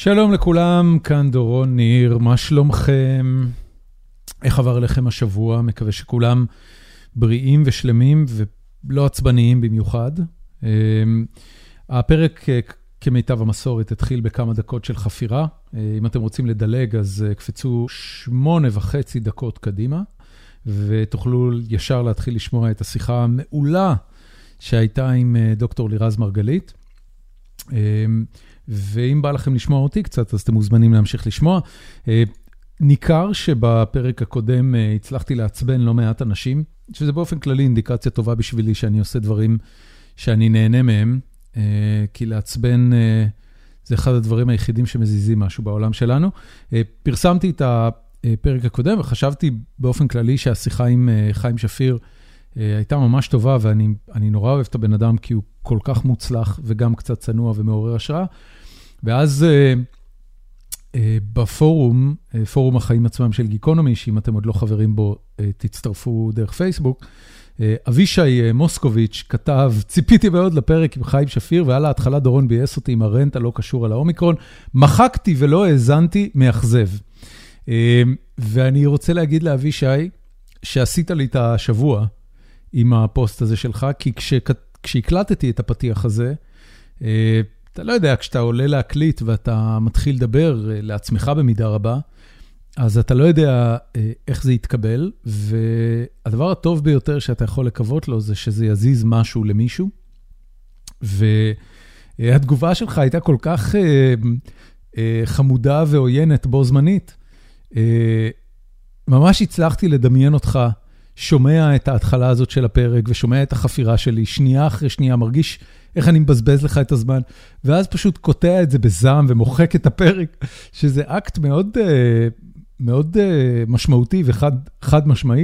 שלום לכולם, כאן דורון ניר, מה שלומכם? איך עבר לכם השבוע? מקווה שכולם בריאים ושלמים ולא עצבניים במיוחד. הפרק כמיטב המסורת התחיל בכמה דקות של חפירה. אם אתם רוצים לדלג אז קפצו 8.5 דקות קדימה, ותוכלו ישר להתחיל לשמוע את השיחה המעולה שהייתה עם דוקטור לירז מרגלית. ואם בא לכם לשמוע אותי קצת, אז אתם מוזמנים להמשיך לשמוע. ניכר שבפרק הקודם הצלחתי לעצבן לא מעט אנשים, שזה באופן כללי אינדיקציה טובה בשבילי שאני עושה דברים שאני נהנה מהם, כי לעצבן זה אחד הדברים היחידים שמזיזים משהו בעולם שלנו. פרסמתי את הפרק הקודם וחשבתי באופן כללי שהשיחה עם חיים שפיר הייתה ממש טובה, ואני נורא אוהב את הבן אדם כי הוא כל כך מוצלח וגם קצת צנוע ומעורר השראה. ואז בפורום, פורום החיים עצמם של גיקונומי, שאם אתם עוד לא חברים בו, תצטרפו דרך פייסבוק, אבישי מוסקוביץ' כתב, ציפיתי מאוד לפרק עם חיים שפיר, ועל ההתחלה דורון בייס אותי עם הרנט הלא קשור על האומיקרון, מחקתי ולא האזנתי, מאכזב. ואני רוצה להגיד לאבישי, שעשית לי את השבוע עם הפוסט הזה שלך, כי כשהקלטתי את הפתיח הזה, אתה לא יודע, כשאתה עולה להקליט ואתה מתחיל לדבר לעצמך במידה רבה, אז אתה לא יודע איך זה יתקבל, והדבר הטוב ביותר שאתה יכול לקוות לו זה שזה יזיז משהו למישהו, והתגובה שלך הייתה כל כך חמודה ועוינת בו זמנית, ממש הצלחתי לדמיין אותך, שומע את ההתחלה הזאת של הפרק, ושומע את החפירה שלי, שנייה אחרי שנייה, מרגיש איך אני מבזבז לך את הזמן, ואז פשוט קוטע את זה בזעם, ומוחק את הפרק, שזה אקט מאוד, מאוד משמעותי וחד משמעי,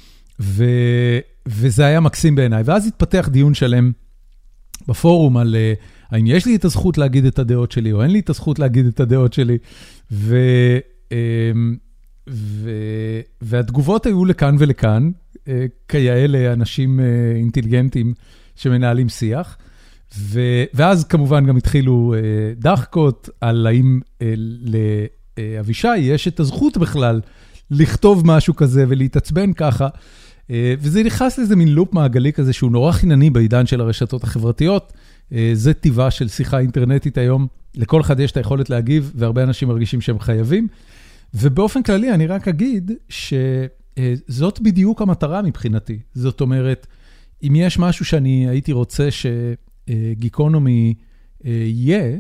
וזה היה מקסים בעיניי. ואז התפתח דיון שלם בפורום, על האם יש לי את הזכות להגיד את הדעות שלי, או אין לי את הזכות להגיד את הדעות שלי, והתגובות היו לכאן ולכאן, כיאה אנשים אינטליגנטים שמנהלים שיח, ואז כמובן גם התחילו דחקות על האם לאבישי יש את הזכות בכלל לכתוב משהו כזה ולהתעצבן ככה, וזה נכנס לאיזה מין לופ מעגלי כזה שהוא נורא חינני בעידן של הרשתות החברתיות. זה טבעה של שיחה אינטרנטית היום, לכל אחד יש את היכולת להגיב, והרבה אנשים מרגישים שהם חייבים, ובאופן כללי אני רק אגיד שזאת בדיוק המטרה מבחינתי. זאת אומרת, אם יש משהו שאני הייתי רוצה שגיקונומי יהיה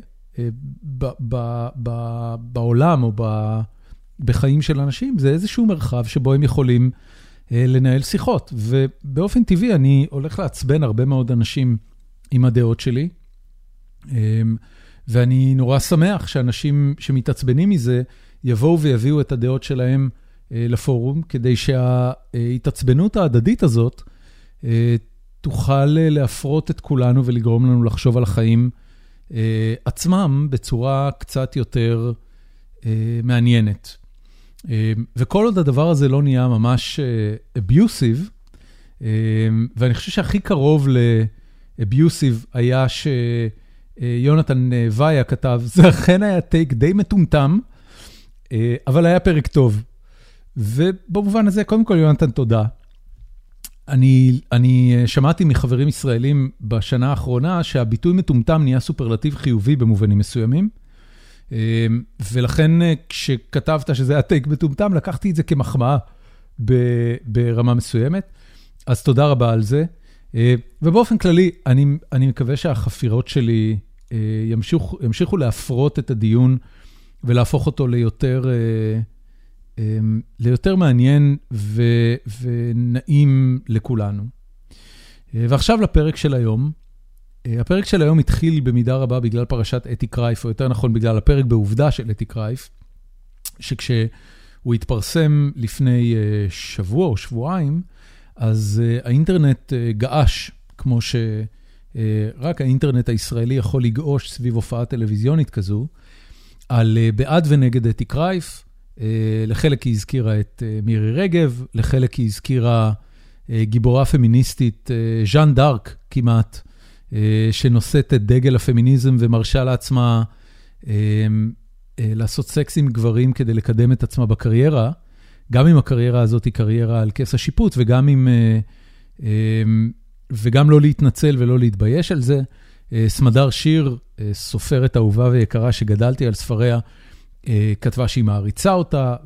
בעולם או בחיים של אנשים, זה איזשהו מרחב שבו הם יכולים לנהל שיחות. ובאופן טבעי אני הולך לעצבן הרבה מאוד אנשים עם הדעות שלי, ואני נורא שמח שאנשים שמתעצבנים מזה, יבואו ויביאו את הדעות שלהם לפורום, כדי שההתעצבנות ההדדית הזאת תוכל להפרות את כולנו ולגרום לנו לחשוב על החיים עצמם בצורה קצת יותר מעניינת. וכל עוד הדבר הזה לא נהיה ממש אביוסיב, ואני חושב שהכי קרוב לאביוסיב היה שיונתן ויה כתב, זה אכן היה טייק די מטומטם, אבל היה פרק טוב. ובמובן הזה, קודם כל, יונתן, תודה. אני שמעתי מחברים ישראלים בשנה האחרונה, שהביטוי מטומטם נהיה סופרלטיב חיובי במובנים מסוימים, ולכן כשכתבת שזה היה טייק מטומטם, לקחתי את זה כמחמאה ברמה מסוימת, אז תודה רבה על זה. ובאופן כללי, אני מקווה שהחפירות שלי ימשיכו להפרות את הדיון, ולהפוך אותו ליותר מעניין ונעים לכולנו. ועכשיו לפרק של היום. הפרק של היום התחיל במידה רבה בגלל פרשת אתי קרייף, או יותר נכון בגלל הפרק בעובדה של אתי קרייף, שכשהוא התפרסם לפני שבוע או שבועיים, אז האינטרנט געש, כמו שרק האינטרנט הישראלי יכול לגעוש סביב הופעה טלוויזיונית כזו, על בעד ונגד אתי קרייף. לחלק היא הזכירה את מירי רגב, לחלק היא הזכירה גיבורה פמיניסטית, ז'אן דארק כמעט, שנושאת את דגל הפמיניזם ומרשה לעצמה לעשות סקס עם גברים כדי לקדם את עצמה בקריירה, גם אם הקריירה הזאת היא קריירה על כס השיפוט, וגם לא להתנצל ולא להתבייש על זה. סמדר שיר, סופרת אהובה ויקרה שגדלתי על ספריה, כתבה שהיא מעריצה אותה,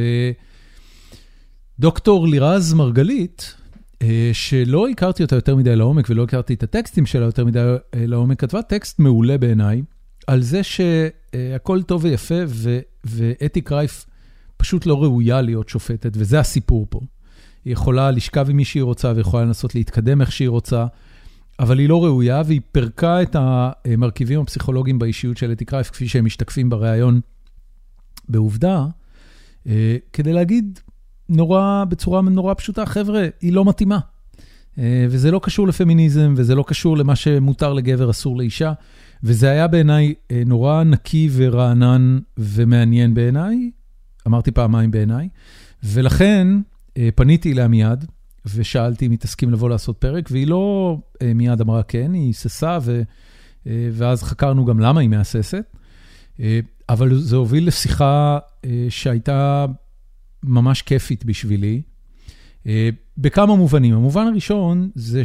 ודוקטור לירז מרגלית, שלא הכרתי אותה יותר מדי לעומק, ולא הכרתי את הטקסטים שלה יותר מדי לעומק, כתבה טקסט מעולה בעיניי, על זה שהכל טוב ויפה, ואתי קרייף פשוט לא ראויה להיות שופטת, וזה הסיפור פה. היא יכולה לשכב עם מי שהיא רוצה, ויכולה לנסות להתקדם איך שהיא רוצה, אבל היא לא ראויה, והיא פרקה את המרכיבים הפסיכולוגיים באישיות של אתי קרייף, כפי שהם משתקפים בראיון בעובדה, כדי להגיד בצורה נורא פשוטה, חבר'ה, היא לא מתאימה. וזה לא קשור לפמיניזם, וזה לא קשור למה שמותר לגבר, אסור לאישה, וזה היה בעיניי נורא נקי ורענן ומעניין בעיניי, אמרתי פעמיים בעיניי, ולכן פניתי אליה מיד, ושאלתי אם היא תסכים לבוא לעשות פרק, והיא לא מיד אמרה כן, היא ססה, ואז חקרנו גם למה היא מהססת, אבל זה הוביל לשיחה שהייתה ממש כיפית בשבילי, בכמה מובנים. המובן הראשון זה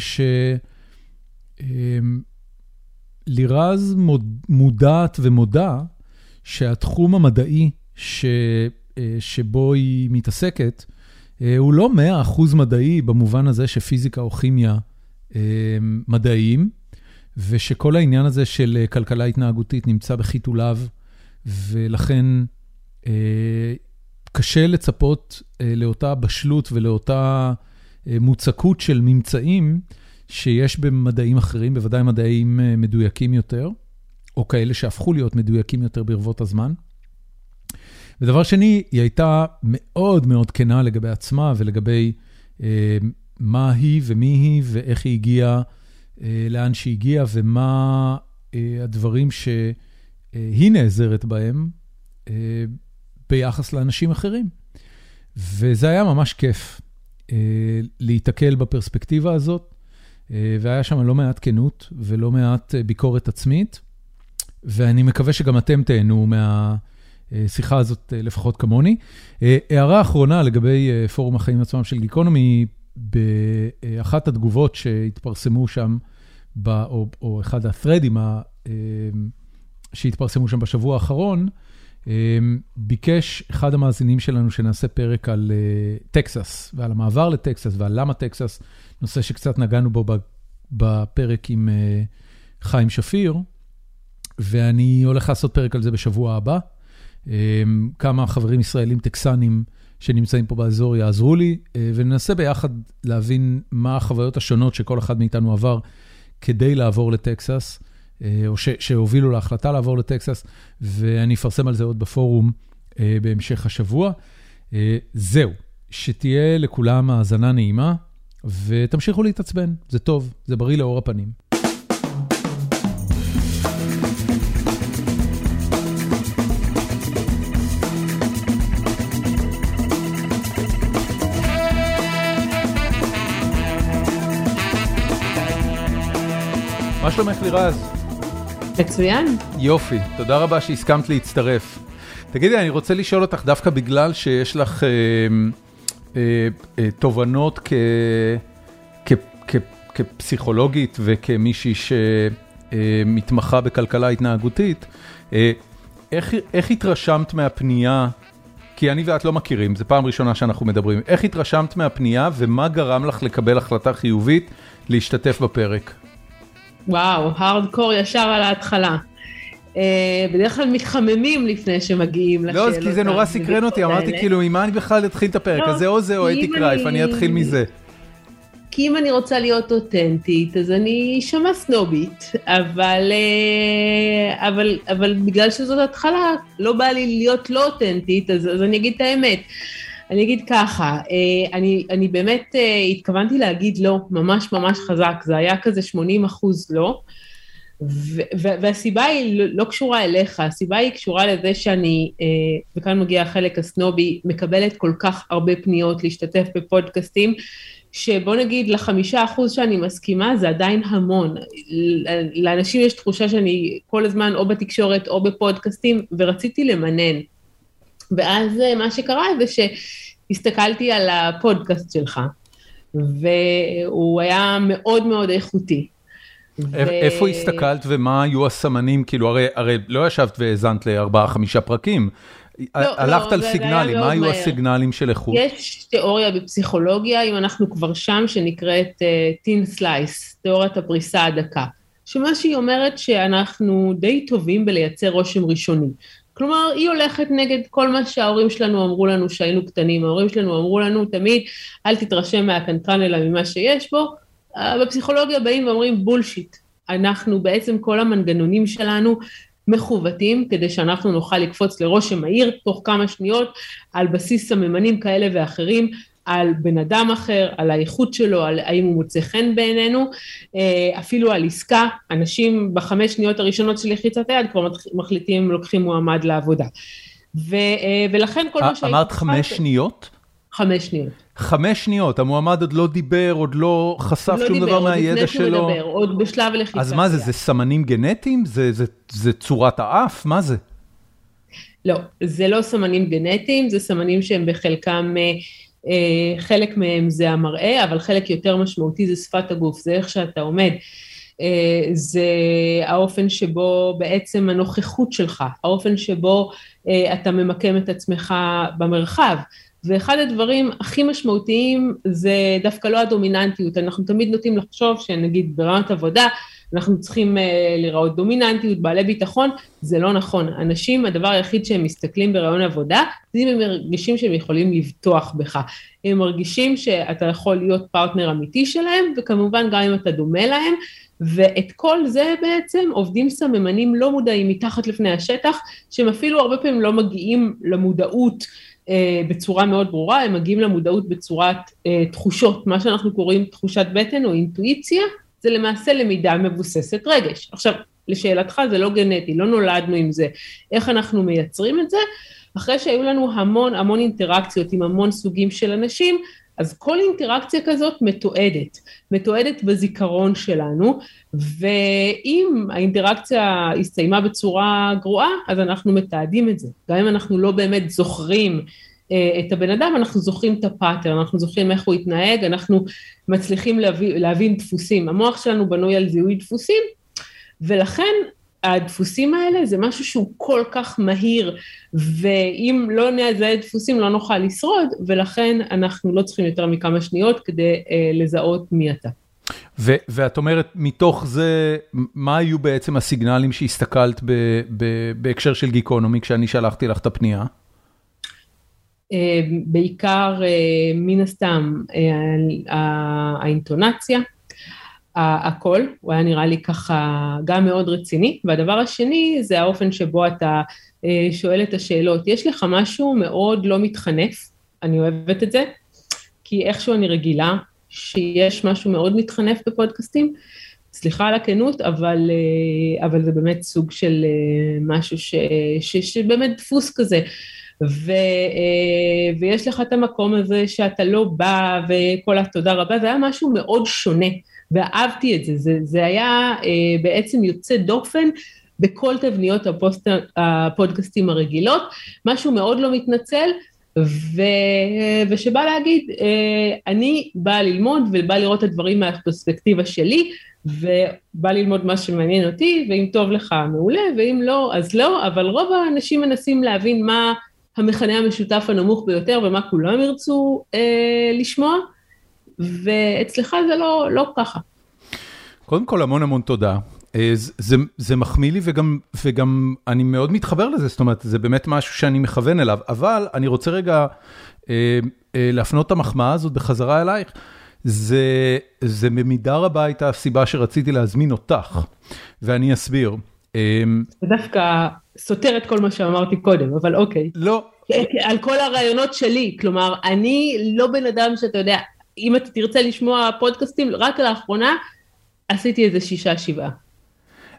לירז מודעת ומודע שהתחום המדעי שבו היא מתעסקת, הוא לא 100% מדעי במובן הזה שפיזיקה או כימיה מדעיים, ושכל העניין הזה של כלכלה התנהגותית נמצא בחיתוליו, ולכן קשה לצפות לאותה בשלות ולאותה מוצקות של ממצאים שיש במדעים אחרים, בוודאי מדעים מדויקים יותר, או כאלה שהפכו להיות מדויקים יותר ברבות הזמן. ודבר שני, היא הייתה מאוד מאוד כנה לגבי עצמה ולגבי מה היא ומי היא ואיך היא הגיעה, לאן שהיא הגיעה ומה הדברים שהיא נעזרת בהם ביחס לאנשים אחרים. וזה היה ממש כיף להתקל בפרספקטיבה הזאת, והיה שם לא מעט כנות ולא מעט ביקורת עצמית, ואני מקווה שגם אתם תהנו מהשיחה הזאת לפחות כמוני. הערה אחרונה לגבי פורום החיים עצמם של גיקונומי, באחת התגובות שהתפרסמו שם, או אחד הת'רדים שהתפרסמו שם בשבוע האחרון, ביקש אחד המאזינים שלנו שנעשה פרק על טקסס, ועל המעבר לטקסס, ועל למה טקסס, נושא שקצת נגענו בו בפרק עם חיים שפיר, ואני הולך לעשות פרק על זה בשבוע הבא. כמה חברים ישראלים טקסנים שנמצאים פה באזור יעזרו לי, וננסה ביחד להבין מה החוויות השונות שכל אחד מאיתנו עבר כדי לעבור לטקסס, או שהובילו להחלטה לעבור לטקסס, ואני אפרסם על זה עוד בפורום בהמשך השבוע. זהו, שתהיה לכולם האזנה נעימה, ותמשיכו להתעצבן, זה טוב, זה בריא לאור הפנים. מה שלומך לירז? מצוין. יופי, תודה רבה שהסכמת להצטרף. תגידי, אני רוצה לשאול אותך דווקא בגלל שיש לך תובנות כפסיכולוגית וכמישהי שמתמחה בכלכלה התנהגותית, איך התרשמת מהפנייה, כי אני ואת לא מכירים, זו פעם ראשונה שאנחנו מדברים, איך התרשמת מהפנייה ומה גרם לך לקבל החלטה חיובית להשתתף בפרק? וואו, הארדקור ישר על ההתחלה. בדרך כלל מתחממים לפני שמגיעים לשאלות. לא, כי זה נורא סקרן אותי, אמרתי כאילו, ממה אני בכלל אתחיל את הפרק? אז זה או זה או אתי קרייף, אני אתחיל מזה. כי אם אני רוצה להיות אותנטית, אז אני שמה סנובית, אבל בגלל שזאת התחלה, לא בא לי להיות לא אותנטית, אז אני אגיד את האמת. אני אגיד ככה, אני באמת התכוונתי להגיד לא, ממש ממש חזק, זה היה כזה 80% לא, והסיבה היא לא קשורה אליך, הסיבה היא קשורה לזה שאני, וכאן מגיע החלק הסנובי, מקבלת כל כך הרבה פניות להשתתף בפודקאסטים, שבוא נגיד ל5% שאני מסכימה, זה עדיין המון. לאנשים יש תחושה שאני כל הזמן או בתקשורת או בפודקאסטים, ורציתי למנן. ואז מה שקרה זה שהסתכלתי על הפודקאסט שלך, והוא היה מאוד מאוד איכותי. איפה הסתכלת ומה היו הסמנים? כאילו, הרי לא ישבת והזנת ל4-5 פרקים. הלכת על סיגנלים, מה היו הסיגנלים של איכות? יש תיאוריה בפסיכולוגיה, אם אנחנו כבר שם, שנקראת thin slice, תיאוריית הפריסה הדקה, שמה שהיא אומרת שאנחנו די טובים בלייצר רושם ראשוני. כלומר, היא הולכת נגד כל מה שההורים שלנו אמרו לנו שהיינו קטנים. ההורים שלנו אמרו לנו תמיד, אל תתרשם מהקנטרן אלא ממה שיש בו. בפסיכולוגיה באים ואומרים בולשיט. אנחנו בעצם כל המנגנונים שלנו מחוותים, כדי שאנחנו נוכל לקפוץ לרושם מהיר תוך כמה שניות, על בסיס סממנים כאלה ואחרים, על בן אדם אחר, על האיכות שלו, על האם הוא מוצא חן בעינינו, אפילו על עסקה. אנשים ב5 שניות הראשונות של לחיצת היד כבר מחליטים אם לוקחים מועמד לעבודה. ולכן כל מה שהייתי... אמרת 5 שניות? 5 שניות. 5 שניות, המועמד עוד לא דיבר, עוד לא חשף שום דבר מהידע שלו. עוד לפני שהוא מדבר, עוד בשלב לחיצת היד. אז מה זה, זה סמנים גנטיים? זה צורת האף? מה זה? לא, זה לא סמנים גנטיים, זה סמנים שהם בחלקם... חלק מהם זה המראה, אבל חלק יותר משמעותי זה שפת הגוף, זה איך שאתה עומד, זה האופן שבו בעצם הנוכחות שלך, האופן שבו אתה ממקם את עצמך במרחב, ואחד הדברים הכי משמעותיים זה דווקא לא הדומיננטיות, אנחנו תמיד נוטים לחשוב שנגיד ברמת עבודה, אנחנו צריכים לראות דומיננטיות, בעלי ביטחון, זה לא נכון. אנשים, הדבר היחיד שהם מסתכלים ברעיון עבודה, זה אם הם מרגישים שהם יכולים לבטוח בך. הם מרגישים שאתה יכול להיות פרטנר אמיתי שלהם, וכמובן גם אם אתה דומה להם, ואת כל זה בעצם עובדים סממנים לא מודעים מתחת לפני השטח, שהם אפילו הרבה פעמים לא מגיעים למודעות בצורה מאוד ברורה, הם מגיעים למודעות בצורת תחושות, מה שאנחנו קוראים תחושת בטן או אינטואיציה, זה למעשה למידה מבוססת רגש. עכשיו, לשאלתך זה לא גנטי, לא נולדנו עם זה. איך אנחנו מייצרים את זה? אחרי שהיו לנו המון אינטראקציות עם המון סוגים של אנשים, אז כל אינטראקציה כזאת מתועדת בזיכרון שלנו, ואם האינטראקציה הסתיימה בצורה גרועה, אז אנחנו מתעדים את זה. גם אם אנחנו לא באמת זוכרים את הבן אדם, אנחנו זוכרים את הפאטר, אנחנו זוכרים איך הוא התנהג, אנחנו מצליחים להבין דפוסים. המוח שלנו בנוי על זיהוי דפוסים, ולכן הדפוסים האלה זה משהו שהוא כל כך מהיר, ואם לא נזהה דפוסים לא נוכל לשרוד, ולכן אנחנו לא צריכים יותר מכמה שניות כדי לזהות מי אתה. ואת אומרת, מתוך זה, מה היו בעצם הסיגנלים שהסתכלת בהקשר של גיקונומי, כשאני שלחתי לך את הפנייה? בעיקר מן הסתם האינטונציה, הכל, הוא היה נראה לי ככה גם מאוד רציני, והדבר השני זה האופן שבו אתה שואל את השאלות, יש לך משהו מאוד לא מתחנף, אני אוהבת את זה, כי איכשהו אני רגילה שיש משהו מאוד מתחנף בפודקאסטים, סליחה על הכנות, אבל זה באמת סוג של משהו שבאמת דפוס כזה, ויש לך את המקום הזה שאתה לא בא וכל התודה רבה, זה היה משהו מאוד שונה, ואהבתי את זה, זה היה בעצם יוצא דופן בכל תבניות הפודקאסטים הרגילות, משהו מאוד לא מתנצל, ושבא להגיד, אני באה ללמוד ובאה לראות את הדברים מהפרספקטיבה שלי, ובא ללמוד מה שמעניין אותי, ואם טוב לך מעולה, ואם לא, אז לא, אבל רוב האנשים מנסים להבין מה המכנה המשותף הנמוך ביותר, ומה כולם ירצו לשמוע, ואצלך זה לא ככה. קודם כל, המון תודה. זה מחמיא לי, וגם אני מאוד מתחבר לזה, זאת אומרת, זה באמת משהו שאני מכוון אליו, אבל אני רוצה רגע להפנות את המחמאה הזאת בחזרה אלייך, זה במידה רבה הייתה הסיבה שרציתי להזמין אותך, ואני אסביר. זה דווקא סותר את כל מה שאמרתי קודם, אבל אוקיי. לא. על כל הרעיונות שלי, כלומר, אני לא בן אדם שאתה יודע, אם אתה תרצה לשמוע פודקאסטים, רק לאחרונה, עשיתי איזה 6-7.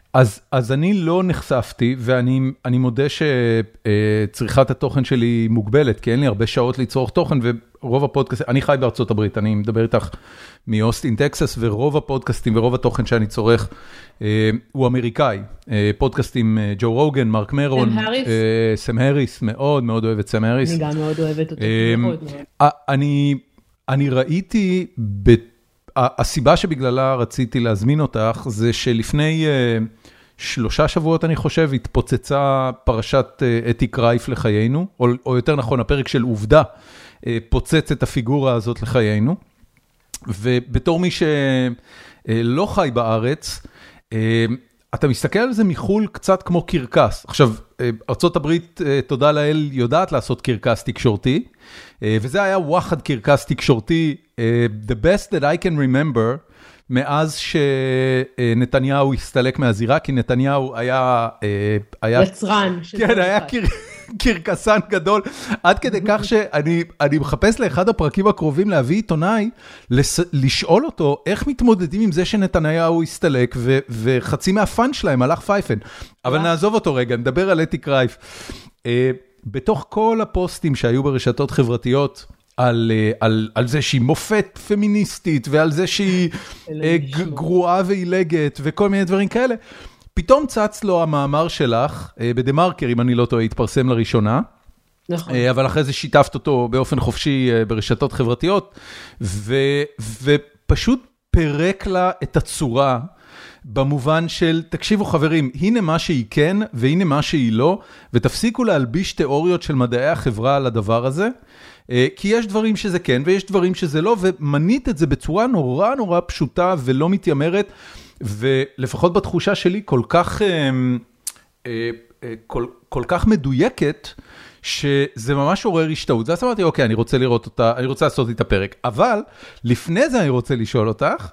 אז אני לא נחשפתי, ואני מודה שצריכת התוכן שלי מוגבלת, כי אין לי הרבה שעות לצרוך תוכן, ורוב הפודקאסטים, אני חי בארצות הברית, אני מדבר איתך מאוסטין, טקסס, ורוב הפודקאסטים ורוב התוכן שאני צורך הוא אמריקאי. פודקאסטים ג'ו רוגן, מרק מרון, סם הריס, מאוד מאוד אוהב את סם הריס. אני גם מאוד אוהבת אותו, מאוד מאוד. אני ראיתי, הסיבה שבגללה רציתי להזמין אותך, זה שלפני 3 שבועות, אני חושב, התפוצצה פרשת אתי קרייף לחיינו, או יותר נכון, הפרק של עובדה, פוצץ את הפיגורה הזאת לחיינו, ובתור מי שלא חי בארץ, אתה מסתכל על זה מחול קצת כמו קרקס. עכשיו, ארצות הברית, תודה לאל, יודעת לעשות קרקס תקשורתי, וזה היה וואחד קרקס תקשורתי, the best that I can remember, מאז שנתניהו הסתלק מהזירה, כי נתניהו היה יצרן. כן, היה קרקסן גדול, עד כדי כך שאני מחפש לאחד הפרקים הקרובים להביא עיתונאי, לשאול אותו איך מתמודדים עם זה שנתניהו הסתלק, וחצי מהפן שלהם הלך פייפן. אבל נעזוב אותו רגע, נדבר על אתי קרייף. בתוך כל הפוסטים שהיו ברשתות חברתיות, על זה שהיא מופת פמיניסטית, ועל זה שהיא גרועה ואילגת, וכל מיני דברים כאלה, פתאום צץ לו המאמר שלך, בדה-מרקר, אם אני לא טועה, התפרסם לראשונה, נכון. אבל אחרי זה שיתפת אותו באופן חופשי ברשתות חברתיות, ופשוט פרק לה את הצורה, במובן של, תקשיבו חברים, הנה מה שהיא כן, והנה מה שהיא לא, ותפסיקו להלביש תיאוריות של מדעי החברה על הדבר הזה, כי יש דברים שזה כן, ויש דברים שזה לא, ומנית את זה בצורה נורא נורא פשוטה, ולא מתיימרת, ולפחות בתחושה שלי כל כך מדויקת, שזה ממש עורר השתאות. אז אמרתי, אוקיי, אני רוצה לראות אותה, אני רוצה לעשות את הפרק, אבל לפני זה אני רוצה לשאול אותך,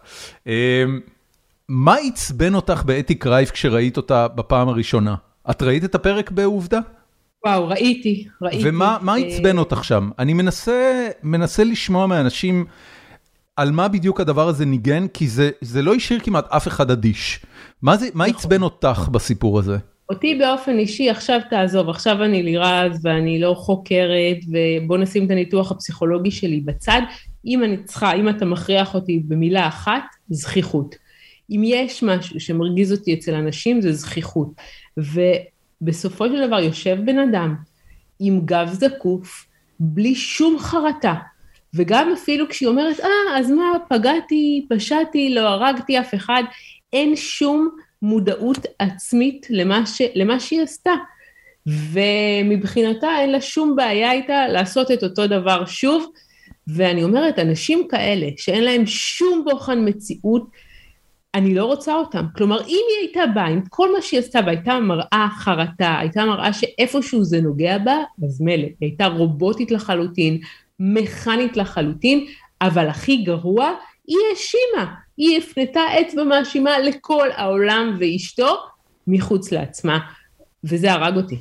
מה עצבן אותך באתי קרייף כשראית אותה בפעם הראשונה? את ראית את הפרק בעובדה? וואו, ראיתי. ומה עצבן אותך שם? אני מנסה לשמוע מאנשים על מה בדיוק הדבר הזה ניגן, כי זה לא השאיר כמעט אף אחד אדיש. מה עצבן אותך בסיפור הזה? אותי באופן אישי, עכשיו תעזוב, עכשיו אני לירז ואני לא חוקרת, ובוא נשים את הניתוח הפסיכולוגי שלי בצד. אם אתה מכריח אותי במילה אחת, זכיחות. אם יש משהו שמרגיז אותי אצל אנשים, זה זכיחות. ובסופו של דבר יושב בן אדם עם גב זקוף, בלי שום חרטה, וגם אפילו כשהיא אומרת, אז מה, פגעתי, פשעתי, לא הרגתי אף אחד, אין שום מודעות עצמית למה שהיא עשתה. ומבחינתה אין לה שום בעיה איתה לעשות את אותו דבר שוב, ואני אומרת, אנשים כאלה שאין להם שום בוחן מציאות, אני לא רוצה אותם. כלומר, אם היא הייתה באה, עם כל מה שהיא עשתה, והייתה מראה חרטה, הייתה מראה שאיפשהו זה נוגע בה, אז מלא, היא הייתה רובוטית לחלוטין, מכנית לחלוטין, אבל הכי גרוע, היא האשימה, היא הפנתה אצבע מאשימה לכל העולם ואשתו, מחוץ לעצמה, וזה הרג אותי.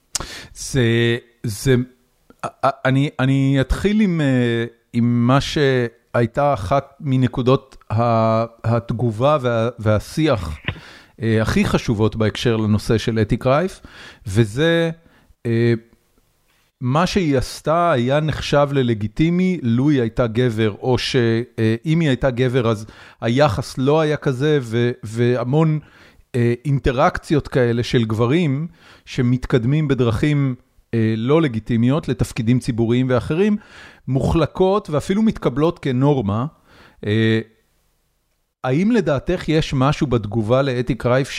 אני אתחיל עם מה שהייתה אחת מנקודות התגובה והשיח הכי חשובות בהקשר לנושא של אתי קרייף, וזה מה שהיא עשתה היה נחשב ללגיטימי, לו היא הייתה גבר, או שאם היא הייתה גבר אז היחס לא היה כזה, והמון אינטראקציות כאלה של גברים שמתקדמים בדרכים לא לגיטימיות לתפקידים ציבוריים ואחרים, מוחלקות ואפילו מתקבלות כנורמה. האם לדעתך יש משהו בתגובה לאתי קרייף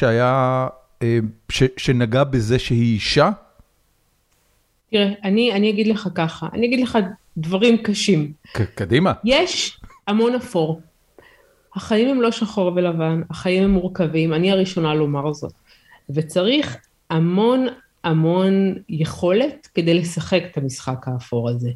שנגע בזה שהיא אישה? תראה, אני אגיד לך ככה, אני אגיד לך דברים קשים. קדימה. יש המון אפור. החיים הם לא שחור ולבן, החיים הם מורכבים, אני הראשונה לומר זאת. וצריך המון יכולת כדי לשחק את המשחק האפור הזה.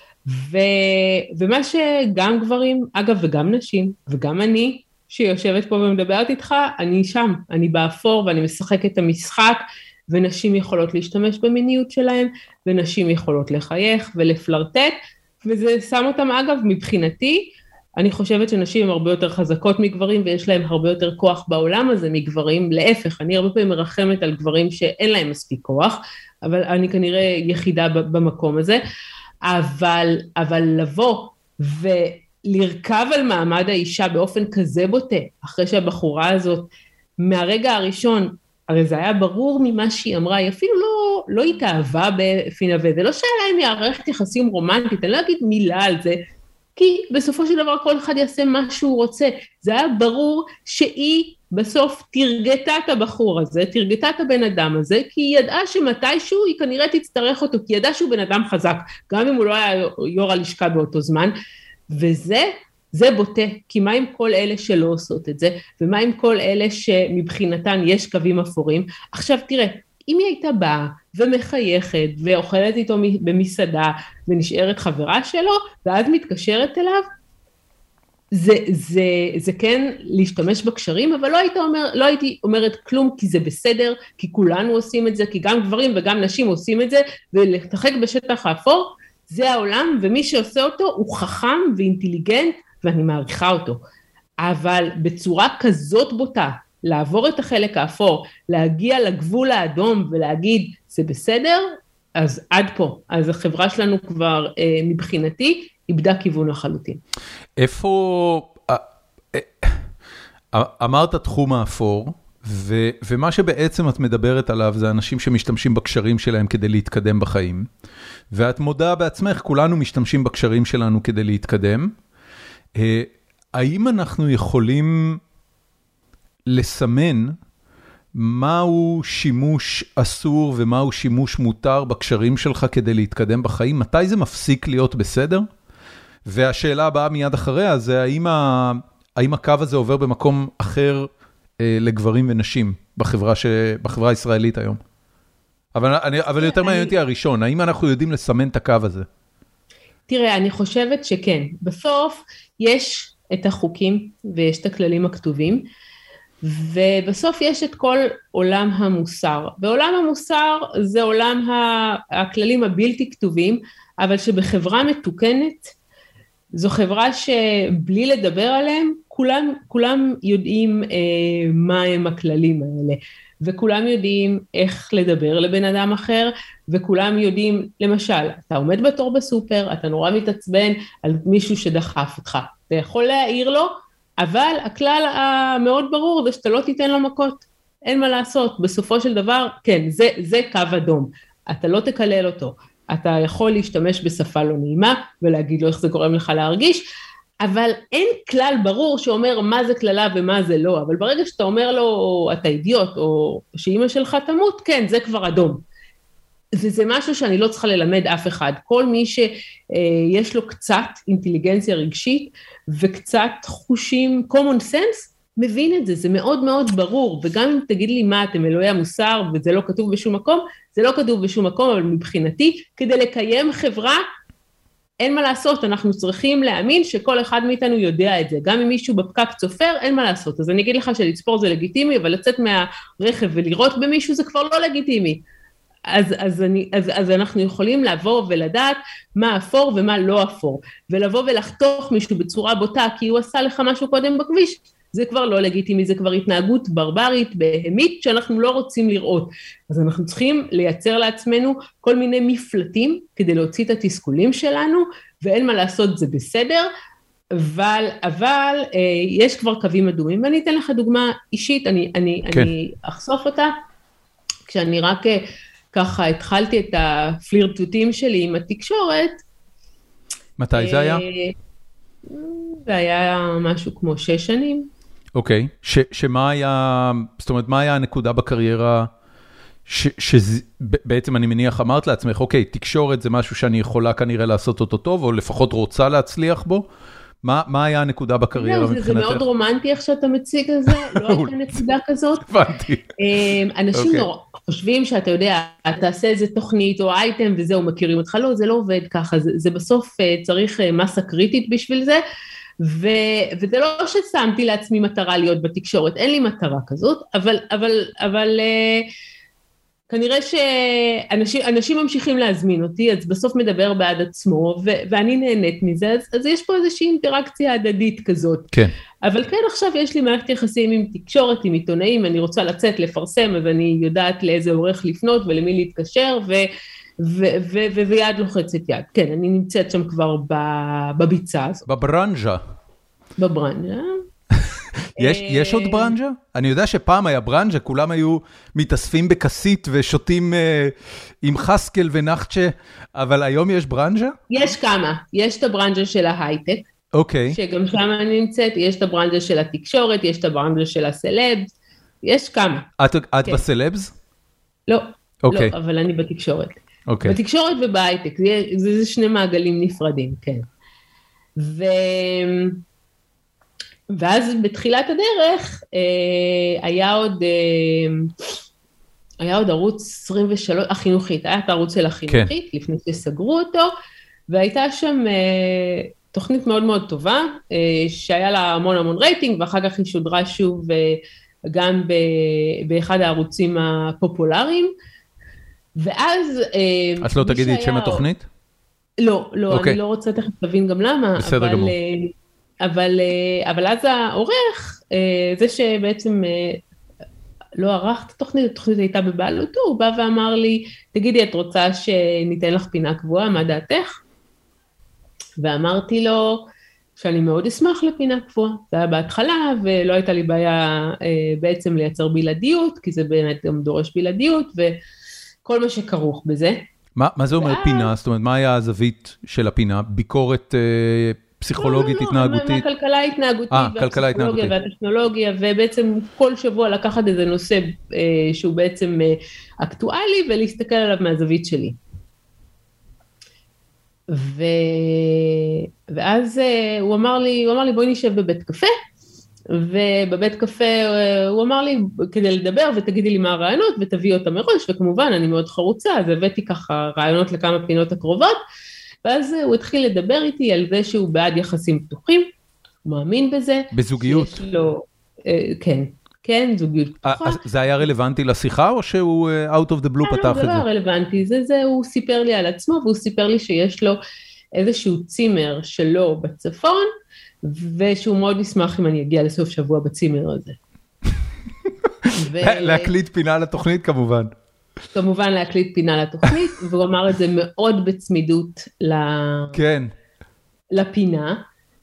ומה שגם גברים, אגב וגם נשים, וגם אני, שיושבת פה ומדברת איתך, אני שם, אני באפור ואני משחקת את המשחק, ונשים יכולות להשתמש במיניות שלהם, ונשים יכולות לחייך ולפלרטט, וזה שם אותם אגב מבחינתי, אני חושבת שנשים הן הרבה יותר חזקות מגברים, ויש להם הרבה יותר כוח בעולם הזה מגברים, להפך, אני הרבה פעמים מרחמת על גברים שאין להם מספיק כוח, אבל אני כנראה יחידה במקום הזה, אבל לבוא ולרכב על מעמד האישה באופן כזה בוטה, אחרי שהבחורה הזאת, מהרגע הראשון, הרי זה היה ברור ממה שהיא אמרה, היא אפילו לא התאהבה בפינה, וזה לא שאלה אם היא ערכת יחסים רומנטית, אני לא אגיד מילה על זה, כי בסופו של דבר כל אחד יעשה מה שהוא רוצה, זה היה ברור שהיא בסוף תרגתה את הבחור הזה, תרגתה את הבן אדם הזה, כי היא ידעה שמתישהו היא כנראה תצטרך אותו, כי היא ידעה שהוא בן אדם חזק, גם אם הוא לא היה יו"ר הלשכה באותו זמן, וזה בוטה, כי מה עם כל אלה שלא עושות את זה, ומה עם כל אלה שמבחינתן יש קווים אפורים, עכשיו תראה, אם היא הייתה באה ומחייכת ואוכלת איתו במסעדה ונשארת חברה שלו, ואז מתקשרת אליו, זה כן להשתמש בקשרים, אבל לא הייתי אומרת כלום, כי זה בסדר, כי כולנו עושים את זה, כי גם גברים וגם נשים עושים את זה, ולתחק בשטח האפור, זה העולם, ומי שעושה אותו הוא חכם ואינטליגנט, ואני מעריכה אותו. אבל בצורה כזאת בוטה, לעבור את החלק האפור, להגיע לגבול האדום ולהגיד, זה בסדר, אז עד פה. אז החברה שלנו כבר מבחינתי, איבדה כיוון לחלוטין. איפה, אמרת תחום האפור, ומה שבעצם את מדברת עליו, זה אנשים שמשתמשים בקשרים שלהם כדי להתקדם בחיים, ואת מודה בעצמך, כולנו משתמשים בקשרים שלנו כדי להתקדם. האם אנחנו יכולים לסמן מהו שימוש אסור ומהו שימוש מותר בקשרים שלך כדי להתקדם בחיים? מתי זה מפסיק להיות בסדר? והשאלה הבאה מיד אחריה זה האם הקו הזה עובר במקום אחר לגברים ונשים בחברה הישראלית היום? אבל יותר מעניין אותי הראשון, האם אנחנו יודעים לסמן את הקו הזה? תראה, אני חושבת שכן. בסוף יש את החוקים ויש את הכללים הכתובים, ובסוף יש את כל עולם המוסר, ועולם המוסר זה עולם הכללים הבלתי כתובים, אבל שבחברה מתוקנת, זו חברה שבלי לדבר עליהם, כולם יודעים מה הם הכללים האלה, וכולם יודעים איך לדבר לבן אדם אחר, וכולם יודעים, למשל, אתה עומד בתור בסופר, אתה נורא מתעצבן על מישהו שדחף אותך, אתה יכול להעיר לו, אבל הכלל המאוד ברור זה שאתה לא תיתן לו מכות, אין מה לעשות, בסופו של דבר, כן, זה קו אדום, אתה לא תקלל אותו, אתה יכול להשתמש בשפה לא נעימה, ולהגיד לו איך זה גורם לך להרגיש, אבל אין כלל ברור שאומר מה זה כללה ומה זה לא, אבל ברגע שאתה אומר לו, אתה אידיוט, או שאמא שלך תמות, כן, זה כבר אדום. זה משהו שאני לא צריכה ללמד אף אחד, כל מי שיש לו קצת אינטליגנציה רגשית, וקצת חושים, common sense, מבין את זה, זה מאוד מאוד ברור, וגם אם תגיד לי מה אתם אלוהי המוסר, וזה לא כתוב בשום מקום, זה לא כתוב בשום מקום, אבל מבחינתי, כדי לקיים חברה, אין מה לעשות, אנחנו צריכים להאמין שכל אחד מאיתנו יודע את זה, גם אם מישהו בפקק צופר, אין מה לעשות, אז אני אגיד לך שלצפור זה לגיטימי, אבל לצאת מהרכב ולראות במישהו זה כבר לא לגיטימי, אז אנחנו יכולים לבוא ולדעת מה אפור ומה לא אפור, ולבוא ולחתוך מישהו בצורה בוטה, כי הוא עשה לך משהו קודם בכביש, זה כבר לא לגיטימי, זה כבר התנהגות ברברית, בהמית, שאנחנו לא רוצים לראות. אז אנחנו צריכים לייצר לעצמנו כל מיני מפלטים, כדי להוציא את התסכולים שלנו, ואין מה לעשות, זה בסדר, אבל יש כבר קווים אדומים, ואני אתן לך דוגמה אישית, אני אחשוף אותה, כשאני רק ככה התחלתי את הפלירטוטים שלי עם התקשורת. מתי זה היה? זה היה משהו כמו 6 שנים. אוקיי, שמה היה, זאת אומרת, מה היה הנקודה בקריירה, שבעצם אני מניח אמרת לעצמך, אוקיי, תקשורת זה משהו שאני יכולה כנראה לעשות אותו טוב, או לפחות רוצה להצליח בו, מה היה הנקודה בקריירה מבחינתך? זה מאוד רומנטי איך שאתה מציג את זה, לא הייתה נקודה כזאת. הבנתי. אנשים חושבים שאתה יודע, תעשה איזה תוכנית או אייטם וזהו, מכירים אותך, לא, זה לא עובד ככה, זה בסוף צריך מסה קריטית בשביל זה, וזה לא ששמתי לעצמי מטרה להיות בתקשורת, אין לי מטרה כזאת, אבל כנראה שאנשים ממשיכים להזמין אותי, אז בסוף מדבר בעד עצמו, ואני נהנית מזה, אז יש פה איזושהי אינטראקציה הדדית כזאת. כן. אבל כן, עכשיו יש לי מערכת יחסים עם תקשורת, עם עיתונאים, אני רוצה לצאת, לפרסם, אז אני יודעת לאיזה עורך לפנות ולמי להתקשר, ויד לוחצת יד. כן, אני נמצאת שם כבר בביצה הזאת. בברנז'ה. בברנז'ה. יש עוד ברנז'ה? אני יודע שפעם היה ברנז'ה, כולם היו מתאספים בכסית ושותים עם חסקל ונחצ'ה, אבל היום יש ברנז'ה? יש כמה. יש את הברנז'ה של ההייטק, שגם שם אני נמצאת, יש את הברנז'ה של התקשורת, יש את הברנז'ה של הסלבס, יש כמה. את בסלבס? לא, אבל אני בתקשורת. בתקשורת ובהייטק, זה שני מעגלים נפרדים, כן. ואז בתחילת הדרך היה עוד ערוץ 23, החינוכית, היה את הערוץ של החינוכית, לפני שסגרו אותו, והייתה שם תוכנית מאוד מאוד טובה, שהיה לה המון המון רייטינג, ואחר כך היא שודרה שוב גם באחד הערוצים הפופולריים, ואז... את לא תגידי את שם התוכנית? לא, אני לא רוצה תכף להבין גם למה, בסדר גמור. אבל אז העורך, זה שבעצם לא ערך את התוכנית, התוכנית הייתה בבעלותו, הוא בא ואמר לי, תגידי, את רוצה שניתן לך פינה קבועה, מה דעתך? ואמרתי לו שאני מאוד אשמח לפינה קבועה, זה היה בהתחלה, ולא הייתה לי בעיה בעצם לייצר בלעדיות, כי זה באמת גם דורש בלעדיות, וכל מה שכרוך בזה. מה זה אומר פינה? זאת אומרת, מה היה הזווית של הפינה? ביקורת פסיכולוגית, התנהגותית? לא, הכלכלה ההתנהגותית, והפסיכולוגיה והטכנולוגיה, ובעצם כל שבוע לקחת איזה נושא שהוא בעצם אקטואלי, ולהסתכל עליו מהזווית שלי. ואז הוא אמר לי, בואי נשב בבית קפה, ובבית קפה הוא אמר לי, כדי לדבר ותגידי לי מה הרעיונות, ותביא אותה מראש, וכמובן אני מאוד חרוצה, אז הבאתי ככה רעיונות לכמה פינות הקרובות, ואז הוא התחיל לדבר איתי על זה שהוא בעד יחסים פתוחים, הוא מאמין בזה. בזוגיות? כן, זוגיות פתוחה. זה היה רלוונטי לשיחה, או שהוא out of the blue פתח את זה? זה לא רלוונטי, הוא סיפר לי על עצמו, והוא סיפר לי שיש לו איזשהו צימר שלו בצפון, ושהוא מאוד ישמח אם אני אגיע לסוף שבוע בצימר הזה. להקליט פינה לתוכנית כמובן. כמובן להקליט פינה לתוכנית, והוא אמר את זה מאוד בצמידות לפינה,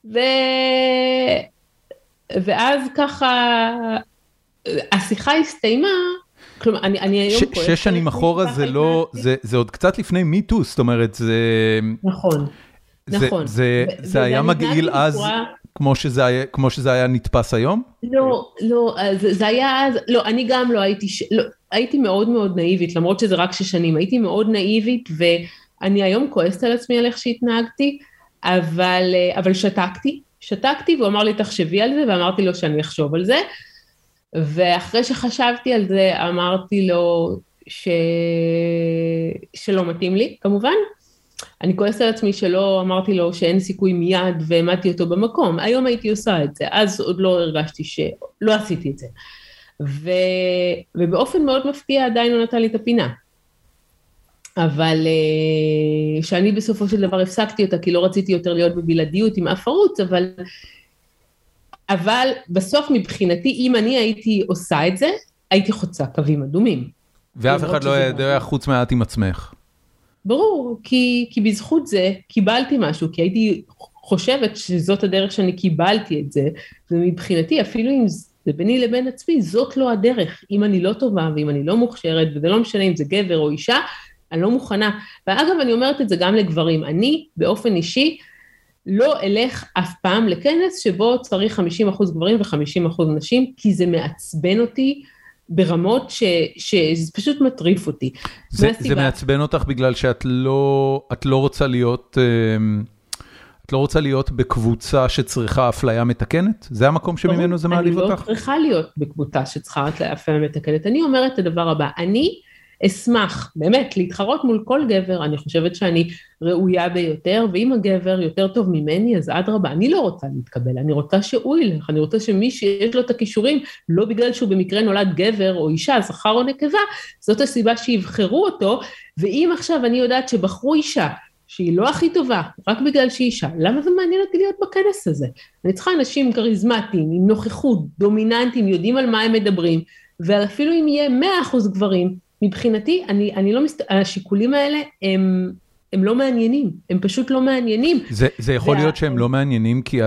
ואז ככה השיחה הסתיימה, כלומר אני היום פה... 6 שנים אחורה זה עוד קצת לפני מיטו, זאת אומרת זה... נכון. זה היה מגעיל אז כמו שזה היה נתפס היום? לא, זה היה אז, לא, אני גם לא הייתי מאוד מאוד נאיבית, למרות שזה רק 6 שנים, הייתי מאוד נאיבית, ואני היום כועסת על עצמי על איך שהתנהגתי, אבל שתקתי, והוא אמר לי תחשבי על זה, ואמרתי לו שאני אחשוב על זה, ואחרי שחשבתי על זה, אמרתי לו שלא מתאים לי, כמובן, אני כועסת על עצמי שלא אמרתי לו שאין סיכוי מיד והעמדתי אותו במקום, היום הייתי עושה את זה, אז עוד לא הרגשתי שלא עשיתי את זה, ובאופן מאוד מפתיע עדיין הוא נתן לי את הפינה, אבל שאני בסופו של דבר הפסקתי אותה, כי לא רציתי יותר להיות בבלעדיות עם אף ערוץ, אבל בסוף מבחינתי, אם אני הייתי עושה את זה, הייתי חוצה קווים אדומים. ואף אחד לא יודע חוץ מעט עם עצמך. ברור, כי בזכות זה קיבלתי משהו, כי הייתי חושבת שזאת הדרך שאני קיבלתי את זה, ומבחינתי אפילו אם זה ביני לבין עצמי, זאת לא הדרך. אם אני לא טובה ואם אני לא מוכשרת, וזה לא משנה אם זה גבר או אישה, אני לא מוכנה. ואגב, אני אומרת את זה גם לגברים. אני באופן אישי לא אלך אף פעם לכנס שבו צריך 50% גברים ו50% נשים, כי זה מעצבן אותי, ברמות שזה פשוט מטריף אותי. זה מעצבן אותך בגלל שאת לא רוצה להיות, את לא רוצה להיות בקבוצה שצריכה אפליה מתקנת? זה המקום שממנו זה מעליב אותך? אני לא צריכה להיות בקבוצה שצריכה אפליה מתקנת. אני אומרת את הדבר הבא, אני אשמח באמת להתחרות מול כל גבר, אני חושבת שאני ראויה ביותר, ואם הגבר יותר טוב ממני, אז אדרבה, אני לא רוצה להתקבל, אני רוצה שהוא ילך, אני רוצה שמי שיש לו את הכישורים, לא בגלל שהוא במקרה נולד גבר או אישה, זכר או נקבה, זאת הסיבה שיבחרו אותו, ואם עכשיו אני יודעת שבחרו אישה, שהיא לא הכי טובה, רק בגלל שהיא אישה, למה זה מעניין אותי להיות בכנס הזה? אני צריכה אנשים כריזמטיים, עם נוכחות, דומיננטיים, יודעים על מה הם מדברים, ואפילו אם יהיה 100% גברים, מבחינתי, אני לא השיקולים האלה הם לא מעניינים, הם פשוט לא מעניינים. זה יכול להיות שהם לא מעניינים, כי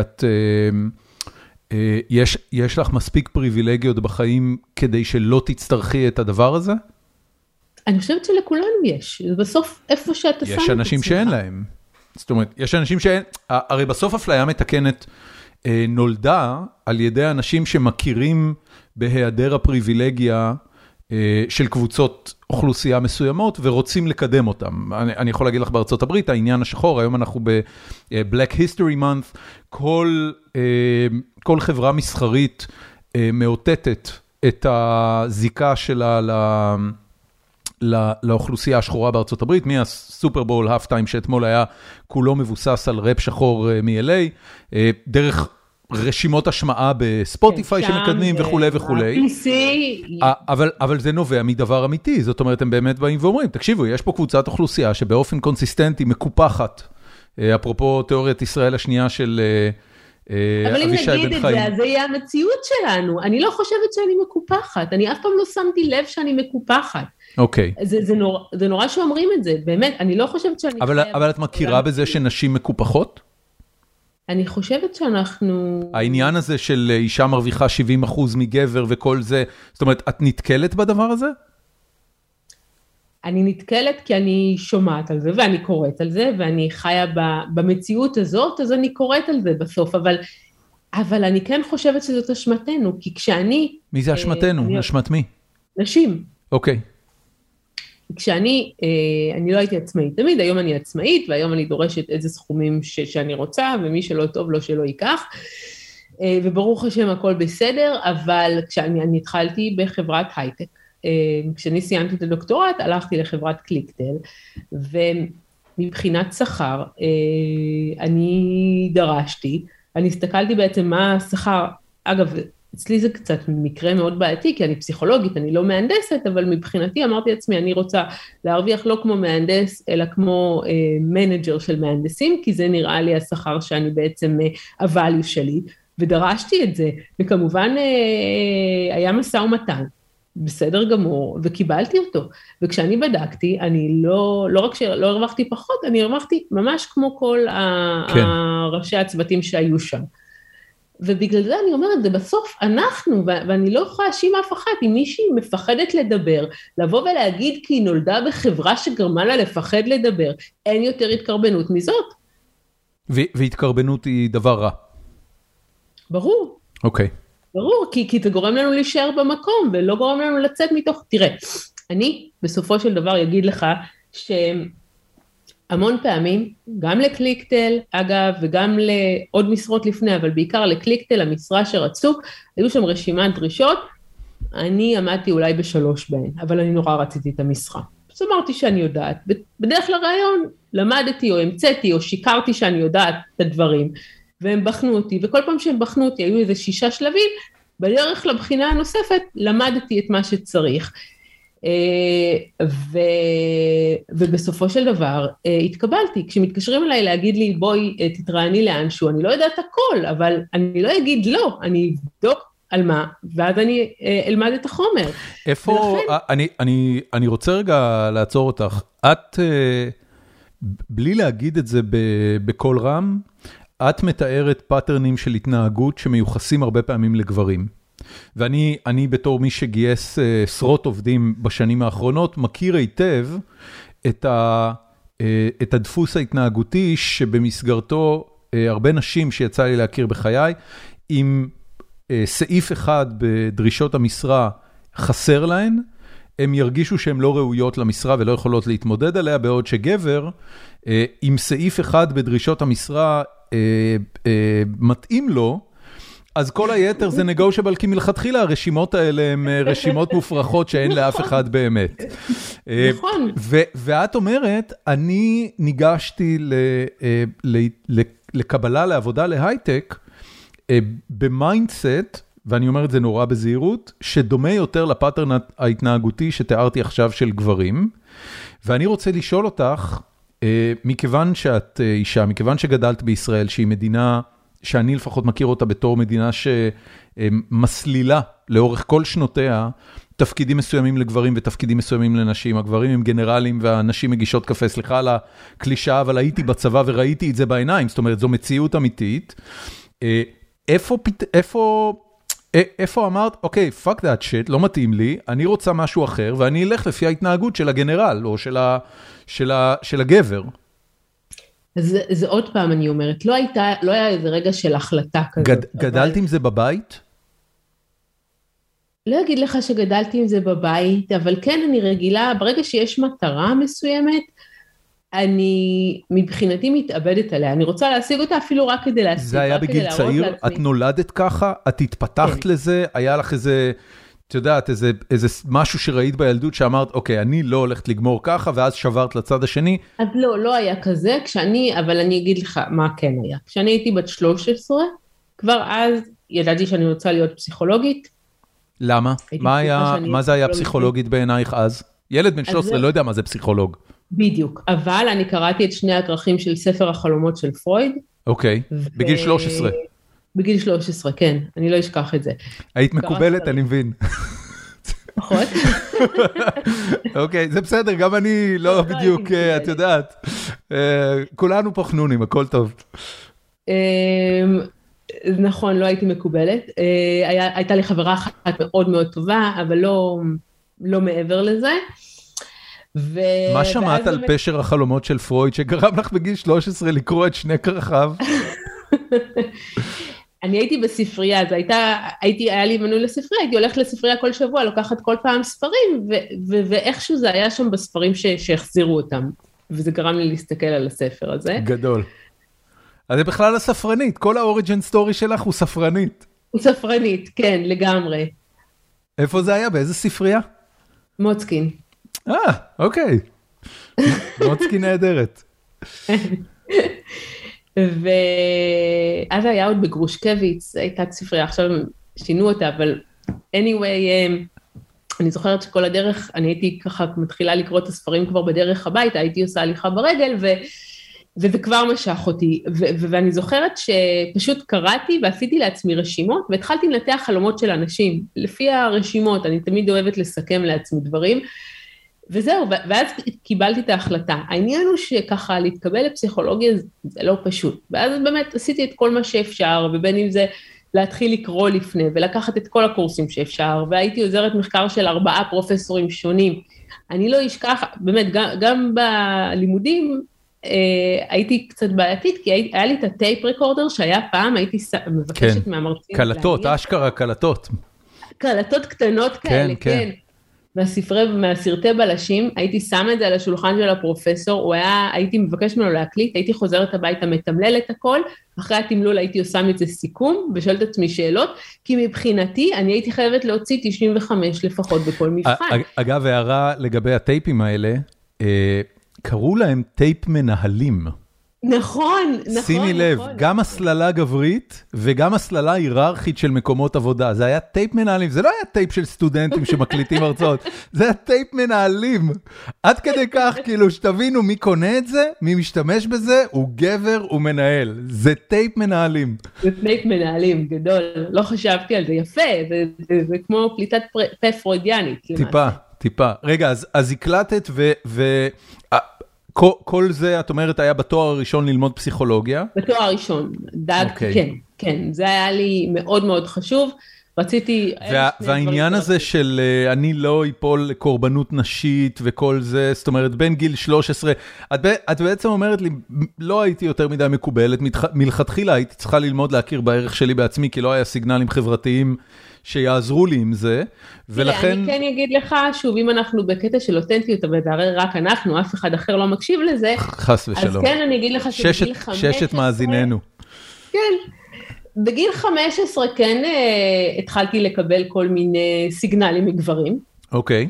יש לך מספיק פריבילגיות בחיים, כדי שלא תצטרכי את הדבר הזה? אני חושבת שלכולנו יש, בסוף איפה שאתה שם את עצמך. יש אנשים שאין להם. זאת אומרת, יש אנשים שאין, הרי בסוף אפליה מתקנת נולדה על ידי אנשים שמכירים בהיעדר הפריבילגיה של קבוצות אוכלוסייה מסוימות, ורוצים לקדם אותם. אני יכול להגיד לך בארצות הברית, העניין השחור, היום אנחנו ב-Black History Month, כל חברה מסחרית מאותתת את הזיקה שלה לאוכלוסייה השחורה בארצות הברית, מהסופרבול, האף טיים שאתמול היה כולו מבוסס על רפ שחור מ-LA, דרך רשימות השמעה בספוטיפיי שמקדמים וכו' וכו'. אבל זה נובע מדבר אמיתי, זאת אומרת, הם באמת באים ואומרים, תקשיבו, יש פה קבוצת אוכלוסייה שבאופן קונסיסטנטי מקופחת, אפרופו תיאוריית ישראל השנייה של אבישי בן חיים. אבל אם נגיד את זה, אז זה יהיה המציאות שלנו. אני לא חושבת שאני מקופחת, אני אף פעם לא שמתי לב שאני מקופחת. אוקיי. זה נורא שאומרים את זה, באמת, אני לא חושבת שאני... אבל את מכירה בזה שנשים מקופחות? אני חושבת שאנחנו... העניין הזה של אישה מרוויחה 70% מגבר וכל זה, זאת אומרת, את נתקלת בדבר הזה? אני נתקלת כי אני שומעת על זה, ואני קוראת על זה, ואני חיה במציאות הזאת, אז אני קוראת על זה בסוף, אבל אני כן חושבת שזאת אשמתנו, כי כשאני... מי זה אשמתנו? אשמת מי? נשים. אוקיי. כשאני לא הייתי עצמאית תמיד, היום אני עצמאית, והיום אני דורשת איזה סכומים שאני רוצה, ומי שלא טוב לו שלא ייקח, וברוך השם הכל בסדר, אבל כשאני התחלתי בחברת הייטק, כשאני סיימתי את הדוקטורט, הלכתי לחברת קליקטל, ומבחינת שכר, אני דרשתי, אני הסתכלתי בעצם מה השכר, אגב, אצלי זה קצת מקרה מאוד בעייתי, כי אני פסיכולוגית, אני לא מהנדסת, אבל מבחינתי אמרתי לעצמי, אני רוצה להרוויח לא כמו מהנדס, אלא כמו מנג'ר של מהנדסים, כי זה נראה לי השכר שאני בעצם הvalue שלי, ודרשתי את זה, וכמובן היה משא ומתן, בסדר גמור, וקיבלתי אותו, וכשאני בדקתי, אני לא רק שלא הרווחתי פחות, אני הרווחתי ממש כמו כל ראשי הצוותים שהיו שם. ובגלל זה אני אומרת, זה בסוף אנחנו, ואני לא יכולה להאשים אף אחת, אם מישהי מפחדת לדבר, לבוא ולהגיד כי היא נולדה בחברה שגרמה לה לפחד לדבר, אין יותר התקרבנות מזאת. והתקרבנות היא דבר רע. ברור. אוקיי. ברור, כי זה גורם לנו להישאר במקום, ולא גורם לנו לצאת מתוך, תראה, אני בסופו של דבר אגיד לך, המון פעמים, גם לקליקטל, אגב, וגם לעוד משרות לפני, אבל בעיקר לקליקטל, המשרה שרצו, היו שם רשימת דרישות, אני עמדתי אולי ב3 בהן, אבל אני נורא רציתי את המשרה. אז אמרתי שאני יודעת, בדרך לרעיון למדתי או המצאתי או שיקרתי שאני יודעת את הדברים, והם בחנו אותי, וכל פעם שהם בחנו אותי, היו איזה 6 שלבים, בדרך לבחינה הנוספת, למדתי את מה שצריך. ובסופו של דבר התקבלתי, כשמתקשרים אליי להגיד לי בואי תתראייני לאנשהו, אני לא יודעת הכל, אבל אני לא אגיד לא, אני אבדוק על מה, ואז אני אלמד את החומר. איפה, אני רוצה רגע לעצור אותך, את בלי להגיד את זה בקול רם, את מתארת פאטרנים של התנהגות שמיוחסים הרבה פעמים לגברים. ואני בתור מי שגייס עשרות עובדים בשנים האחרונות, מכיר היטב את הדפוס ההתנהגותי שבמסגרתו הרבה נשים שיצא לי להכיר בחיי, אם סעיף אחד בדרישות המשרה חסר להן, הם ירגישו שהן לא ראויות למשרה ולא יכולות להתמודד עליה, בעוד שגבר, אם סעיף אחד בדרישות המשרה מתאים לו, אז כל היתר זה negotiable, כי מלכתחילה הרשימות האלה הן רשימות מופרכות שאין לאף אחד באמת. נכון. ואת אומרת, אני ניגשתי לקבלה לעבודה להייטק, במיינדסט, ואני אומר את זה נורא בזהירות, שדומה יותר לפאטרן ההתנהגותי שתיארתי עכשיו של גברים, ואני רוצה לשאול אותך, מכיוון שאת אישה, מכיוון שגדלת בישראל, שהיא מדינה, שאני לפחות מכיר אותה בתור מדינה שמסלילה לאורך כל שנותיה, תפקידים מסוימים לגברים ותפקידים מסוימים לנשים, הגברים הם גנרלים והנשים מגישות קפה, סליחה על הקלישה, אבל הייתי בצבא וראיתי את זה בעיניים, זאת אומרת, זו מציאות אמיתית. איפה אמרת, אוקיי, fuck that shit, לא מתאים לי, אני רוצה משהו אחר, ואני אלך לפי ההתנהגות של הגנרל, או של הגבר. זה עוד פעם אני אומרת, לא היה איזה רגע של החלטה כזאת. גדלת עם זה בבית? לא אגיד לך שגדלתי עם זה בבית, אבל כן אני רגילה, ברגע שיש מטרה מסוימת, אני מבחינתי מתאבדת עליה, אני רוצה להשיג אותה אפילו רק כדי להשיג. זה היה בגיל צעיר? את נולדת ככה? את התפתחת לזה? היה לך איזה, את יודעת, איזה משהו שראית בילדות שאמרת, אוקיי, אני לא הולכת לגמור ככה, ואז שברת לצד השני? אז לא היה כזה, אבל אני אגיד לך מה כן היה. כשאני הייתי בת 13, כבר אז ידעתי שאני רוצה להיות פסיכולוגית. למה? מה זה היה פסיכולוגית בעינייך אז? ילד בן 13 לא יודע מה זה פסיכולוג. בדיוק, אבל אני קראתי את שני הכרכים של ספר החלומות של פרויד. אוקיי, בגיל 13. בגיל 13, כן, אני לא אשכח את זה. היית מקובלת, אני מבין. פחות. אוקיי, זה בסדר, גם אני לא בדיוק, את יודעת. כולנו פה חנונים, הכל טוב. נכון, לא הייתי מקובלת. הייתה לי חברה אחת מאוד מאוד טובה, אבל לא מעבר לזה. מה שמעת על פשר החלומות של פרויד, שגרם לך בגיל 13 לקרוא את שני כרחיו? אני הייתי בספרייה, אז היה לי מנוי לספרייה, הייתי הולכת לספרייה כל שבוע, לוקחת כל פעם ספרים, ואיכשהו זה היה שם בספרים שהחזירו אותם, וזה גרם לי להסתכל על הספר הזה. גדול. אז זה בכלל הספרנית, כל האוריג'ן סטורי שלך הוא ספרנית. הוא ספרנית, כן, לגמרי. איפה זה היה? באיזה ספרייה? מוצקין. אוקיי. מוצקין נהדרת. ואז היה עוד בגרושקביץ, הייתה ספרייה, עכשיו שינו אותה, אבל anyway, אני זוכרת שכל הדרך, אני הייתי ככה מתחילה לקרוא את הספרים כבר בדרך הביתה, הייתי עושה הליכה ברגל, וזה כבר משך אותי, ואני זוכרת שפשוט קראתי ועשיתי לעצמי רשימות, והתחלתי לנתח חלומות של אנשים, לפי הרשימות, אני תמיד אוהבת לסכם לעצמי דברים, וזהו, ואז קיבלתי את ההחלטה. העניין הוא שככה להתקבל לפסיכולוגיה זה לא פשוט, ואז באמת עשיתי את כל מה שאפשר, ובין אם זה להתחיל לקרוא לפני, ולקחת את כל הקורסים שאפשר, והייתי עוזרת מחקר של 4 פרופסורים שונים. אני לא אשכח, באמת, גם בלימודים, הייתי קצת בעייתית, כי היה לי את הטייפ רקורדר שהיה פעם, הייתי מבקשת מהמרצים. קלטות, אשכרה קלטות. קלטות קטנות כאלה, כן. מהסרטי בלשים, הייתי שמה את זה על השולחן של הפרופסור, הייתי מבקש ממנו להקליט, הייתי חוזרת הביתה, מתמלל את הכל, אחרי התמלול הייתי עושה מזה סיכום, ושואלת עצמי שאלות, כי מבחינתי אני הייתי חייבת להוציא 95 לפחות בכל מבחן. אגב, הערה לגבי הטייפים האלה, קראו להם טייפ מנהלים. נכון. שימי לב, גם הסללה גברית וגם הסללה היררכית של מקומות עבודה. זה היה טייפ מנהלים, זה לא היה טייפ של סטודנטים שמקליטים הרצאות, זה היה טייפ מנהלים. עד כדי כך, כאילו, שתבינו מי קונה את זה, מי משתמש בזה, הוא גבר, הוא מנהל. זה טייפ מנהלים. זה טייפ מנהלים, גדול. לא חשבתי על זה, יפה, זה כמו פליטת פה פרוידיאנית. טיפה. רגע, אז הקלטת כל זה, את אומרת, היה בתואר הראשון ללמוד פסיכולוגיה? בתואר הראשון, דאגתי, כן, זה היה לי מאוד מאוד חשוב, רציתי... והעניין הזה של אני לא איפול לקורבנות נשית וכל זה, זאת אומרת, בין גיל 13, את בעצם אומרת לי, לא הייתי יותר מדי מקובלת, מלכתחילה הייתי צריכה ללמוד להכיר בערך שלי בעצמי, כי לא היה סיגנלים חברתיים שיעזרו לי עם זה, ולכן... אני כן אגיד לך, שוב, אם אנחנו בקטע של אותנטיות, אבל זה הרי רק אנחנו, אף אחד אחר לא מקשיב לזה, חס ושלום. אז כן, אני אגיד לך שבגיל 15... ששת מאזיננו. כן, בגיל 15 כן התחלתי לקבל כל מיני סיגנלים מגברים. אוקיי.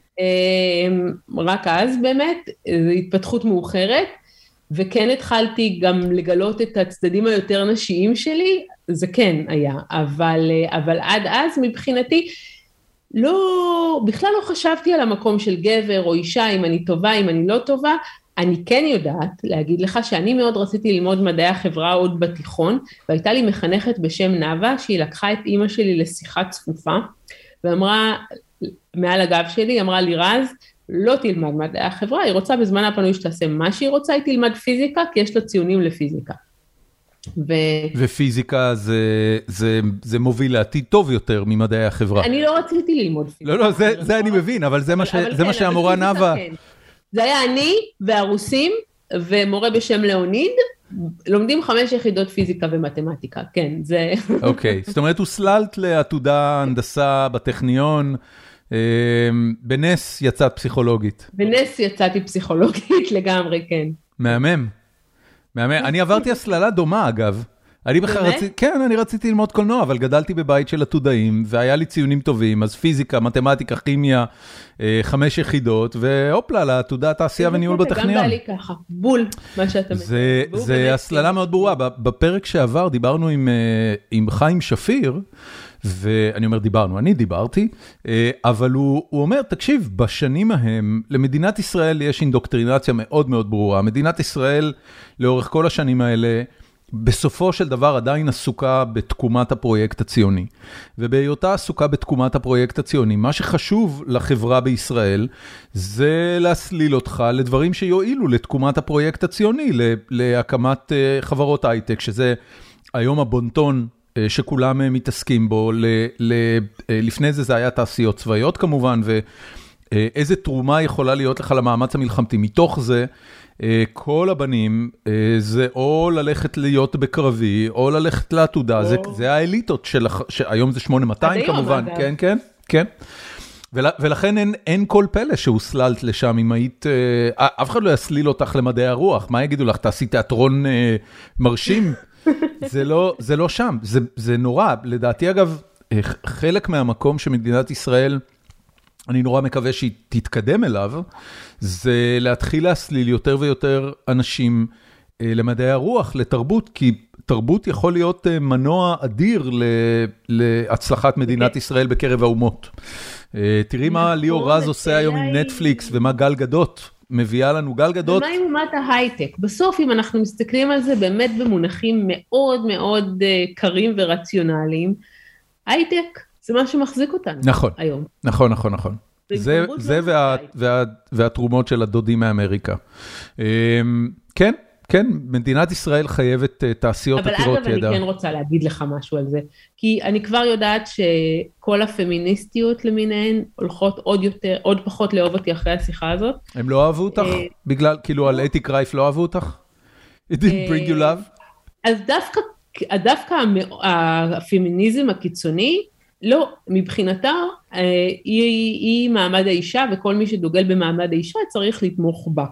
רק אז באמת, התפתחות מאוחרת, וכן התחלתי גם לגלות את הצדדים היותר נשיים שלי, זה כן היה, אבל עד אז מבחינתי, בכלל לא חשבתי על המקום של גבר או אישה, אם אני טובה, אם אני לא טובה, אני כן יודעת להגיד לך שאני מאוד רציתי ללמוד מדעי החברה עוד בתיכון, והייתה לי מחנכת בשם נאווה, שהיא לקחה את אמא שלי לשיחה צפופה, ואמרה, מעל הגב שלי, היא אמרה לי, רז, לא תלמד מדעי החברה, היא רוצה בזמן הפנוי שתעשה מה שהיא רוצה, היא תלמד פיזיקה, כי יש לה ציונים לפיזיקה. ופיזיקה זה מוביל לעתיד טוב יותר ממדעי החברה. אני לא רציתי ללמוד פיזיקה. לא, זה אני מבין, אבל זה מה שהמורה נאווה. זה היה אני והרוסים ומורה בשם לאוניד, לומדים 5 יחידות פיזיקה ומתמטיקה, כן, זה... אוקיי, זאת אומרת, הוסללת לעתודה הנדסה בטכניון, בנס יצאת פסיכולוגית. בנס יצאתי פסיכולוגית לגמרי, כן. מהמם. אני עברתי הסללה דומה, אגב. אני רציתי ללמוד קולנוע, אבל גדלתי בבית של עתודאים, והיה לי ציונים טובים, אז פיזיקה, מתמטיקה, כימיה, 5 יחידות, והופלה, לעתודה תעשייה וניהול בטכניון. גם בא לי ככה, בול, מה שאתה מדבר. זה הסללה מאוד ברורה. בפרק שעבר דיברנו עם חיים שפיר, ואני אומר אני דיברתי, אבל הוא אומר, תקשיב, בשנים ההם, למדינת ישראל יש אינדוקטרינציה מאוד מאוד ברורה. מדינת ישראל, לאורך כל השנים האלה, בסופו של דבר עדיין עסוקה בתקומת הפרויקט הציוני. ובהיותה עסוקה בתקומת הפרויקט הציוני, מה שחשוב לחברה בישראל, זה להסליל אותך לדברים שיועילו לתקומת הפרויקט הציוני, להקמת חברות הייטק, שזה היום הבונטון שכולם מתעסקים בו, לפני זה היה תעשיות צבאיות כמובן, ואיזה תרומה יכולה להיות לך למאמץ המלחמתי. מתוך זה, כל הבנים זה או ללכת להיות בקרבי, או ללכת לעתודה, זה האליטות שהיום זה 8200 כמובן, כן. ולכן אין כל פלא שהוסללת לשם, אם היית, אף אחד לא יסליל אותך למדעי הרוח, מה יגידו לך, תעשי תיאטרון מרשים? זה לא שם, זה נורא. לדעתי אגב, חלק מהמקום שמדינת ישראל, אני נורא מקווה שהיא תתקדם אליו, זה להתחיל להסליל יותר ויותר אנשים למדעי הרוח, לתרבות, כי תרבות יכול להיות מנוע אדיר להצלחת מדינת ישראל בקרב האומות. תראי מה ליאור רז עושה היום עם נטפליקס, ומה גל גדות מביאה לנו. גל גדות... ומה עם אומת ההייטק? בסוף, אם אנחנו מסתכלים על זה באמת במונחים מאוד מאוד קרים ורציונליים, הייטק זה מה שמחזיק אותנו היום. נכון. זה והתרומות של הדודים מאמריקה. כן, מדינת ישראל חייבת תעשיות עתירות ידע. אבל אגב, אני כן רוצה להגיד לך משהו על זה, כי אני כבר יודעת שכל הפמיניסטיות למיניהן הולכות עוד פחות לאהוב אותי אחרי השיחה הזאת. הם לא אהבו אותך? בגלל, כאילו על אתי קרייף לא אהבו אותך? It didn't bring you love? אז דווקא הפמיניזם הקיצוני, לא, מבחינתה, היא מעמד האישה, וכל מי שדוגל במעמד האישה צריך לתמוך בה.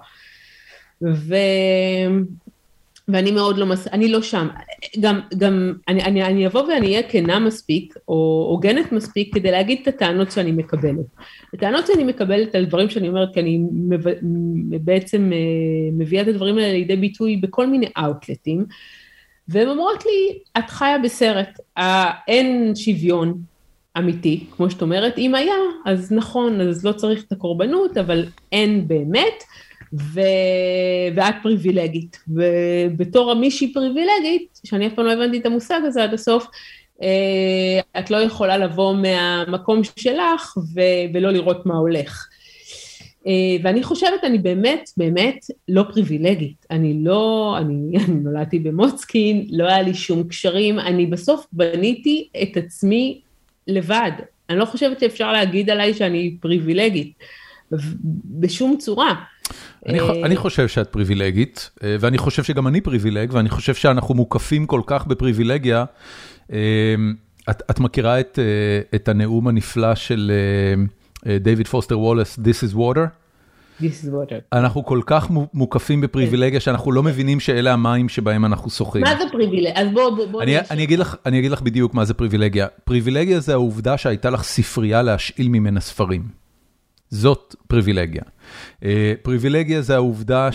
ואני מאוד לא, אני לא שם. גם אני אבוא ואני אהיה כנה מספיק, או הוגנת מספיק, כדי להגיד את הטענות שאני מקבלת. הטענות שאני מקבלת על דברים שאני אומרת, כי אני בעצם מביאה את הדברים האלה לידי ביטוי בכל מיני אאוטלטים, והן אומרות לי, את חיה בסרט, אין שוויון אמיתי, כמו שאת אומרת, אם היה, אז נכון, אז לא צריך את הקורבנות, אבל אין באמת, ואת פריבילגית, ובתור מישהי פריבילגית, שאני אף פעם לא הבנתי את המושג הזה עד הסוף, את לא יכולה לבוא מהמקום שלך, ולא לראות מה הולך. ואני חושבת, אני באמת לא פריבילגית, אני נולדתי במוצקין, לא היה לי שום קשרים, אני בסוף בניתי את עצמי לבד, אני לא חושבת שאפשר להגיד עליי שאני פריבילגית, בשום צורה. אני חושב שאת פריבילגית, ואני חושב שגם אני פריבילג, ואני חושב שאנחנו מוקפים כל כך בפריבילגיה. את מכירה את הנאום הנפלא של דייוויד פוסטר וולס, This is water? this is water. אנחנו כל כך מוקפים בפריבילגיה, שאנחנו לא מבינים שאלה המים שבהם אנחנו שוחים. מה זה פריבילגיה? אז בוא... אני אגיד לך בדיוק מה זה פריבילגיה. פריבילגיה זה העובדה שהייתה לך ספרייה להשאיל ממנה ספרים. זאת פריבילגיה. פריבילגיה זה העובדה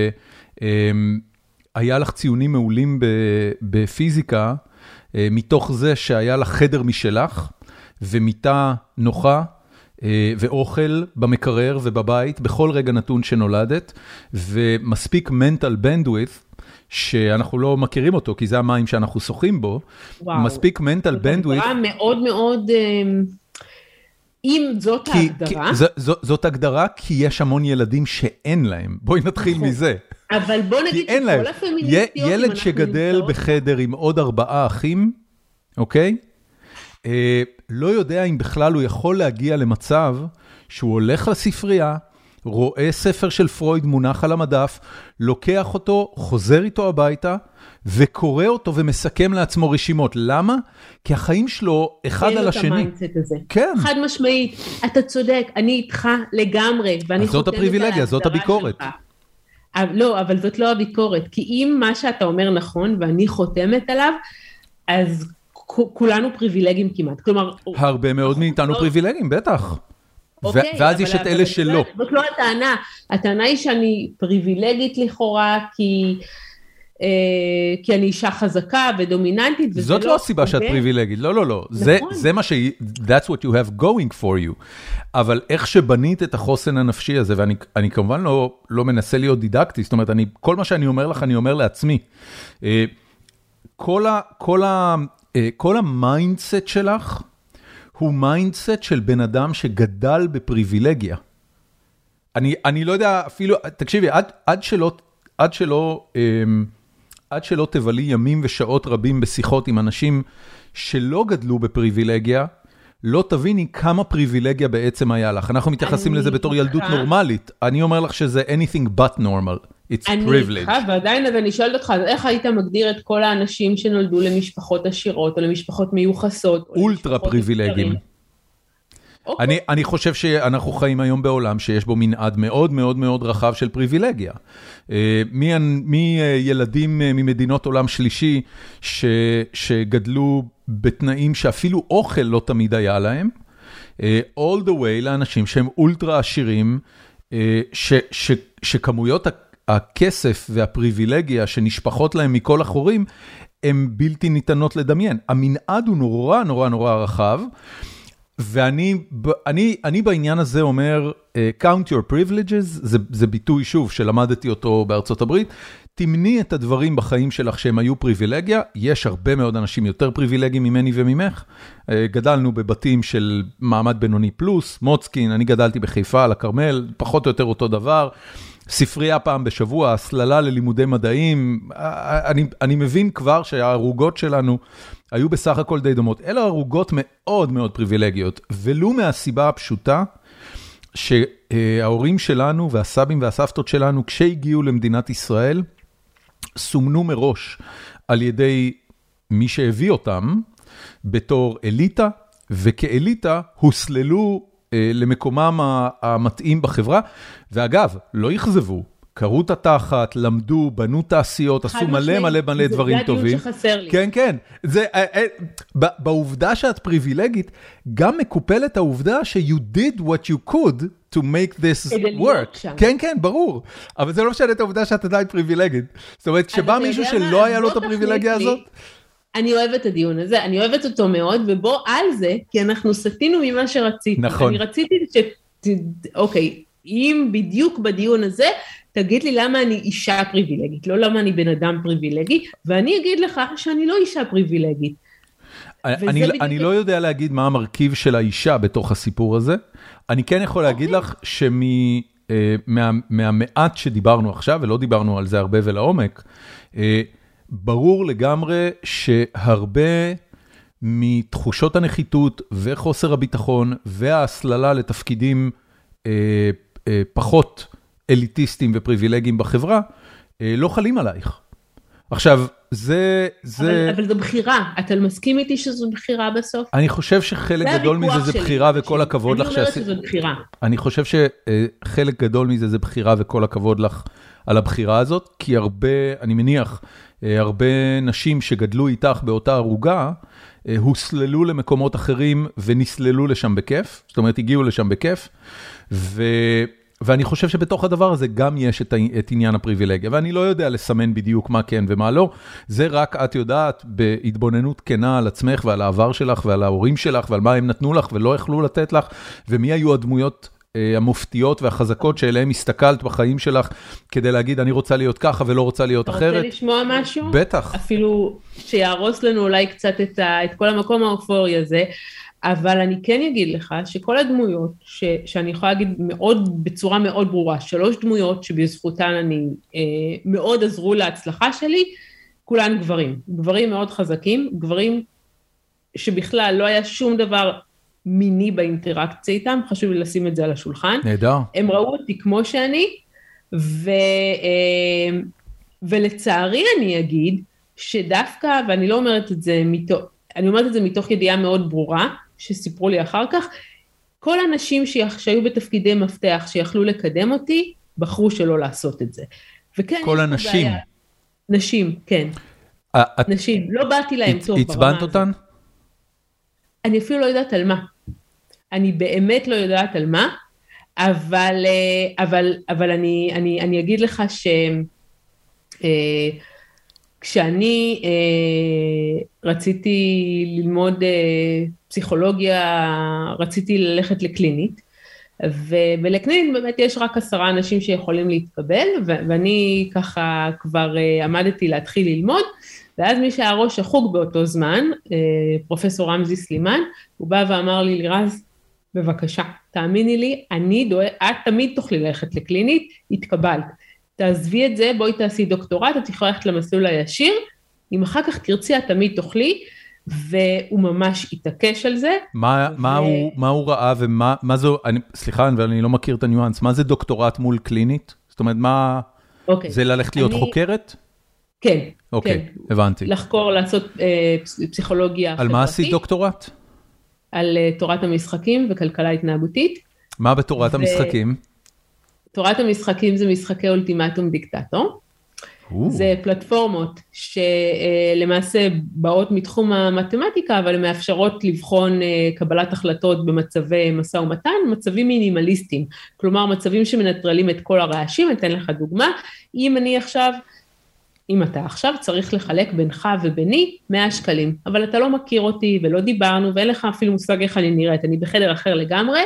שהיה לך ציונים מעולים בפיזיקה, מתוך זה שהיה לך חדר משלך, ומיטה נוחה, ואוכל במקרר ובבית, בכל רגע נתון שנולדת, ומספיק mental bandwidth, שאנחנו לא מכירים אותו, כי זה המים שאנחנו שוחים בו, מספיק mental bandwidth. זאת הגדרה מאוד מאוד, אם זאת ההגדרה. זאת הגדרה, כי יש המון ילדים שאין להם. בואי נתחיל מזה. אבל בוא נגיד שכל הפמיניסטיות, ילד שגדל בחדר עם עוד 4 אחים, אוקיי? לא יודע אם בכלל הוא יכול להגיע למצב שהוא הולך לספרייה, רואה ספר של פרויד מונח על המדף, לוקח אותו, חוזר איתו הביתה, וקורא אותו ומסכם לעצמו רשימות. למה? כי החיים שלו אחד על השני. אין לו את המיינדסט הזה. כן. חד משמעית, אתה צודק, אני איתך לגמרי, ואני אז זאת הפריבילגיה, זאת הביקורת. לא, אבל זאת לא הביקורת, כי אם מה שאתה אומר נכון, ואני חותמת עליו, אז כולנו פריבילגים כמעט. כלומר... הרבה מאוד מאיתנו פריבילגים, בטח. ואז יש את אלה שלא. זאת לא הטענה. הטענה היא שאני פריבילגית לכאורה, כי אני אישה חזקה ודומיננטית. זאת לא הסיבה שאת פריבילגית. לא, לא, לא. זה מה that's what you have going for you. אבל איך שבנית את החוסן הנפשי הזה, ואני כמובן לא מנסה להיות דידקטי, זאת אומרת, כל מה שאני אומר לך, אני אומר לעצמי. כל המיינדסט שלך, הוא מיינדסט של בן אדם שגדל בפריבילגיה. אני לא יודע, אפילו, תקשיבי, עד שלא תבלי ימים ושעות רבים בשיחות עם אנשים שלא גדלו בפריבילגיה, לא תביני כמה פריבילגיה בעצם היה לך. אנחנו מתייחסים לזה בתור ילדות נורמלית. אני אומר לך שזה anything but normal. It's privilege. אני איתך, ועדיין אז אני שואלת אותך, איך היית מגדיר את כל האנשים שנולדו למשפחות עשירות, או למשפחות מיוחסות? אולטרה פריבילגיים. אני חושב שאנחנו חיים היום בעולם שיש בו מנעד מאוד מאוד מאוד רחב של פריבילגיה. מילדים ממדינות עולם שלישי שגדלו בתנאים שאפילו אוכל לא תמיד היה להם, all the way לאנשים שהם אולטרה עשירים, שכמויות הכסף והפריבילגיה שנשפחות להם מכל החורים, הם בלתי ניתנות לדמיין. המנעד הוא נורא נורא נורא רחב, ואני בעניין הזה אומר, count your privileges, זה ביטוי שוב שלמדתי אותו בארצות הברית, תמני את הדברים בחיים שלך שהם היו פריבילגיה, יש הרבה מאוד אנשים יותר פריבילגיים ממני וממך, גדלנו בבתים של מעמד בינוני פלוס, מוצקין, אני גדלתי בחיפה על הכרמל, פחות או יותר אותו דבר, ספרייה פעם בשבוע, הסללה ללימודי מדעים, אני מבין כבר שהערוגות שלנו היו בסך הכל די דומות, אלה ערוגות מאוד מאוד פריבילגיות, ולו מהסיבה הפשוטה, שההורים שלנו והסבים והסבתות שלנו, כשהגיעו למדינת ישראל, סומנו מראש על ידי מי שהביא אותם, בתור אליטה, וכאליטה הוסללו למקומם המתאים בחברה, ואגב, לא יחזבו, קראו את התחת, למדו, בנו תעשיות, עשו מלא מלא מלא דברים טובים. זה הדיון שחסר לי. כן, כן. בעובדה שאת פריבילגית, גם מקופלת העובדה ש-you did what you could to make this work. כן, כן, ברור. אבל זה לא משנה את העובדה שאת עדיין פריבילגית. זאת אומרת, כשבא מישהו שלא היה לו את הפריבילגיה הזאת, אני אוהבת את הדיון הזה, אני אוהבת אותו מאוד, ובוא על זה, כי אנחנו סתינו ממה שרציתי. נכון. אני רציתי אוקיי, אם בדיוק בדיון הזה, תגיד לי למה אני אישה פריבילגית, לא למה אני בן אדם פריבילגי, ואני אגיד לך שאני לא אישה פריבילגית. אני לא יודע להגיד מה המרכיב של האישה בתוך הסיפור הזה, אני כן יכול להגיד לך מהמעט שדיברנו עכשיו, ולא דיברנו על זה הרבה ולעומק, ברור לגמרי שהרבה מתחושות הנחיתות וחוסר הביטחון וההסללה לתפקידים פחות אליטיסטים ופריבילגיים בחברה, לא חלים עלייך. עכשיו, אבל זו בחירה, אתה מסכים איתי שזו בחירה בסוף? אני חושב שחלק גדול מזה זה בחירה וכל הכבוד לך. אני אומרת שזו בחירה. אני חושב שחלק גדול מזה זה בחירה וכל הכבוד לך על הבחירה הזאת, כי אני מניח, הרבה נשים שגדלו איתך באותה ערוגה, הוסללו למקומות אחרים ונסללו לשם בכיף, זאת אומרת, הגיעו לשם בכיף, ואני חושב שבתוך הדבר הזה גם יש את עניין הפריבילגיה, ואני לא יודע לסמן בדיוק מה כן ומה לא, זה רק את יודעת בהתבוננות כנה על עצמך ועל העבר שלך ועל ההורים שלך ועל מה הם נתנו לך ולא יכלו לתת לך, ומי היו הדמויות המופתיות והחזקות שאליהם הסתכלת בחיים שלך, כדי להגיד אני רוצה להיות ככה ולא רוצה להיות אחרת. אתה רוצה לשמוע משהו? בטח. אפילו שיהרוס לנו אולי קצת את כל המקום האופורי הזה, אבל אני כן אגיד לך שכל הדמויות שאני יכולה להגיד בצורה מאוד ברורה, 3 דמויות שבזכותן אני מאוד עזרו להצלחה שלי, כולן גברים מאוד חזקים, גברים שבכלל לא היה שום דבר מיני באינטראקציה איתם, חשוב לי לשים את זה על השולחן. נהדר. הם ראו אותי כמו שאני, ולצערי אני אגיד שדווקא, ואני לא אומרת את זה אני אומרת את זה מתוך ידיעה מאוד ברורה, שסיפרו לי אחר כך, כל הנשים שהיו בתפקידי מפתח, שיכלו לקדם אותי, בחרו שלא לעשות את זה. וכן, כל הנשים? נשים, כן. נשים, לא באתי להם טוב. הצבנת אותן? אני אפילו לא יודעת על מה. אני באמת לא יודעת על מה, אבל אני אגיד לך כשאני רציתי ללמוד פסיכולוגיה, רציתי ללכת לקלינית, ולקלינית באמת יש רק 10 אנשים שיכולים להתקבל, ואני ככה כבר עמדתי להתחיל ללמוד, ואז מי שהיה ראש החוג באותו זמן, פרופסור רמזי סלימן, הוא בא ואמר לי, לירז, בבקשה, תאמיני לי, את תמיד תוכלי ללכת לקלינית, התקבלת. תעזבי את זה, בואי תעשי דוקטורט, את יכולה ללכת למסלול הישיר, אם אחר כך תרצי, את תמיד תוכלי, והוא ממש התעקש על זה. מה הוא ראה ומה זו, סליחה, ואני לא מכיר את הניואנס, מה זה דוקטורט מול קלינית? זאת אומרת, מה, זה ללכת להיות חוקרת? כן. אוקיי, הבנתי. לחקור, לעשות פסיכולוגיה חברתית. על מה עשית דוקטורט? על תורת המשחקים וכלכלה התנהגותית. מה בתורת המשחקים? תורת המשחקים זה משחקי אולטימטום דיקטטור. זה פלטפורמות שלמעשה באות מתחום המתמטיקה, אבל הן מאפשרות לבחון קבלת החלטות במצבי משא ומתן, מצבים מינימליסטיים, כלומר מצבים שמנטרלים את כל הרעשים. אתן לך דוגמה, אם אתה עכשיו צריך לחלק בינך וביני 100 שקלים, אבל אתה לא מכיר אותי ולא דיברנו, ואין לך אפילו מושג איך אני נראית, אני בחדר אחר לגמרי,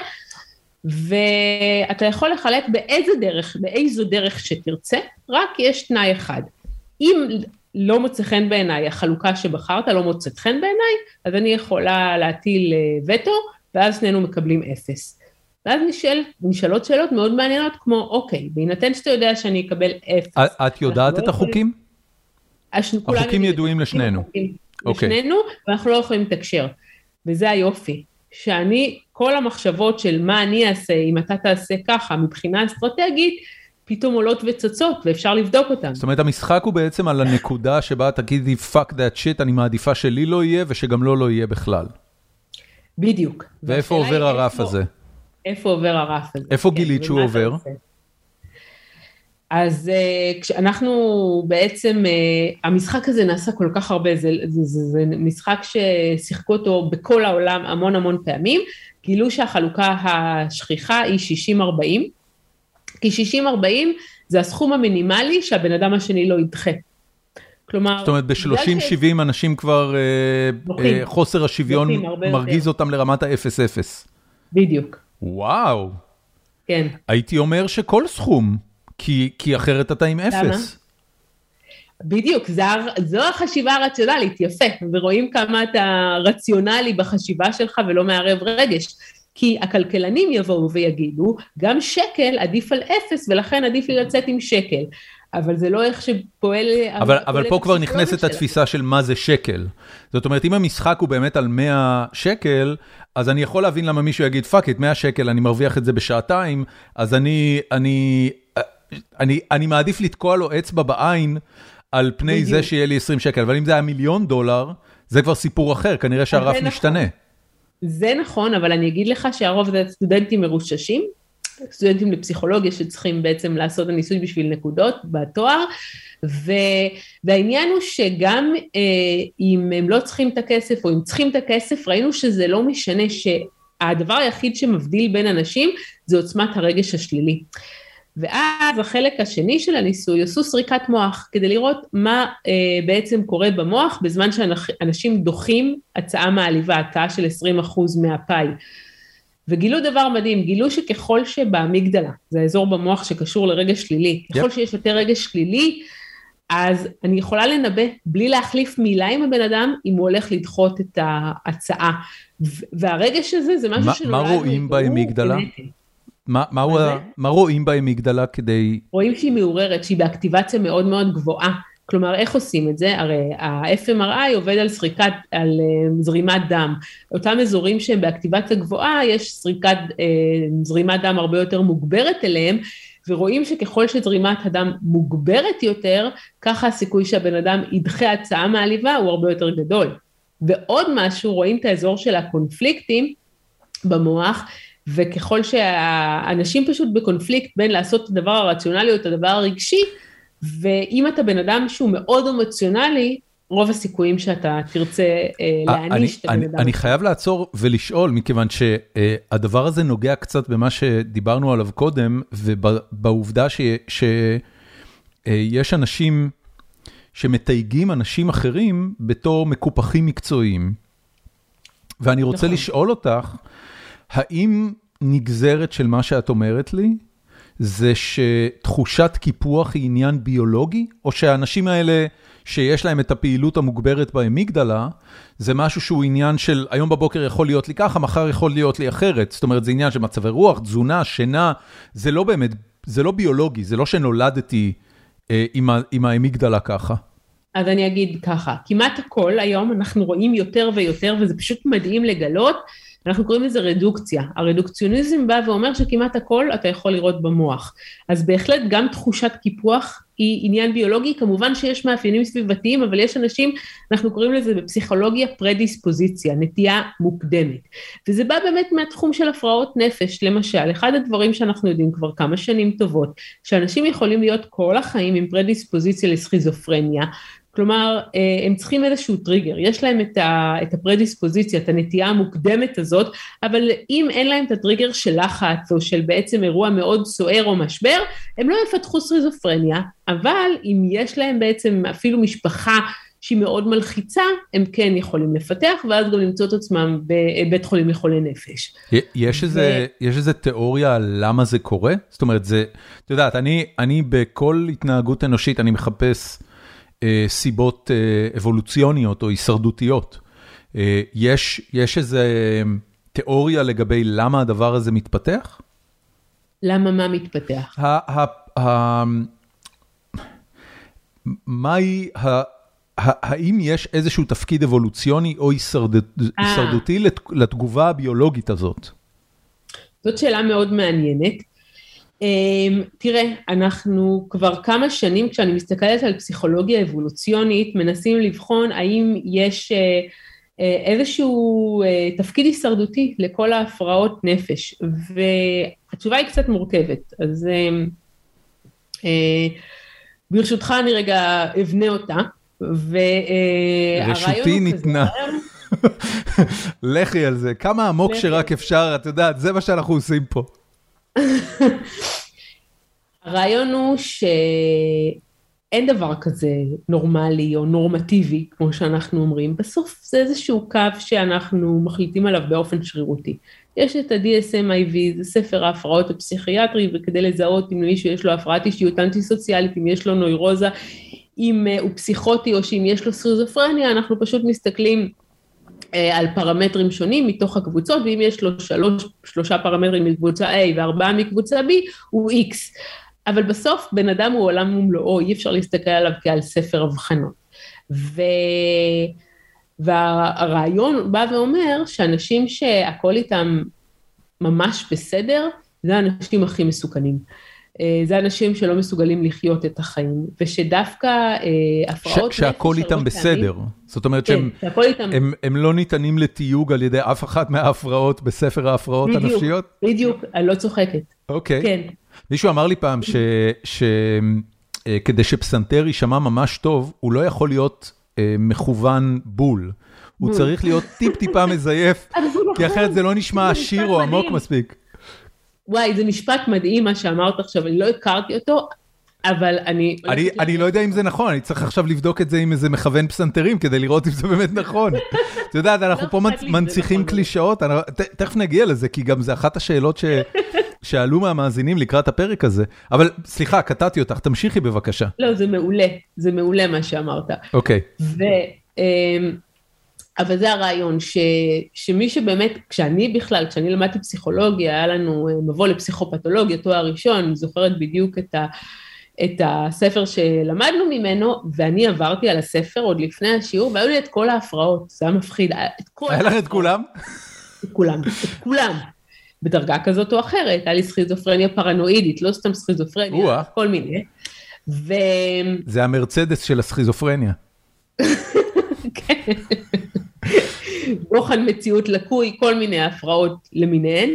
ואתה יכול לחלק באיזו דרך שתרצה, רק יש תנאי אחד. אם לא מוצא חן בעיניי, החלוקה שבחרת לא מוצאת חן בעיניי, אז אני יכולה להטיל וטו, ואז שנינו מקבלים 0. ואז נשאלות שאלות מאוד מעניינות, כמו, אוקיי, בהינתן שאתה יודע שאני אקבל 0. את יודעת את החוקים? החוקים ידועים לשנינו. לשנינו, ואנחנו לא יכולים לתקשר. וזה היופי. כל המחשבות של מה אני אעשה, אם אתה תעשה ככה, מבחינה אסטרטגית, פתאום עולות וצצות, ואפשר לבדוק אותן. זאת אומרת, המשחק הוא בעצם על הנקודה שבה תגידי, fuck that shit, אני מעדיפה שלי לא יהיה, ושגם לא יהיה בכלל. בדיוק. ואיפה עובר הרף הזה? איפה עובר הרף הזה? איפה גילית שהוא עובר? אז כשאנחנו בעצם, המשחק הזה נעשה כל כך הרבה, זה משחק ששיחקו אותו בכל העולם המון המון פעמים, גילו שהחלוקה השכיחה היא 60-40, כי 60-40 זה הסכום המינימלי שהבן אדם השני לא ידחה. כלומר, זאת אומרת, ב-30-70 אנשים כבר, חוסר השוויון מרגיז אותם לרמת ה-0-0. בדיוק. וואו. כן. הייתי אומר שכל סכום, כי אחרת אתה עם 0. למה? בדיוק, זו החשיבה הרציונלית, יפה, ורואים כמה אתה רציונלי בחשיבה שלך ולא מערב רגש, כי הכלכלנים יבואו ויגידו, גם שקל עדיף על 0, ולכן עדיף לי לצאת עם שקל, אבל זה לא איך שפועל... אבל פה כבר נכנסת התפיסה של מה זה שקל. זאת אומרת, אם המשחק הוא באמת על 100 שקל, אז אני יכול להבין למה מישהו יגיד, פאק את 100 שקל, אני מרוויח את זה בשעתיים, אז אני מעדיף לתקוע לו אצבע בעין, על פני זה שיהיה לי 20 שקל, אבל אם זה היה $1,000,000, זה כבר סיפור אחר, כנראה שהרף משתנה. זה נכון, אבל אני אגיד לך שהרוב זה סטודנטים מרוששים, סטודנטים לפסיכולוגיה שצריכים בעצם לעשות הניסוי בשביל נקודות בתואר, והעניין הוא שגם אם הם לא צריכים את הכסף, או אם צריכים את הכסף, ראינו שזה לא משנה שהדבר היחיד שמבדיל בין אנשים, זה עוצמת הרגש השלילי. ואז החלק השני של הניסוי, עשו סריקת מוח, כדי לראות מה בעצם קורה במוח, בזמן שאנשים דוחים הצעה מעליבה, הצעה של 20% מהפאי. וגילו דבר מדהים, גילו שככל שבאמיגדלה, זה האזור במוח שקשור לרגש שלילי, ככל שיש יותר רגש שלילי, אז אני יכולה לנבא, בלי להחליף מילה עם הבן אדם, אם הוא הולך לדחות את ההצעה. והרגש הזה זה משהו שנולד... מה רואים באמיגדלה? מה רואים באמיגדלה כדי... רואים שהיא מעוררת, שהיא באקטיבציה מאוד מאוד גבוהה. כלומר, איך עושים את זה? הרי ה-FMRI עובד על זרימת דם. אותם אזורים שהם באקטיבציה גבוהה, יש זרימת דם הרבה יותר מוגברת אליהם, ורואים שככל שזרימת הדם מוגברת יותר, ככה הסיכוי שהבן אדם ידחה הצעה מעליבה הוא הרבה יותר גדול. ועוד משהו, רואים את האזור של הקונפליקטים במוח, וככל שהאנשים פשוט בקונפליקט בין לעשות את הדבר הרציונלי או את הדבר הרגשי, ואם אתה בן אדם שהוא מאוד אמוציונלי, רוב הסיכויים שאתה תרצה להעניש את הבן אדם. אני חייב לעצור ולשאול, מכיוון שהדבר הזה נוגע קצת במה שדיברנו עליו קודם, ובעובדה שיש אנשים שמתייגים אנשים אחרים בתור מקופחים מקצועיים. ואני רוצה לשאול אותך, האם נגזרת של מה שאת אומרת לי, זה שתחושת קיפוח היא עניין ביולוגי, או שהאנשים האלה שיש להם את הפעילות המוגברת באמיגדלה, זה משהו שהוא עניין של היום בבוקר יכול להיות לי ככה, מחר יכול להיות לי אחרת, זאת אומרת זה עניין של מצבי רוח, תזונה, שינה, זה לא באמת, זה לא ביולוגי, זה לא שנולדתי עם האמיגדלה ככה. אז אני אגיד ככה, כמעט הכל היום אנחנו רואים יותר ויותר, וזה פשוט מדהים לגלות, אנחנו קוראים לזה רדוקציה. הרדוקציוניזם בא ואומר שכמעט הכל אתה יכול לראות במוח. אז בהחלט גם תחושת קיפוח היא עניין ביולוגי, כמובן שיש מאפיינים סביבתיים, אבל יש אנשים, אנחנו קוראים לזה בפסיכולוגיה פרדיספוזיציה, נטייה מוקדמת. וזה בא באמת מהתחום של הפרעות נפש, למשל, אחד הדברים שאנחנו יודעים כבר כמה שנים טובות, שאנשים יכולים להיות כל החיים עם פרדיספוזיציה לסכיזופרניה, כלומר, הם צריכים איזשהו טריגר, יש להם את הפרדיספוזיציה, את הנטייה המוקדמת הזאת, אבל אם אין להם את הטריגר של לחץ, או של בעצם אירוע מאוד סוער או משבר, הם לא יפתחו סכיזופרניה, אבל אם יש להם בעצם אפילו משפחה שהיא מאוד מלחיצה, הם כן יכולים לפתח, ואז גם למצוא את עצמם בבית חולים לחולי נפש. יש איזה תיאוריה על למה זה קורה? זאת אומרת, את יודעת, אני בכל התנהגות אנושית, אני מחפש סיבות אבולוציוניות או הישרדותיות. יש איזה תיאוריה לגבי למה הדבר הזה מתפתח? למה מה מתפתח? האם יש איזשהו תפקיד אבולוציוני או הישרדותי לתגובה הביולוגית הזאת? זאת שאלה מאוד מעניינת. תראה, אנחנו כבר כמה שנים, כשאני מסתכלת על פסיכולוגיה אבולוציונית, מנסים לבחון האם יש איזשהו תפקיד הישרדותי לכל ההפרעות נפש, והתשובה היא קצת מורכבת, אז ברשותך אני רגע אבנה אותה, רשותי ניתנה. לכי על זה, כמה עמוק שרק אפשר, את יודעת, זה מה שאנחנו עושים פה. הרעיון הוא שאין דבר כזה נורמלי או נורמטיבי, כמו שאנחנו אומרים, בסוף זה איזשהו קו שאנחנו מחליטים עליו באופן שרירותי. יש את ה-DSM-IV, זה ספר ההפרעות הפסיכיאטרי, וכדי לזהות אם למישהו יש לו הפרעת אישיות אנטי-סוציאלית, אם יש לו נוירוזה, אם הוא פסיכוטי או שאם יש לו סכיזופרניה, אנחנו פשוט מסתכלים על פרמטרים שונים מתוך הקבוצות, ואם יש לו שלושה פרמטרים מקבוצה A ו4 מקבוצה B, הוא X. אבל בסוף בן אדם הוא עולם ומלואו, אי אפשר להסתכל עליו כעל ספר הבחנות. והרעיון בא ואומר שאנשים שהכל איתם ממש בסדר, זה האנשים הכי מסוכנים. זה אנשים שלא מסוגלים לחיות את החיים, ושדווקא הפרעות נפש... שהכל איתם בסדר. זאת אומרת שהם לא ניתנים לתיוג על ידי אף אחת מההפרעות בספר ההפרעות הנפשיות? בדיוק, אני לא צוחקת. אוקיי. כן. מישהו אמר לי פעם שכדי שפסנתר יישמע ממש טוב, הוא לא יכול להיות מכוון בול. הוא צריך להיות טיפה מזייף, כי אחרת זה לא נשמע עשיר או עמוק מספיק. וואי, זה משפט מדהים מה שאמרת עכשיו, אני לא הכרתי אותו, אבל אני לא יודע אם זה נכון, אני צריך עכשיו לבדוק את זה עם איזה מכוון פסנתרים, כדי לראות אם זה באמת נכון. אתה יודע, אנחנו פה מנציחים קלישאות, תכף נגיע לזה, כי גם זה אחת השאלות שעלו מהמאזינים לקראת הפרק הזה. אבל סליחה, קטעתי אותך, תמשיכי בבקשה. לא, זה מעולה מה שאמרת. אוקיי. אבל זה הרעיון, שמי שבאמת, כשאני למדתי פסיכולוגיה, היה לנו מבוא לפסיכופתולוגיה, תואר ראשון, אני זוכרת בדיוק את הספר שלמדנו ממנו, ואני עברתי על הספר עוד לפני השיעור, והיו לי את כל ההפרעות, זה היה מפחיד. היה לך את כולם? את כולם. בדרגה כזאת או אחרת, היה לי סכיזופרניה פרנואידית, לא סתם סכיזופרניה, כל מיני. זה המרצדס של הסכיזופרניה. כן. בוחן מציאות לקוי, כל מיני הפרעות למיניהן,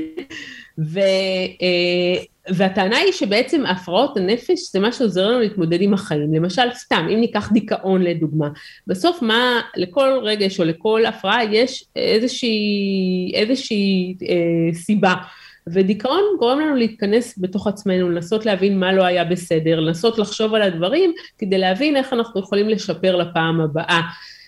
והטענה היא שבעצם הפרעות הנפש זה מה שעוזר לנו להתמודד עם החיים, למשל סתם, אם ניקח דיכאון לדוגמה, בסוף מה, לכל רגש או לכל הפרעה יש איזושהי סיבה, ודיכאון גורם לנו להתכנס בתוך עצמנו, לנסות להבין מה לא היה בסדר, לנסות לחשוב על הדברים, כדי להבין איך אנחנו יכולים לשפר לפעם הבאה.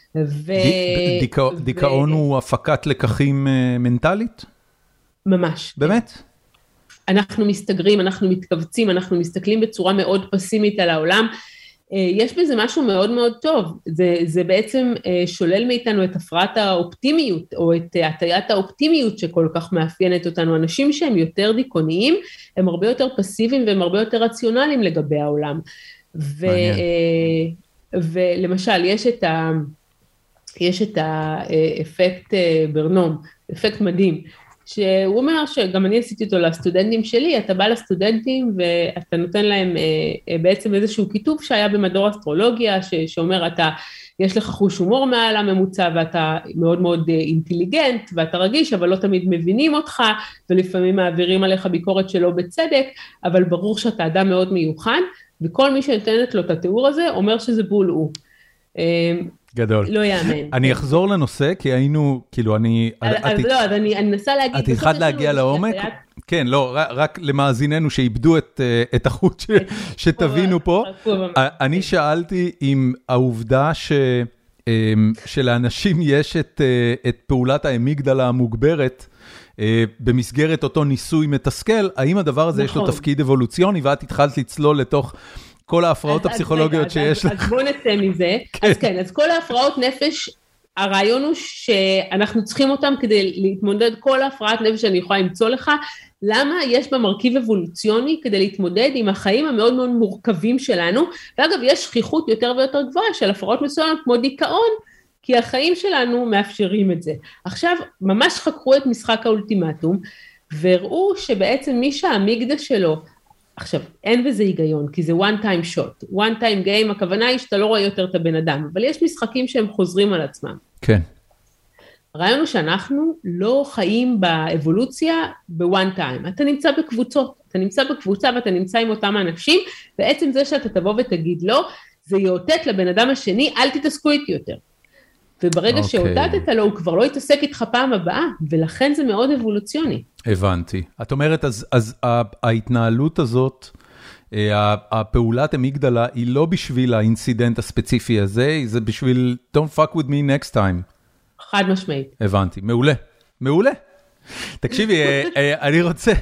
דיכאון הוא הפקת לקחים מנטלית? ממש. באמת? אנחנו מסתגרים, אנחנו מתכווצים, אנחנו מסתכלים בצורה מאוד פסימית על העולם, יש בזה משהו מאוד מאוד טוב, זה בעצם שולל מאיתנו את הפרעת האופטימיות, או את הטיית האופטימיות שכל כך מאפיינת אותנו, אנשים שהם יותר דיכאוניים, הם הרבה יותר פסיביים והם הרבה יותר רציונליים לגבי העולם, ולמשל יש את האפקט ברנום, אפקט מדהים, שהוא אומר שגם אני עשיתי אותו לסטודנטים שלי, אתה בא לסטודנטים ואתה נותן להם בעצם איזשהו כיתוב שהיה במדור אסטרולוגיה, שאומר יש לך חוש הומור מעל הממוצע ואתה מאוד מאוד אינטליגנט ואתה רגיש, אבל לא תמיד מבינים אותך ולפעמים מעבירים עליך ביקורת שלא בצדק, אבל ברור שאתה אדם מאוד מיוחד, וכל מי שנותנת לו את התיאור הזה אומר שזה בול הוא. גדול. לא יאמן. אני אחזור לנושא, כי היינו, כאילו, אז אני מנסה להגיד... את התחלת להגיע לעומק? כן, לא, רק למאזיננו שאיבדו את החוט שתבינו פה. אני שאלתי אם העובדה שלאנשים יש את פעולת האמיגדלה המוגברת, במסגרת אותו ניסוי מתסכל, האם הדבר הזה יש לו תפקיד אבולוציוני, ואת התחלת לצלול לתוך... כל ההפרעות הפסיכולוגיות שיש לך. אז בואו נצא מזה. אז כן, אז כל ההפרעות נפש, הרעיון הוא שאנחנו צריכים אותם כדי להתמודד, כל ההפרעת נפש שאני יכולה למצוא לך, למה יש בה מרכיב אבולוציוני כדי להתמודד עם החיים המאוד מאוד מורכבים שלנו, ואגב יש שכיחות יותר ויותר גבוהה של הפרעות מסוימות כמו דיכאון, כי החיים שלנו מאפשרים את זה. עכשיו, ממש חקרו את משחק האולטימטום, והראו שבעצם מי שהאמיגדלה שלו, עכשיו, אין בזה היגיון, כי זה one time shot, one time game, הכוונה היא שאתה לא רואה יותר את הבן אדם, אבל יש משחקים שהם חוזרים על עצמם. כן. הרעיון הוא שאנחנו לא חיים באבולוציה ב-one time, אתה נמצא בקבוצות, אתה נמצא בקבוצה ואתה נמצא עם אותם אנשים, בעצם זה שאתה תבוא ותגיד לא, זה יאותת לבן אדם השני, אל תתעסקו איתי יותר. וברגע שהודעת לו, הוא כבר לא יתעסק איתך פעם הבאה, ולכן זה מאוד אבולוציוני. הבנתי. את אומרת, אז ההתנהלות הזאת, הפעולת אמיגדלה, היא לא בשביל האינסידנט הספציפי הזה, זה בשביל don't fuck with me next time. חד משמעית. הבנתי. מעולה. מעולה. תקשיבי, אני רוצה,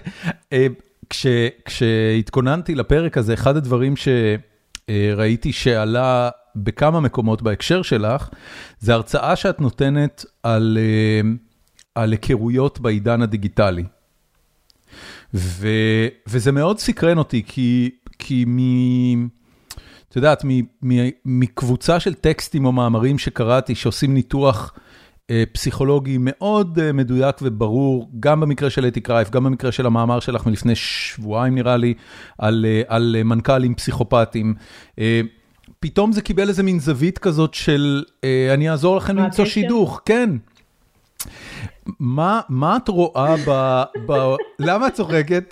כשהתכוננתי לפרק הזה, אחד הדברים שראיתי שעלה בכמה מקומות בהקשר שלך, זה הרצאה שאת נותנת על היכרויות בעידן הדיגיטלי. וזה מאוד סקרן אותי, כי את יודעת, מקבוצה של טקסטים או מאמרים שקראתי, שעושים ניתוח פסיכולוגי מאוד מדויק וברור, גם במקרה של אתי קרייף, גם במקרה של המאמר שלך מלפני שבועיים נראה לי, על מנכ"לים פסיכופטיים. פתאום זה קיבל איזה מין זווית כזאת של, אני אעזור לכם למצוא שידוך, כן. מה את רואה למה את צוחקת?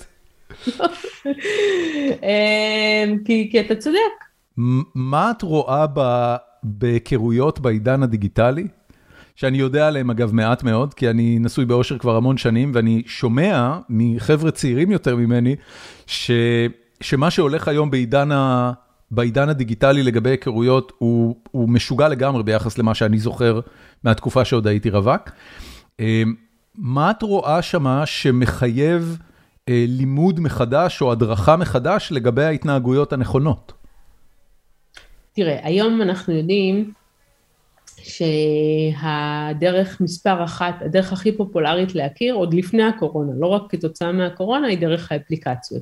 כי אתה צודק. מה את רואה בהיכרויות בעידן הדיגיטלי? שאני יודע עליהם אגב מעט מאוד, כי אני נשוי באושר כבר המון שנים, ואני שומע מחבר'ה צעירים יותר ממני, שמה שהולך היום בעידן הדיגיטלי לגבי היכרויות, הוא משוגע לגמרי ביחס למה שאני זוכר מהתקופה שעוד הייתי רווק. מה את רואה שמה שמחייב לימוד מחדש או הדרכה מחדש לגבי ההתנהגויות הנכונות? תראה, היום אנחנו יודעים שהדרך מספר אחת, הדרך הכי פופולרית להכיר, עוד לפני הקורונה, לא רק כתוצאה מהקורונה, היא דרך האפליקציות.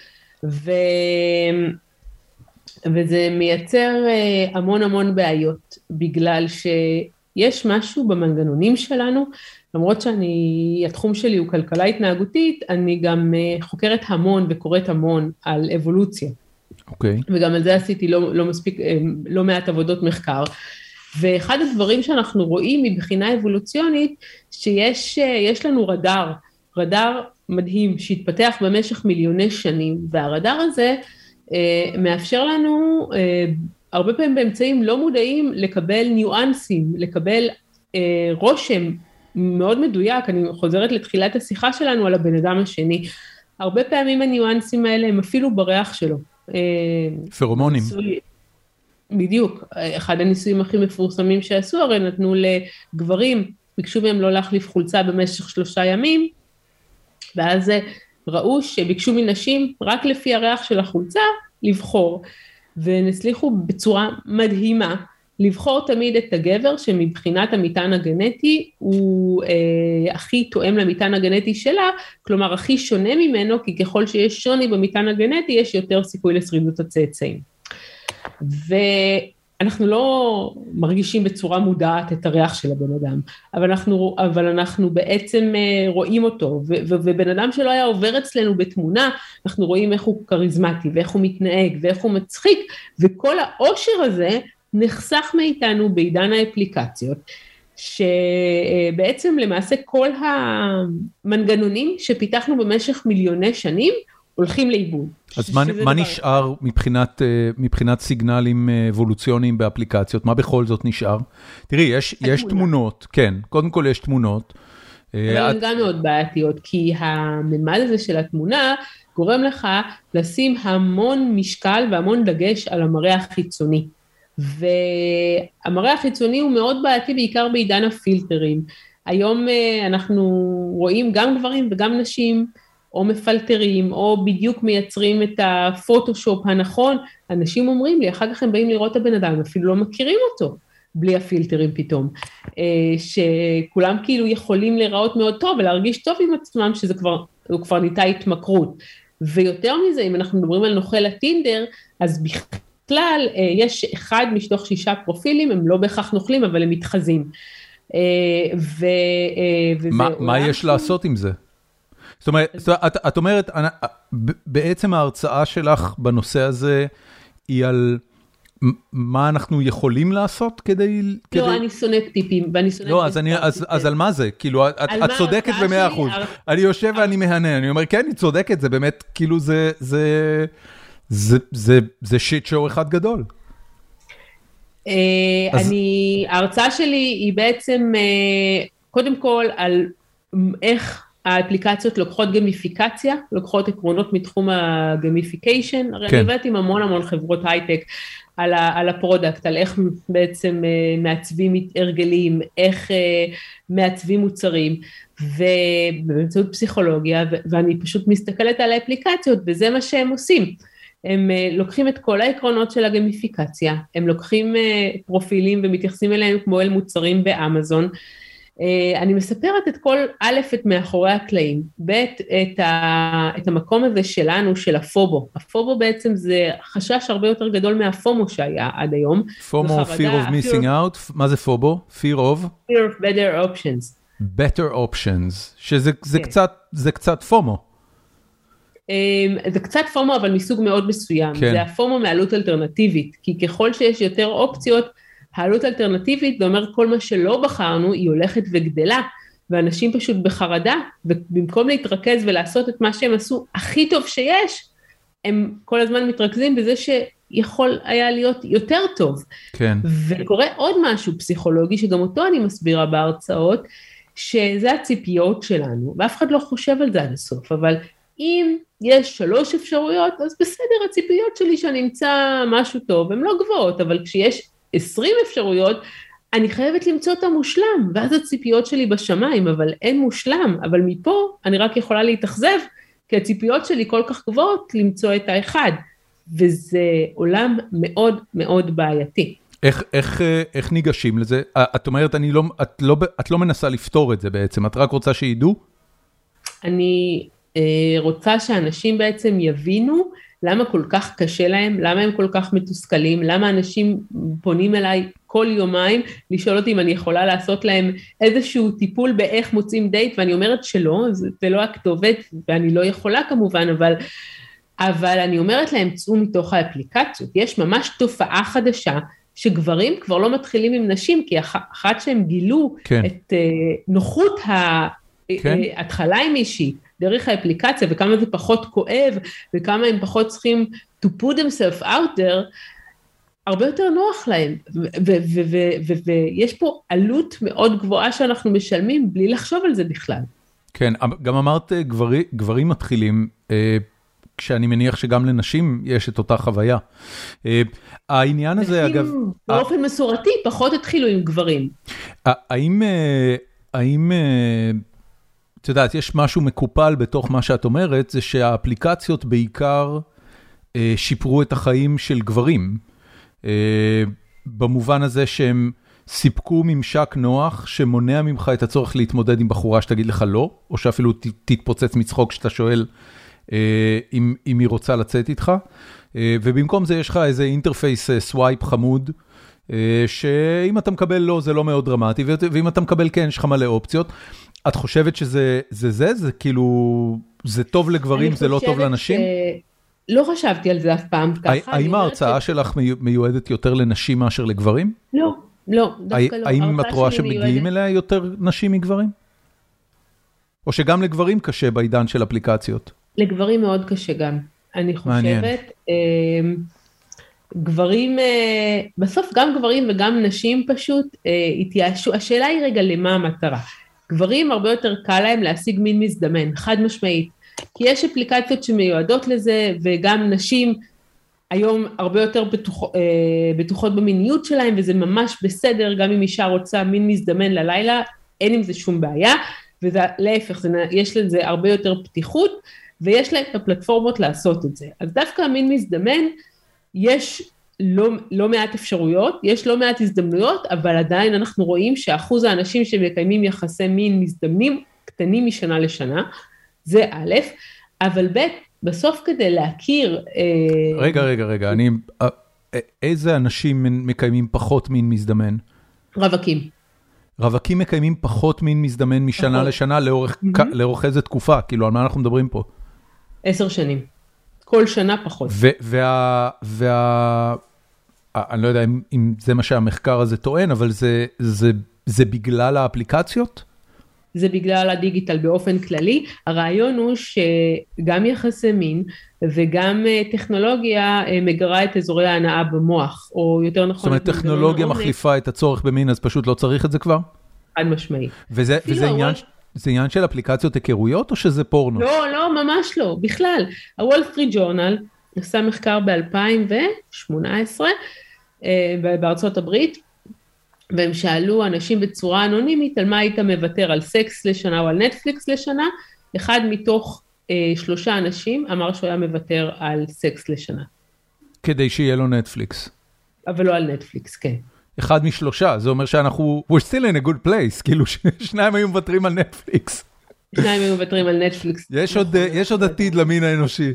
וזה מייצר המון בעיות, בגלל שיש משהו במנגנונים שלנו, למרות התחום שלי הוא כלכלה התנהגותית, אני גם חוקרת המון וקוראת המון על אבולוציה. אוקיי. וגם על זה עשיתי לא מעט עבודות מחקר. ואחד הדברים שאנחנו רואים מבחינה אבולוציונית, שיש לנו רדאר מדהים שהתפתח במשך מיליוני שנים, והרדאר הזה מאפשר לנו הרבה פעמים באמצעים לא מודעים לקבל ניואנסים, לקבל רושם מאוד מדויק. אני חוזרת לתחילת השיחה שלנו על הבן אדם השני. הרבה פעמים הניואנסים האלה הם אפילו בריח שלו. פרומונים. בדיוק, אחד הניסויים הכי מפורסמים שעשו, הרי נתנו לגברים, ביקשו מהם לא להחליף חולצה במשך 3 ימים, ואז ראו שביקשו מנשים, רק לפי הריח של החולצה, לבחור, ונצליחו בצורה מדהימה, לבחור תמיד את הגבר שמבחינת המטען הגנטי, הוא הכי תואם למטען הגנטי שלה, כלומר הכי שונה ממנו, כי ככל שיש שוני במטען הגנטי, יש יותר סיכוי לשרידות הצאצאים. ואנחנו לא מרגישים בצורה מודעת את הריח של הבן אדם, אבל אנחנו בעצם רואים אותו, ובן אדם שלא היה עובר אצלנו בתמונה, אנחנו רואים איך הוא קריזמטי, ואיך הוא מתנהג, ואיך הוא מצחיק, וכל העושר הזה נחסך מאיתנו בעידן האפליקציות, שבעצם למעשה כל המנגנונים שפיתחנו במשך מיליוני שנים, הולכים לאיבוד. אז מה נשאר מבחינת סיגנלים אבולוציוניים באפליקציות? מה בכל זאת נשאר? תראי, יש תמונות, כן, קודם כל יש תמונות. אבל הן גם מאוד בעייתיות, כי הממד הזה של התמונה גורם לך לשים המון משקל והמון דגש על המראה החיצוני. והמראה החיצוני הוא מאוד בעייתי בעיקר בעידן הפילטרים. היום אנחנו רואים גם גברים וגם נשים, או מפלטרים, או בדיוק מייצרים את הפוטושופ הנכון. אנשים אומרים לי, אחר כך הם באים לראות את הבן אדם, אפילו לא מכירים אותו, בלי הפילטרים פתאום. שכולם כאילו יכולים להיראות מאוד טוב, ולהרגיש טוב עם עצמם, הוא כבר ניתה התמכרות. ויותר מזה, אם אנחנו מדברים על נוכל הטינדר, אז בכלל, יש 1 מתוך 6 פרופילים, הם לא בהכרח נוכלים, אבל הם מתחזים. מה יש לעשות עם זה? זאת אומרת, את אומרת, בעצם ההרצאה שלך בנושא הזה היא על מה אנחנו יכולים לעשות כדי... לא, אני שונאת טיפים, ואני שונאת... לא, אז על מה זה? כאילו, את צודקת ב100%. אני יושב ואני מהנה, אני אומר, כן, היא צודקת, זה באמת, כאילו, זה שיט שואו אחד גדול. ההרצאה שלי היא בעצם, קודם כל, על איך האפליקציות לוקחות גמיפיקציה, לוקחות עקרונות מתחום הגמיפיקיישן, הרי אני הבאתי עם המון חברות הייטק על הפרודקט, על איך בעצם מעצבים הרגלים, איך מעצבים מוצרים, ובאמצעות פסיכולוגיה, ואני פשוט מסתכלת על האפליקציות, וזה מה שהם עושים. הם לוקחים את כל העקרונות של הגמיפיקציה, הם לוקחים פרופילים ומתייחסים אליהם כמו אל מוצרים באמזון, אני מספרת את כל א', את מאחורי הקלעים, ב', את המקום הזה שלנו, של הפובו. הפובו בעצם זה חשש הרבה יותר גדול מהפומו שהיה עד היום. פומו, fear of missing out, מה זה פובו? Fear of? Fear of better options. better options, שזה קצת פומו. זה קצת פומו, אבל מסוג מאוד מסוים. זה הפומו מעלות אלטרנטיבית, כי ככל שיש יותר אופציות, העלות אלטרנטיבית, זה אומר כל מה שלא בחרנו, היא הולכת וגדלה, ואנשים פשוט בחרדה, ובמקום להתרכז ולעשות את מה שהם עשו הכי טוב שיש, הם כל הזמן מתרכזים בזה שיכול היה להיות יותר טוב. כן. וקורה עוד משהו פסיכולוגי, שגם אותו אני מסבירה בהרצאות, שזה הציפיות שלנו, ואף אחד לא חושב על זה עד הסוף, אבל אם יש 3 אפשרויות, אז בסדר, הציפיות שלי שאני אמצא משהו טוב, הן לא גבוהות, אבל כשיש 20 אפשרויות, אני חייבת למצוא את המושלם, ואז הציפיות שלי בשמיים, אבל אין מושלם, אבל מפה אני רק יכולה להתאכזב, כי הציפיות שלי כל כך גבוהות למצוא את האחד, וזה עולם מאוד מאוד בעייתי. איך ניגשים לזה? את אומרת, את לא מנסה לפתור את זה בעצם, את רק רוצה שידעו? אני רוצה שאנשים בעצם יבינו למה כל כך קשה להם, למה הם כל כך מתוסכלים, למה אנשים פונים אליי כל יומיים, לשאול אותי אם אני יכולה לעשות להם איזשהו טיפול באיך מוצאים דייט, ואני אומרת שלא, זה לא הכתובת, ואני לא יכולה כמובן, אבל אני אומרת להם, צאו מתוך האפליקציות, יש ממש תופעה חדשה, שגברים כבר לא מתחילים עם נשים, כי אחת שהם גילו את נוחות ההתחלה עם מישהי, דרך האפליקציה, וכמה זה פחות כואב, וכמה הם פחות צריכים to put themselves out there, הרבה יותר נוח להם, ויש פה עלות מאוד גבוהה שאנחנו משלמים, בלי לחשוב על זה בכלל. כן, גם אמרת גברים מתחילים, כשאני מניח שגם לנשים יש את אותה חוויה. העניין הזה, אגב... באופן מסורתי, פחות התחילו עם גברים. האם את יודעת, יש משהו מקופל בתוך מה שאת אומרת, זה שהאפליקציות בעיקר שיפרו את החיים של גברים, במובן הזה שהם סיפקו ממשק נוח, שמונע ממך את הצורך להתמודד עם בחורה שתגיד לך לא, או שאפילו תתפוצץ מצחוק שאתה שואל אם היא רוצה לצאת איתך, ובמקום זה יש לך איזה אינטרפייס סווייפ חמוד, שאם אתה מקבל לא, זה לא מאוד דרמטי, ואם אתה מקבל כן, יש לך מלא אופציות. את חושבת זה כאילו, זה טוב לגברים, זה לא טוב לנשים? לא חשבתי על זה אף פעם ככה. האם ההרצאה שלך מיועדת יותר לנשים מאשר לגברים? לא, דווקא לא. האם את רואה שמגיעים אליה יותר נשים מגברים? או שגם לגברים קשה בעידן של אפליקציות? לגברים מאוד קשה גם. אני חושבת, גברים, בסוף גם גברים וגם נשים פשוט התייאשו. השאלה היא רגע למה המטרה. גברים הרבה יותר קל להם להשיג מין מזדמן, חד משמעית. כי יש אפליקציות שמיועדות לזה, וגם נשים היום הרבה יותר בטוחות במיניות שלהם, וזה ממש בסדר, גם אם אישה רוצה מין מזדמן ללילה, אין עם זה שום בעיה, וזה להפך, יש לזה הרבה יותר פתיחות, ויש להם את הפלטפורמות לעשות את זה. אז דווקא המין מזדמן, יש לא מעט אפשרויות, יש לא מעט הזדמנויות, אבל עדיין אנחנו רואים שאחוז האנשים שמקיימים יחסי מין מזדמנים קטנים משנה לשנה, זה א', אבל ב', בסוף כדי להכיר... רגע, איזה אנשים מקיימים פחות מין מזדמן? רווקים. רווקים מקיימים פחות מין מזדמן משנה לשנה, לאורך איזה תקופה, כאילו על מה אנחנו מדברים פה? 10 שנים. כל שנה פחות. אני לא יודע אם זה מה שהמחקר הזה טוען, אבל זה בגלל האפליקציות? זה בגלל הדיגיטל באופן כללי. הרעיון הוא שגם יחסי מין וגם טכנולוגיה מגרה את אזורי ההנאה במוח, או יותר נכון... זאת אומרת, טכנולוגיה מחליפה את הצורך במין, אז פשוט לא צריך את זה כבר? חד משמעי. וזה עניין של אפליקציות היכרויות, או שזה פורנו? לא, ממש לא, בכלל. הוול סטריט ג'ורנל עשה מחקר ב-2018 בארצות הברית, והם שאלו אנשים בצורה אנונימית, על מה היית מוותר, על סקס לשנה או על נטפליקס לשנה, אחד מתוך 3 אנשים אמר שהוא היה מוותר על סקס לשנה. כדי שיהיה לו נטפליקס. אבל לא על נטפליקס, כן. אחד משלושה, זה אומר שאנחנו, we're still in a good place, כאילו שניים היו מוותרים על נטפליקס. שניים היו מוותרים על נטפליקס. יש עוד עתיד למין האנושי.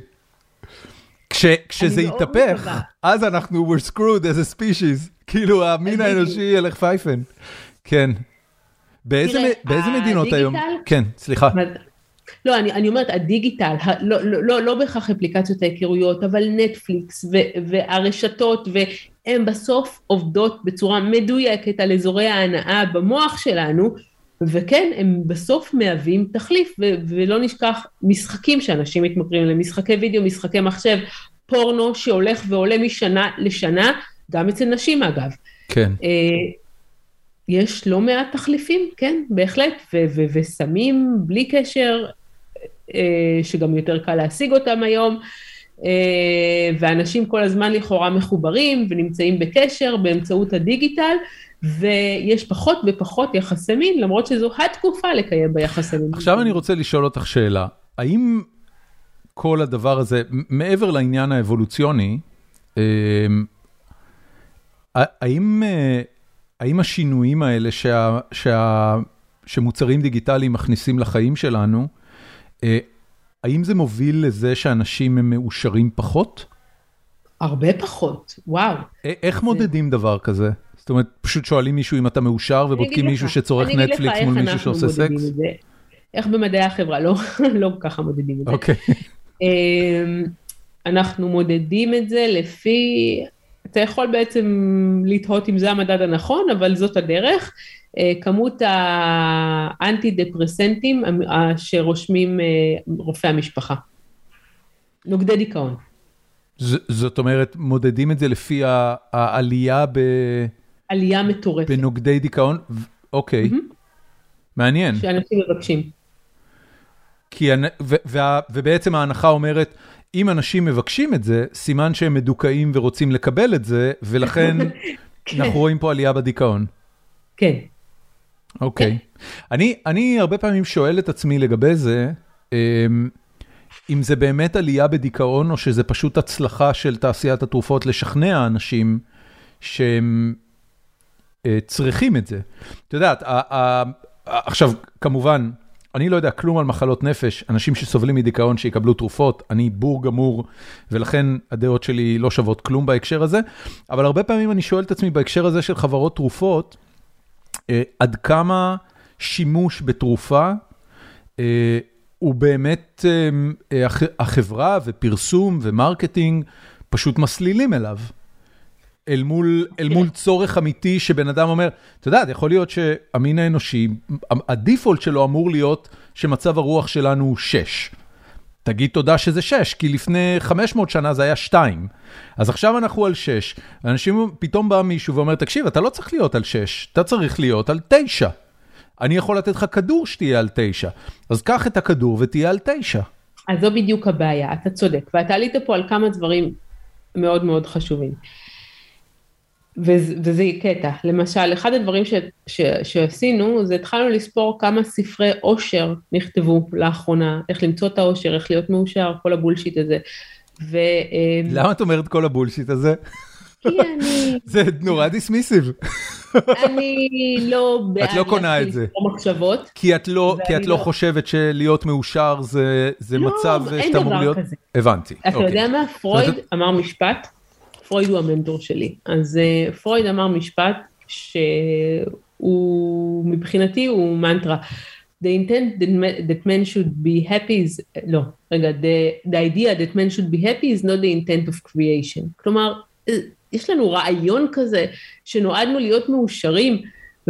כשזה יתהפך, אז אנחנו, we're screwed as a species, כאילו המין האנושי ילך פייפן. כן. באיזה מדינות היום? כן, סליחה. לא, אני אומרת, הדיגיטל, לא בכך אפליקציות ההיכרויות, אבל נטפליקס והרשתות, והן בסוף עובדות בצורה מדויקת על אזורי ההנאה במוח שלנו, וכן, הם בסוף מהווים תחליף, ולא נשכח משחקים שאנשים מתמכרים להם, משחקי וידאו, משחקי מחשב, פורנו שהולך ועולה משנה לשנה, גם אצל נשים אגב. כן. יש לא מעט תחליפים, כן, בהחלט, וסמים בלי קשר, שגם יותר קל להשיג אותם היום, ואנשים כל הזמן לכאורה מחוברים ונמצאים בקשר באמצעות הדיגיטל, ויש פחות ופחות יחסי מין, למרות שזו התקופה לקיים ביחסי מין. עכשיו אני רוצה לשאול אותך שאלה, האם כל הדבר הזה, מעבר לעניין האבולוציוני, האם השינויים האלה שמוצרים דיגיטליים מכניסים לחיים שלנו, האם זה מוביל לזה שאנשים הם מאושרים פחות? הרבה פחות, וואו. איך מודדים דבר כזה? זאת אומרת, פשוט שואלים מישהו אם אתה מאושר, ובודקים מישהו שצורך נטפליקס מול מישהו שעושה סקס? איך במדעי החברה, לא ככה מודדים את זה. אוקיי. אנחנו מודדים את זה לפי, אתה יכול בעצם לתהות אם זה המדד הנכון, אבל זאת הדרך, כמות האנטי-דפרסנטים שרושמים רופאי המשפחה. נוגדי דיכאון. זאת אומרת, מודדים את זה לפי העלייה עלייה מטורפת. בנוגדי דיכאון? אוקיי. מעניין. שאנשים מבקשים. ובעצם ההנחה אומרת, אם אנשים מבקשים את זה, סימן שהם מדוכאים ורוצים לקבל את זה, ולכן אנחנו רואים פה עלייה בדיכאון. כן. אוקיי. אני הרבה פעמים שואל את עצמי לגבי זה, אם זה באמת עלייה בדיכאון, או שזה פשוט הצלחה של תעשיית התרופות לשכנע אנשים שהם צריכים את זה. אתה יודעת, עכשיו, כמובן, אני לא יודע כלום על מחלות נפש, אנשים שסובלים מדיכאון שיקבלו תרופות, אני בור גמור, ולכן הדעות שלי לא שוות כלום בהקשר הזה, אבל הרבה פעמים אני שואל את עצמי בהקשר הזה של חברות תרופות, עד כמה שימוש בתרופה, הוא באמת החברה ופרסום ומרקטינג פשוט מסלילים אליו. אל מול צורך אמיתי שבן אדם אומר, אתה יודע, יכול להיות שהמין האנושי, הדיפולט שלו אמור להיות שמצב הרוח שלנו הוא 6. תגיד תודה שזה 6, כי לפני 500 שנה זה היה 2. אז עכשיו אנחנו על 6. אנשים, פתאום בא מישהו ואומר, תקשיב, אתה לא צריך להיות על 6, אתה צריך להיות על 9. אני יכול לתת לך כדור שתהיה על 9. אז קח את הכדור ותהיה על 9. אז זו בדיוק הבעיה, אתה צודק. ואתה עלית פה על כמה דברים מאוד מאוד חשובים. וזה קטע. למשל, אחד הדברים שעשינו, זה התחלנו לספור כמה ספרי עושר נכתבו לאחרונה, איך למצוא את העושר, איך להיות מאושר, כל הבולשיט הזה. למה את אומרת כל הבולשיט הזה? כי אני... זה נורא דיסמיסיב. אני לא בעד... את לא קונה את זה. מחשבות. כי את לא חושבת שלהיות מאושר זה מצב שאתה אמור להיות... לא, אין דבר כזה. הבנתי. אתה יודע מה? פרויד אמר משפט, פרויד הוא המנטור שלי, אז פרויד אמר משפט שהוא מבחינתי הוא מנטרה, the intent that man should be happy is, לא, רגע, the idea that man should be happy is not the intent of creation, כלומר, יש לנו רעיון כזה שנועדנו להיות מאושרים,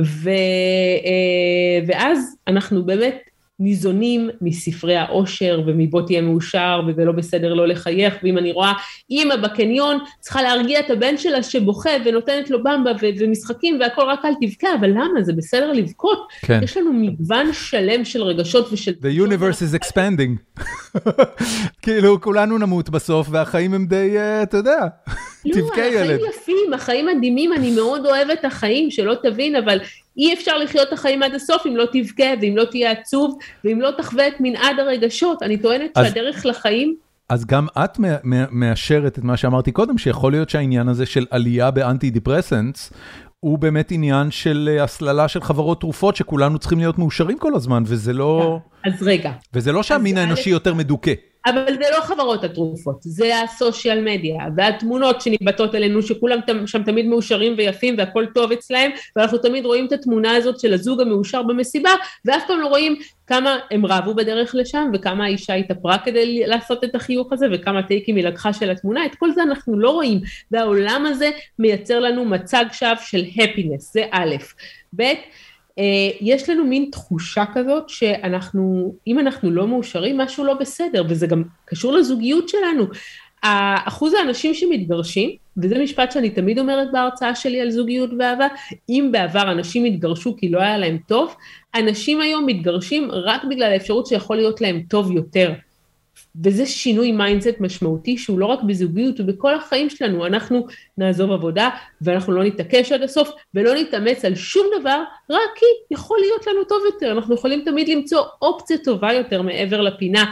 ואז אנחנו באמת ניזונים מספרי העושר, ומבוא תהיה מאושר, וזה לא בסדר לא לחייך, ואם אני רואה אמא בקניון, צריכה להרגיע את הבן שלה שבוכה, ונותנת לו במבה ומשחקים, והכל רק אל תבכה, אבל למה? זה בסדר לבכות. כן. יש לנו מגוון שלם של רגשות ושל... The universe is expanding. כאילו, כולנו נמות בסוף, והחיים הם די, אתה יודע, תבכה ילד. החיים יפים, החיים מדהימים, אני מאוד אוהבת את החיים, שלא תבין, אבל אי אפשר לחיות את החיים עד הסוף אם לא תבכה, ואם לא תהיה עצוב, ואם לא תחווה את מנעד הרגשות. אני טוענת שהדרך לחיים... אז גם את מאשרת את מה שאמרתי קודם, שיכול להיות שהעניין הזה של עלייה באנטי-דיפרסנטס, הוא באמת עניין של הסללה של חברות תרופות, שכולנו צריכים להיות מאושרים כל הזמן, וזה לא... אז רגע. וזה לא שהמין האנושי יותר מדוכא. אבל זה לא חברות התרופות, זה הסושיאל מדיה, והתמונות שניבטות אלינו, שכולם שם תמיד מאושרים ויפים, והכל טוב אצלהם, ואנחנו תמיד רואים את התמונה הזאת של הזוג המאושר במסיבה, ואף פעם לא רואים כמה הם רבו בדרך לשם, וכמה האישה התאפרה כדי לעשות את החיוך הזה, וכמה טייקים היא לקחה של התמונה, את כל זה אנחנו לא רואים, והעולם הזה מייצר לנו מצג שווא של הפינס, זה א', ב', יש לנו מין תחושה כזאת שאנחנו, אם אנחנו לא מאושרים, משהו לא בסדר, וזה גם קשור לזוגיות שלנו. אחוז האנשים שמתגרשים, וזה משפט שאני תמיד אומרת בהרצאה שלי על זוגיות ואהבה, אם בעבר אנשים התגרשו כי לא היה להם טוב, אנשים היום מתגרשים רק בגלל האפשרות שיכול להיות להם טוב יותר. וזה שינוי מיינדסט משמעותי, שהוא לא רק בזוגיות, ובכל החיים שלנו, אנחנו נעזוב עבודה, ואנחנו לא נתעקש עד הסוף, ולא נתאמץ על שום דבר, רק כי יכול להיות לנו טוב יותר, אנחנו יכולים תמיד למצוא אופציה טובה יותר מעבר לפינה,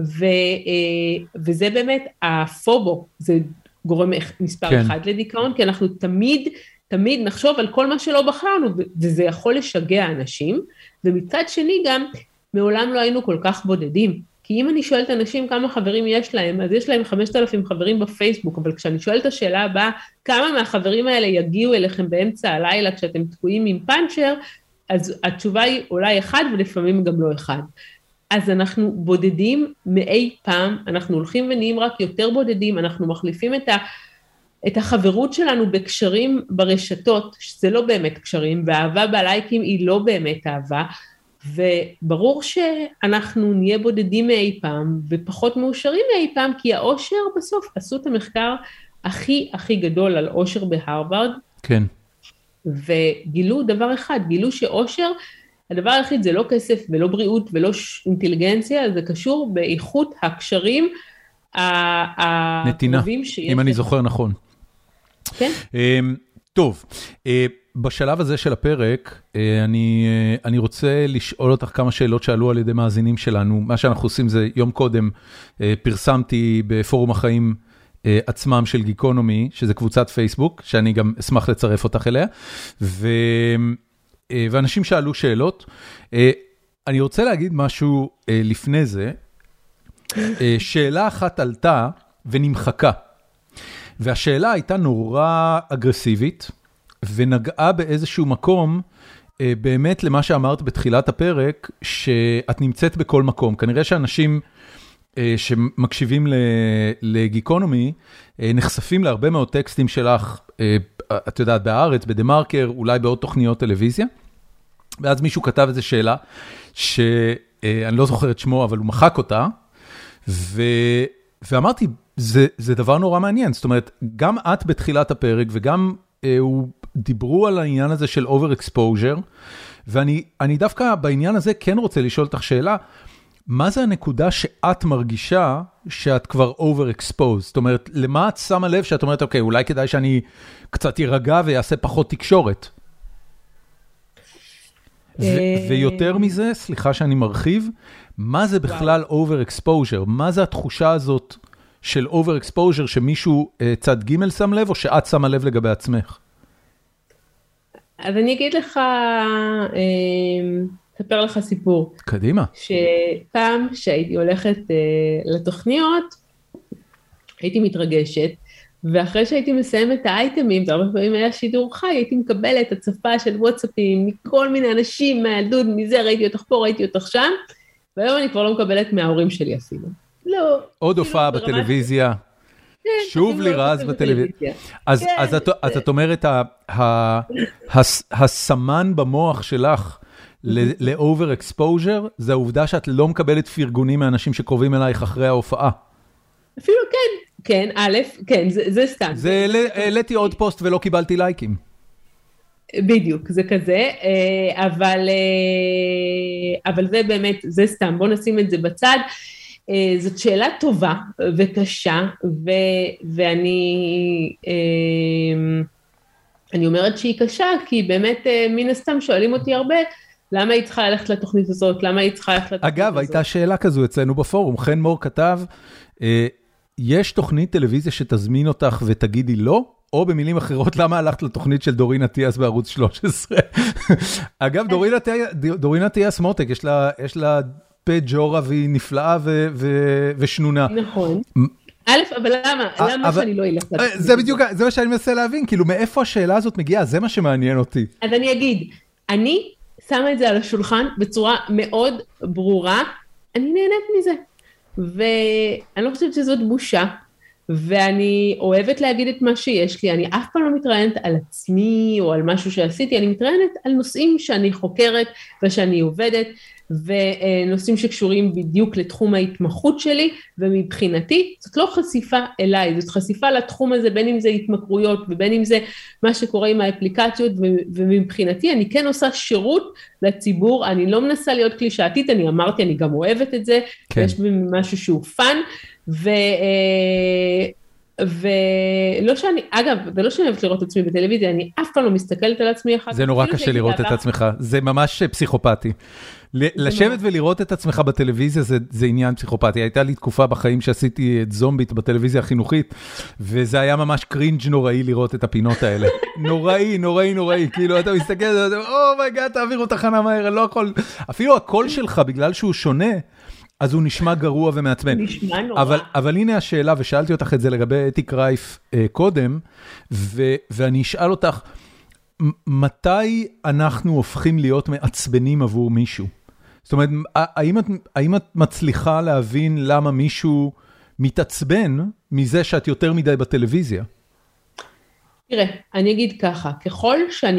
וזה באמת הפובו, זה גורם מספר אחד לדיכאון, כי אנחנו תמיד נחשוב על כל מה שלא בחרנו, וזה יכול לשגע אנשים, ומצד שני גם, מעולם לא היינו כל כך בודדים, כי אם אני שואלת אנשים כמה חברים יש להם, אז יש להם 5,000 חברים בפייסבוק, אבל כשאני שואלת את השאלה הבאה, כמה מהחברים האלה יגיעו אליכם באמצע הלילה, כשאתם תקועים עם פאנצ'ר, אז התשובה היא אולי אחד, ולפעמים גם לא אחד. אז אנחנו בודדים מאי פעם, אנחנו הולכים ונהיים רק יותר בודדים, אנחנו מחליפים את החברות שלנו בקשרים ברשתות, שזה לא באמת קשרים, והאהבה בלייקים היא לא באמת אהבה, וברור שאנחנו נהיה בודדים מאי פעם, ופחות מאושרים מאי פעם, כי האושר בסוף עשו את המחקר הכי גדול על אושר בהרווארד, כן. וגילו דבר אחד, גילו שאושר, הדבר היחיד זה לא כסף ולא בריאות ולא אינטליגנציה, זה קשור באיכות הקשרים הקרובים שיש. נתינה, אם אני זוכר נכון. כן. טוב, בשלב הזה של הפרק, אני רוצה לשאול אותך כמה שאלות שעלו על ידי מאזינים שלנו. מה שאנחנו עושים זה, יום קודם פרסמתי בפורום החיים עצמם של גיקונומי, שזה קבוצת פייסבוק, שאני גם אשמח לצרף אותך אליה, ואנשים שאלו שאלות. אני רוצה להגיד משהו לפני זה. שאלה אחת עלתה ונמחקה, והשאלה הייתה נורא אגרסיבית, ונגעה באיזשהו מקום, באמת למה שאמרת בתחילת הפרק, שאת נמצאת בכל מקום. כנראה שאנשים שמקשיבים לגיקונומי, נחשפים להרבה מאוד טקסטים שלך, את יודעת, בהארץ, בדמרקר, אולי בעוד תוכניות טלוויזיה, ואז מישהו כתב איזו שאלה, שאני לא זוכר את שמו, אבל הוא מחק אותה, ואמרתי, זה דבר נורא מעניין, זאת אומרת, גם את בתחילת הפרק, וגם הוא דיברו על העניין הזה של over-exposure, ואני דווקא בעניין הזה כן רוצה לשאול אותך שאלה, מה זה הנקודה שאת מרגישה שאת כבר over-exposed? זאת אומרת, למה את שמה לב שאת אומרת, אוקיי, אולי כדאי שאני קצת יירגע ויעשה פחות תקשורת? ויותר מזה, סליחה שאני מרחיב, מה זה בכלל over-exposure? מה זה התחושה הזאת של over-exposure שמישהו צד ג' שם לב, או שאת שמה לב לגבי עצמך? אז אני אגיד לך, אספר לך סיפור. קדימה. שפעם שהייתי הולכת לתוכניות, הייתי מתרגשת, ואחרי שהייתי מסיימת את האייטמים, הרבה פעמים היה שידור חי, הייתי מקבלת הצפה של וואטסאפים, מכל מיני אנשים, מהילדות, מזה, ראיתי אותך פה, ראיתי אותך שם, והיום אני כבר לא מקבלת מההורים שלי אפילו. לא. עוד הופעה בטלוויזיה. שוב לירז בטלוויזיה. אז את אומרת, הסמן במוח שלך ל-over exposure, זה העובדה שאת לא מקבלת פרגונים מאנשים שקרובים אלייך אחרי ההופעה. אפילו כן, א', כן, זה סתם. זה העליתי עוד פוסט ולא קיבלתי לייקים. בדיוק, זה כזה, אבל זה באמת, זה סתם, בוא נשים את זה בצד. זאת שאלה טובה וקשה, ואני אומרת שהיא קשה, כי באמת מן הסתם שואלים אותי הרבה, למה היא צריכה ללכת לתוכנית הזאת, למה היא צריכה ללכת לתוכנית הזאת. אגב, הייתה שאלה כזו אצלנו בפורום, חן מור כתב, יש תוכנית טלוויזיה שתזמין אותך ותגידי לא, או במילים אחרות, למה הלכת לתוכנית של דורין אטיאס בערוץ 13? אגב, דורין אטיאס מותק, יש לה פה ג'ורה והיא נפלאה ושנונה. נכון. א', אבל למה שאני לא אלך? זה בדיוק, זה מה שאני מנסה להבין, כאילו מאיפה השאלה הזאת מגיעה, זה מה שמעניין אותי. אז אני אגיד, אני שמה את זה על השולחן בצורה מאוד ברורה, אני נהנית מזה. ואני לא חושבת שזאת בושה, ואני אוהבת להגיד את מה שיש לי, אני אף פעם לא מתראיינת על עצמי או על משהו שעשיתי, אני מתראיינת על נושאים שאני חוקרת ושאני עובדת, ונושאים שקשורים בדיוק לתחום ההתמחות שלי, ומבחינתי זאת לא חשיפה אליי, זאת חשיפה לתחום הזה, בין אם זה התמכרויות ובין אם זה מה שקורה עם האפליקציות, ומבחינתי אני כן עושה שירות לציבור, אני לא מנסה להיות קלישאתית, אני אמרתי, אני גם אוהבת את זה, כן. יש בי משהו שהוא פן, ולא שאני, אגב, ולא שאני אוהבת לראות את עצמי בטלוויזיה, אני אף פעם לא מסתכלת על עצמי אחת. זה נורא קשה לראות את עצמך, זה ממש פסיכופתי. לשבת ולראות את עצמך בטלוויזיה זה עניין פסיכופתי. הייתה לי תקופה בחיים שעשיתי את זומבית בטלוויזיה החינוכית, וזה היה ממש קרינג' נוראי לראות את הפינות האלה. נוראי, נוראי, נוראי. כאילו אתה מסתכל, אומייגאד, תעבירו תחנה מהר, אני לא יכול. אפילו הקול שלך, בגלל שהוא שונה, אז הוא נשמע גרוע ומעצבן. נשמע נורא. אבל הנה השאלה, ושאלתי אותך את זה לגבי אתי קרייף קודם, ואני אשאל אותך, מתי אנחנו הופכים להיות מעצבנים עבור מישהו? זאת אומרת, האם את מצליחה להבין למה מישהו מתעצבן מזה שאת יותר מדי בטלוויזיה? תראה, אני אגיד ככה, ככל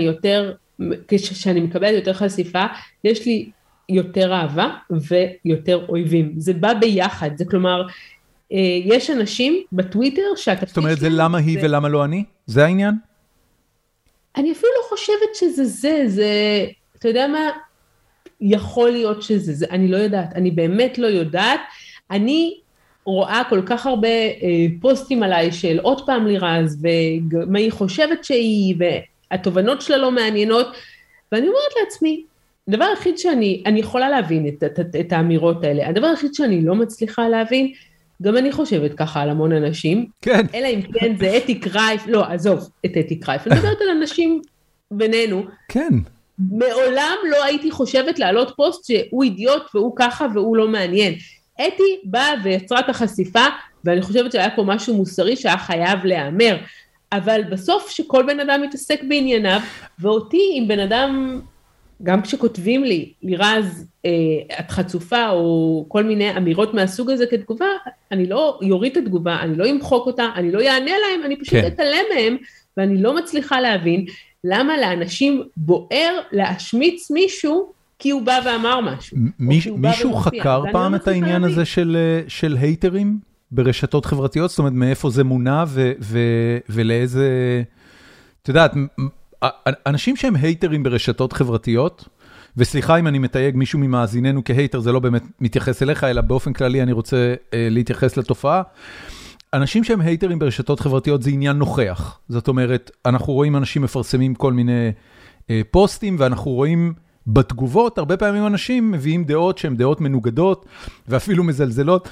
שאני מקבלת יותר חשיפה, יש לי יותר אהבה ויותר אויבים. זה בא ביחד, זה כלומר, יש אנשים בטוויטר שאתה... זאת אומרת, זה למה היא ולמה לא אני? זה העניין? אני אפילו לא חושבת שזה זה, אתה יודע מה, יכול להיות שזה, אני לא יודעת, אני באמת לא יודעת, אני רואה כל כך הרבה פוסטים עליי של עוד פעם לירז, ומה היא חושבת שהיא, והתובנות שלה לא מעניינות, ואני אומרת לעצמי, הדבר היחיד אני יכולה להבין את האמירות האלה, הדבר היחיד שאני לא מצליחה להבין, גם אני חושבת ככה על המון אנשים, כן. אלא אם כן זה אתי קרייף, לא, עזוב את אתי קרייף, אני מדברת על אנשים בינינו, כן. מעולם לא הייתי חושבת להעלות פוסט שהוא אידיוט והוא ככה והוא לא מעניין. אתי באה ויצרה את החשיפה, ואני חושבת שהיה פה משהו מוסרי שהיה חייב להיאמר, אבל בסוף שכל בן אדם מתעסק בענייניו, ואותי עם בן אדם, גם כשכותבים לי, לירז, את חצופה, או כל מיני אמירות מהסוג הזה כתגובה, אני לא יוריד את התגובה, אני לא אמחוק אותה, אני לא יענה להם, אני פשוט אתעלם מהם, ואני לא מצליחה להבין, למה לאנשים בוער להשמיץ מישהו, כי הוא בא ואמר משהו. מישהו חקר פעם את העניין הזה של הייטרים ברשתות חברתיות? זאת אומרת, מאיפה זה מונע ולאיזה... אתה יודעת, אנשים שהם הייטרים ברשתות חברתיות, וסליחה אם אני מתייג מישהו ממאזיננו כהייטר, זה לא באמת מתייחס אליך, אלא באופן כללי אני רוצה להתייחס לתופעה. אנשים שהם הייטרים ברשתות חברתיות זה עניין נוכח. זאת אומרת, אנחנו רואים אנשים מפרסמים כל מיני פוסטים, ואנחנו רואים בתגובות, הרבה פעמים אנשים מביאים דעות שהן דעות מנוגדות, ואפילו מזלזלות.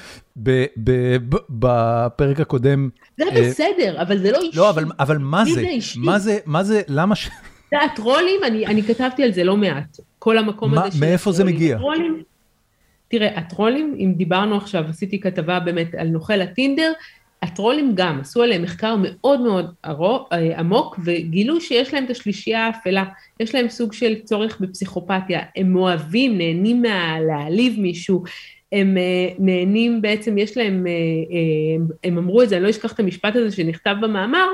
בפרק הקודם... זה בסדר, אבל זה לא אישי. לא, אבל מה זה? מה זה? למה ש... זה הטרולים, אני כתבתי על זה לא מעט. כל המקום הזה... מאיפה זה מגיע? תראה, הטרולים, אם דיברנו עכשיו, עשיתי כתבה באמת על נוכל הטינדר, הטרולים גם עשו עליהם מחקר מאוד מאוד עמוק, וגילו שיש להם את השלישייה האפלה, יש להם סוג של צורך בפסיכופתיה, הם אוהבים, נהנים להעליב מישהו, הם נהנים בעצם, יש להם, הם אמרו את זה, אני לא אשכח את המשפט הזה שנכתב במאמר,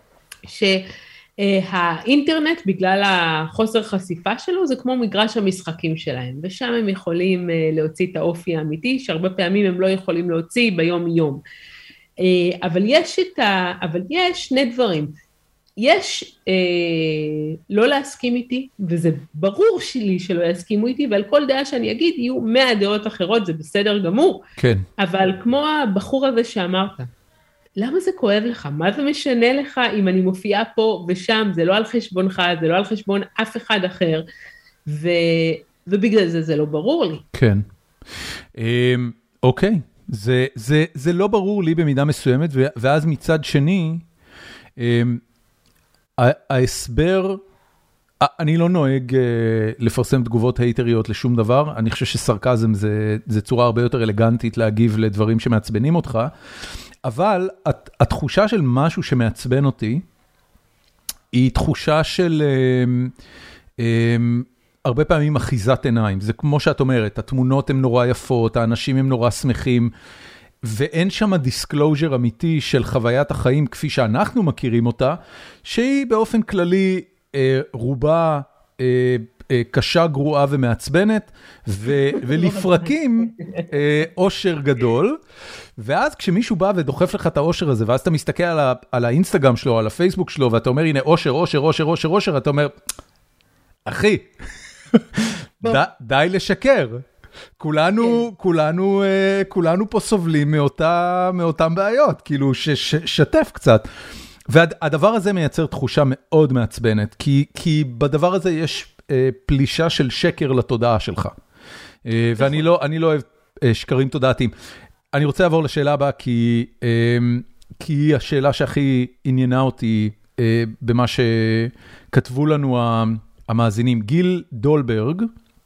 שהאינטרנט בגלל החוסר חשיפה שלו, זה כמו מגרש המשחקים שלהם, ושם הם יכולים להוציא את האופי האמיתי, שהרבה פעמים הם לא יכולים להוציא ביום יום. אבל יש שני דברים, יש לא להסכים איתי, וזה ברור שלי שלא יסכימו איתי, ועל כל דעה שאני אגיד, יהיו 100 דעות אחרות, זה בסדר גמור, כן. אבל כמו הבחור הזה שאמרת, למה זה כואב לך? מה זה משנה לך אם אני מופיעה פה ושם, זה לא על חשבונך, זה לא על חשבון אף אחד אחר, ובגלל זה לא ברור לי. כן, אוקיי. זה לא ברור לי במידה מסוימת, ואז מצד שני, ההסבר, אני לא נוהג לפרסם תגובות הייטריות לשום דבר, אני חושב שסרקזם זה צורה הרבה יותר אלגנטית להגיב לדברים שמעצבנים אותך, אבל התחושה של משהו שמעצבן אותי, היא תחושה של הרבה פעמים אחיזת עיניים, זה כמו שאת אומרת, התמונות הן נורא יפות, האנשים הם נורא שמחים, ואין שם דיסקלוז'ר אמיתי של חוויית החיים כפי שאנחנו מכירים אותה, שהיא באופן כללי רובה קשה, גרועה ומעצבנת, ולפרקים אושר גדול, ואז כשמישהו בא ודוחף לך את האושר הזה, ואז אתה מסתכל על האינסטגרם שלו, על הפייסבוק שלו, ואתה אומר, הנה אושר, אושר, אושר, אושר, אושר, אתה אומר, אחי, די לשקר. כולנו פה סובלים מאותם בעיות, כאילו ששתף קצת. והדבר הזה מייצר תחושה מאוד מעצבנת, כי בדבר הזה יש פלישה של שקר לתודעה שלך. ואני לא אוהב שקרים תודעתיים. אני רוצה לעבור לשאלה הבאה, כי היא השאלה שהכי עניינה אותי במה שכתבו לנו המאזינים. גיל דולברג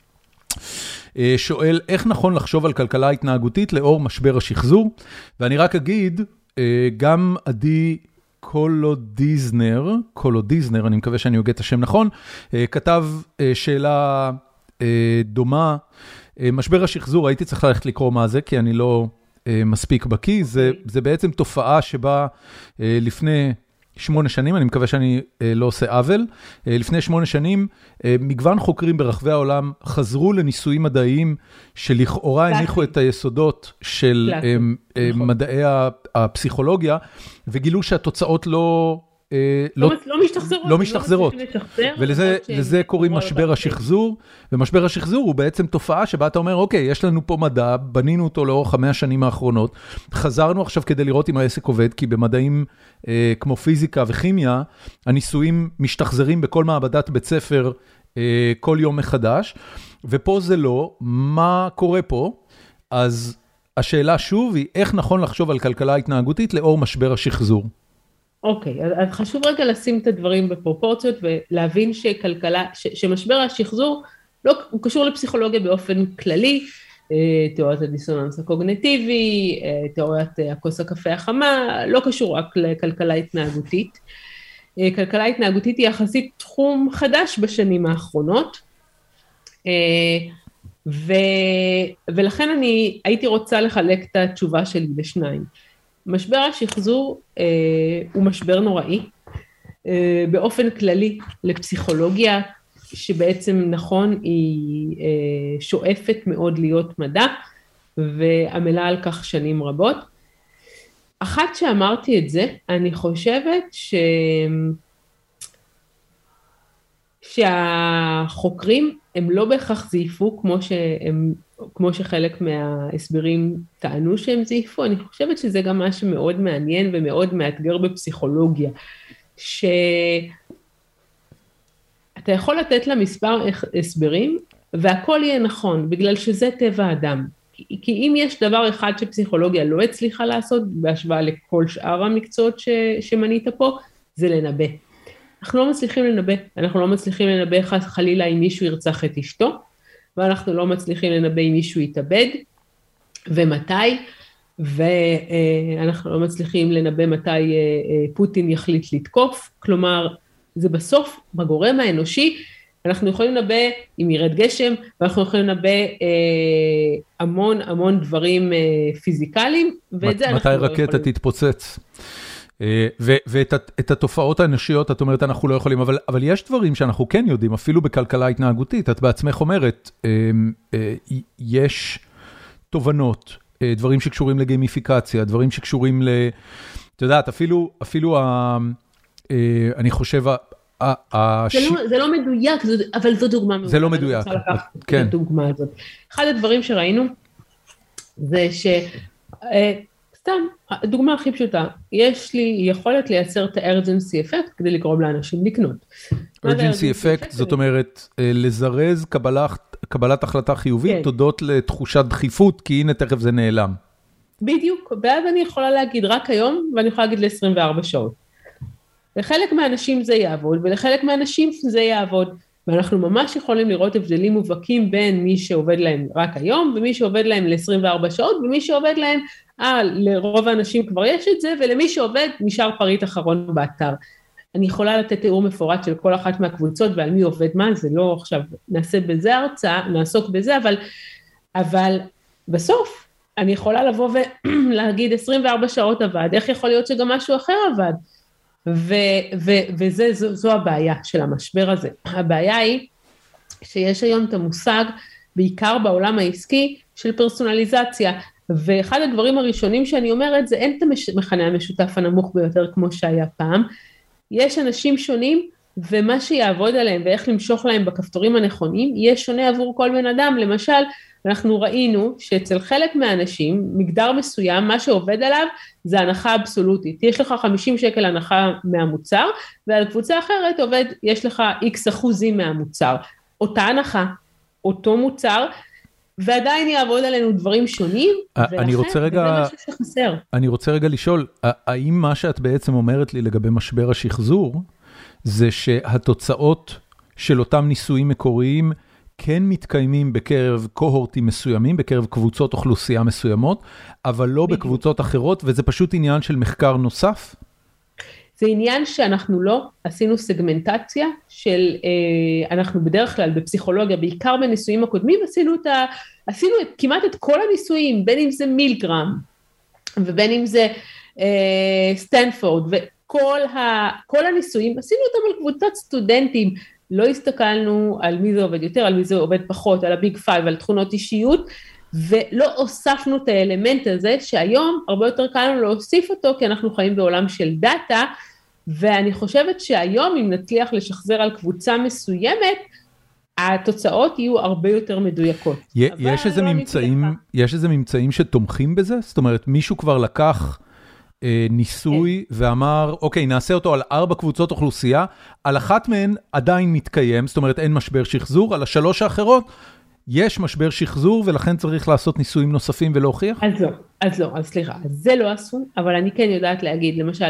שואל, איך נכון לחשוב על כלכלה התנהגותית לאור משבר השחזור? ואני רק אגיד, גם עדי קולודיזנר, אני מקווה שאני אוגע את השם נכון, כתב שאלה דומה, משבר השחזור, הייתי צריך ללכת לקרוא מה זה, כי אני לא מספיק בקיא, זה בעצם תופעה שבה לפני 8 שנים, אני מקווה שאני לא עושה עוול, לפני 8 שנים, מגוון חוקרים ברחבי העולם חזרו לניסויים מדעיים שלכאורה הניחו את היסודות של מדעי הפסיכולוגיה, וגילו שהתוצאות לא משתחזרות. ולזה קוראים משבר השחזור, ומשבר השחזור הוא בעצם תופעה שבה אתה אומר, אוקיי, יש לנו פה מדע, בנינו אותו לאורך 5 השנים האחרונות, חזרנו עכשיו כדי לראות אם העסק עובד, כי במדעים כמו פיזיקה וכימיה, הניסויים משתחזרים בכל מעבדת בית ספר כל יום מחדש, ופה זה לא, מה קורה פה? אז השאלה שוב היא, איך נכון לחשוב על כלכלה התנהגותית לאור משבר השחזור? אוקיי, אז חשוב רגע לשים את הדברים בפרופורציות ולהבין שמשבר השחזור הוא קשור לפסיכולוגיה באופן כללי, תיאוריית הדיסוננס הקוגניטיבי, תיאוריית הכוס הקפה החמה, לא קשור רק לכלכלה התנהגותית. כלכלה התנהגותית היא יחסית תחום חדש בשנים האחרונות, ולכן אני הייתי רוצה לחלק את התשובה שלי לשניים. משבר השחזור הוא משבר נוראי, באופן כללי לפסיכולוגיה, שבעצם נכון היא שואפת מאוד להיות מדע, ועמלה על כך שנים רבות. אחת שאמרתי את זה, אני חושבת שהחוקרים הם לא בהכרח זייפו כמו שחלק מההסברים טענו שהם זייפו, אני חושבת שזה גם משהו מאוד מעניין ומאוד מאתגר בפסיכולוגיה, שאתה יכול לתת לה מספר הסברים, והכל יהיה נכון, בגלל שזה טבע האדם. כי אם יש דבר אחד שפסיכולוגיה לא הצליחה לעשות, בהשוואה לכל שאר המקצועות שמנית פה, זה לנבא. אנחנו לא מצליחים לנבא חלילה אם מישהו ירצח את אשתו, ואנחנו לא מצליחים לנבא אם מישהו יתאבד, ומתי, ואנחנו לא מצליחים לנבא מתי פוטין יחליט לתקוף, כלומר, זה בסוף בגורם האנושי, אנחנו יכולים לנבא אם ירד גשם, ואנחנו יכולים לנבא המון דברים פיזיקליים, ואת זה אנחנו לא יכולים. מתי רקטה תתפוצץ? ואת התופעות האנושיות, את אומרת, אנחנו לא יכולים, אבל יש דברים שאנחנו כן יודעים, אפילו בכלכלה התנהגותית, את בעצמך אומרת, יש תובנות, דברים שקשורים לגיימיפיקציה, דברים שקשורים את יודעת, אפילו אני חושב, זה לא מדויק, אבל זו דוגמה. זה לא מדויק, כן. אחד הדברים שראינו, זה סתם, הדוגמה הכי פשוטה, יש לי יכולת לייצר את ה-urgency effect כדי לגרום לאנשים לקנות. urgency effect, זאת אומרת, לזרז קבלת החלטה חיובית, תודות לתחושת דחיפות, כי הנה תכף זה נעלם. בדיוק, ואז אני יכולה להגיד רק היום, ואני יכולה להגיד ל-24 שעות. לחלק מהאנשים זה יעבוד, ולחלק מהאנשים זה יעבוד, ואנחנו ממש יכולים לראות הבדלים מובהקים בין מי שעובד להם רק היום, ומי שעובד להם ל-24 שעות, ומי שעובד להם, לרוב האנשים כבר יש את זה, ולמי שעובד נשאר פריט אחרון באתר. אני יכולה לתת תיאור מפורט של כל אחת מהקבוצות, ועל מי עובד מה, זה לא עכשיו, נעשה בזה הרצאה, נעסוק בזה, אבל בסוף, אני יכולה לבוא ולהגיד 24 שעות עבד, איך יכול להיות שגם משהו אחר עבד? וזו הבעיה של המשבר הזה. הבעיה היא שיש היום את המושג, בעיקר בעולם העסקי, של פרסונליזציה, ואחד הדברים הראשונים שאני אומרת, זה אין את המכנה המשותף הנמוך ביותר כמו שהיה פעם, יש אנשים שונים, ומה שיעבוד עליהם ואיך למשוך להם בכפתורים הנכונים, יהיה שונה עבור כל בן אדם. למשל, אנחנו ראינו שאצל חלק מהאנשים, מגדר מסוים, מה שעובד עליו זה הנחה אבסולוטית. יש לך 50 שקל הנחה מהמוצר, ועל קבוצה אחרת עובד, יש לך X אחוזים מהמוצר. אותה הנחה, אותו מוצר, ועדיין יעבוד עלינו דברים שונים, ולכן זה משהו שחסר. אני רוצה רגע לשאול, האם מה שאת בעצם אומרת לי לגבי משבר השחזור, זה שהתוצאות של אותם ניסויים מקוריים, כן מתקיימים בקרב קוהורטים מסוימים, בקרב קבוצות אוכלוסייה מסוימות, אבל לא בקבוצות אחרות, וזה פשוט עניין של מחקר נוסף? זה עניין שאנחנו לא עשינו סגמנטציה של, אנחנו בדרך כלל בפסיכולוגיה, בעיקר בניסויים הקודמים, עשינו כמעט את כל הניסויים, בין אם זה מילגרם, ובין אם זה סטנפורד, וכל הניסויים, עשינו אותם על קבוצת סטודנטים, לא הסתכלנו על מי זה עובד יותר, על מי זה עובד פחות, על הביג פייב, על תכונות אישיות, ולא הוספנו את האלמנט הזה, שהיום הרבה יותר קל לנו להוסיף אותו, כי אנחנו חיים בעולם של דאטה, ואני חושבת שהיום אם נצליח לשחזר על קבוצה מסוימת, התוצאות יהיו הרבה יותר מדויקות. יש איזה ממצאים שתומכים בזה? זאת אומרת, מישהו כבר לקח ניסוי ואמר, אוקיי, נעשה אותו על 4 קבוצות אוכלוסייה, על אחת מהן עדיין מתקיים, זאת אומרת, אין משבר שחזור, על 3 האחרות, יש משבר שחזור, ולכן צריך לעשות ניסויים נוספים ולהוכיח? אז סליחה, זה לא עשו, אבל אני כן יודעת להגיד, למשל,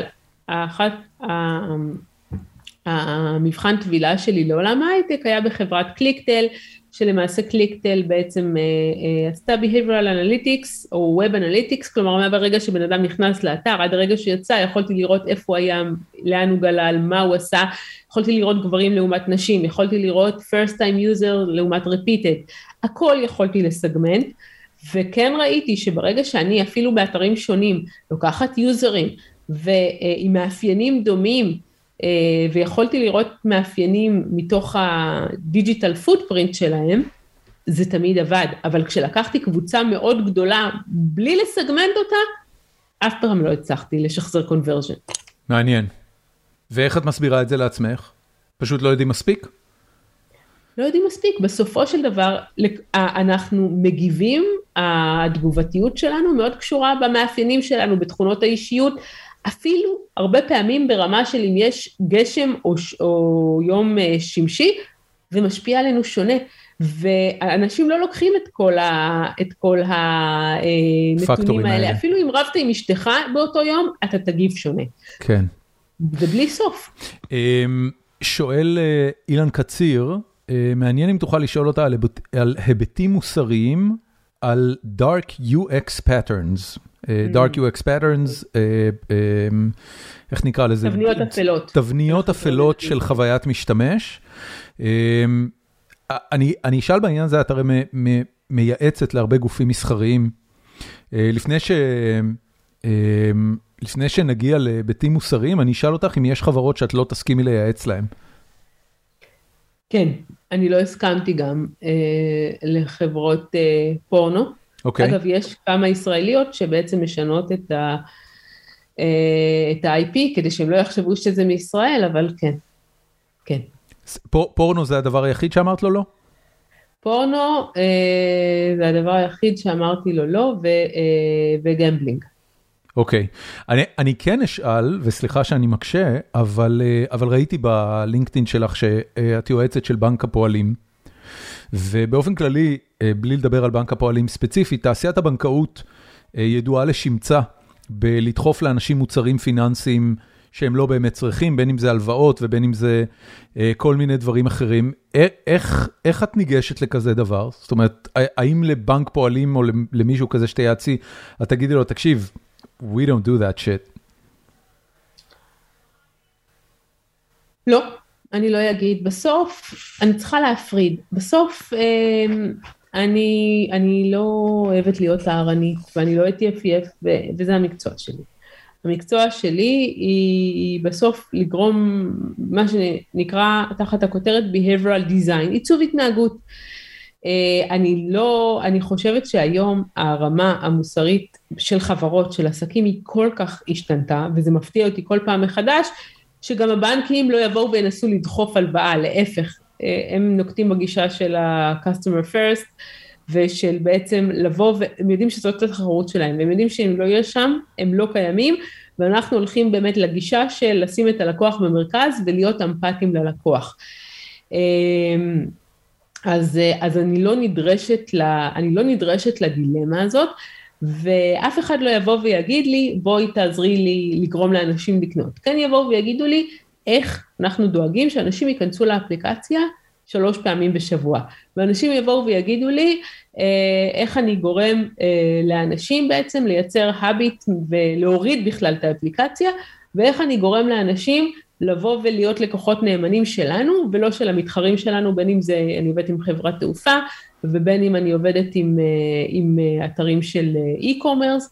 המבחן טבילה שלי לעולם ההייטק היה בחברת קליקטל, שלמעשה קליקטל בעצם עשתה behavioral analytics או web analytics, כלומר ברגע שבן אדם נכנס לאתר, עד הרגע שיצא, יכולתי לראות איפה היה, לאן הוא גלל, מה הוא עשה, יכולתי לראות גברים לעומת נשים, יכולתי לראות first time user לעומת repeated, הכל יכולתי לסגמנט, וכן ראיתי שברגע שאני אפילו באתרים שונים, לוקחת יוזרים, ועם מאפיינים דומים, ויכולתי לראות מאפיינים מתוך הדיג'יטל פוטפרינט שלהם, זה תמיד עבד, אבל כשלקחתי קבוצה מאוד גדולה, בלי לסגמנט אותה, אף פעם לא הצלחתי לשחזר קונברז'ן. מעניין. ואיך את מסבירה את זה לעצמך? פשוט לא יודעים מספיק? לא יודעים מספיק, בסופו של דבר, אנחנו מגיבים, התגובתיות שלנו מאוד קשורה במאפיינים שלנו, בתכונות האישיות, אפילו הרבה פעמים ברמה של אם יש גשם או יום שמשי, זה משפיע עלינו שונה, ואנשים לא לוקחים את כל הנתונים האלה, אפילו אם רבת עם אשתך באותו יום, אתה תגיב שונה. כן. ובלי סוף. שואל אילן קציר, מעניין אם תוכל לשאול אותה על היבטים מוסריים, על Dark UX Patterns. Dark UX Patterns, איך נקרא לזה? תבניות אפלות. תבניות אפלות של חוויית משתמש. אני אשאל בעניין הזה, את הרי מייעצת להרבה גופים מסחריים. לפני שנגיע להיבטים מוסריים, אני אשאל אותך אם יש חברות שאת לא תסכימי לייעץ להם. כן, אני לא הסכמתי גם לחברות פורנו. Okay. אגב, יש כמה ישראליות שבעצם משנות את ה-IP, כדי שהם לא יחשבו שזה מישראל, אבל כן, כן. פורנו זה הדבר היחיד שאמרת לו לא? פורנו זה הדבר היחיד שאמרתי לו לא, וגמבלינג. אוקיי, אני כן אשאל, וסליחה שאני מקשה, אבל ראיתי בלינקדאין שלך שאת יועצת של בנק הפועלים, ובאופן כללי, בלי לדבר על בנק הפועלים ספציפית, תעשיית הבנקאות ידועה לשמצה, בלדחוף לאנשים מוצרים פיננסיים שהם לא באמת צריכים, בין אם זה הלוואות ובין אם זה כל מיני דברים אחרים. איך את ניגשת לכזה דבר? זאת אומרת, האם לבנק פועלים או למישהו כזה שתייעצי, את תגידי לו, תקשיב, we don't do that shit. לא, אני לא אגיד. בסוף, אני צריכה להפריד. בסוף, אני לא אוהבת להיות טהרנית, ואני לא אתייפייף, וזה המקצוע שלי. המקצוע שלי היא בסוף לגרום מה שנקרא תחת הכותרת behavioral design, עיצוב התנהגות. אני חושבת שהיום הרמה המוסרית של חברות, של עסקים, היא כל כך השתנתה, וזה מפתיע אותי כל פעם מחדש, שגם הבנקים לא יבואו וינסו לדחוף הלוואה, להפך, הם נוקטים בגישה של ה-customer first, ושל בעצם לבוא, והם יודעים שזאת התחרות שלהם, והם יודעים שאם לא יהיה שם, הם לא קיימים, ואנחנו הולכים באמת לגישה של לשים את הלקוח במרכז, ולהיות אמפתיים ללקוח. אז אני לא נדרשת לדילמה הזאת, ואף אחד לא יבוא ויגיד לי, בואי תעזרי לי לגרום לאנשים לקנות. כן יבואו ויגידו לי, איך אנחנו דואגים שאנשים ייכנסו לאפליקציה 3 פעמים בשבוע. ואנשים יבואו ויגידו לי, איך אני גורם לאנשים בעצם לייצר הביט ולהוריד בכלל את האפליקציה, ואיך אני גורם לאנשים לבוא ולהיות לקוחות נאמנים שלנו, ולא של המתחרים שלנו, בין אם זה, אני עובדת עם חברת תעופה, ובין אם אני עובדת עם אתרים של e-commerce,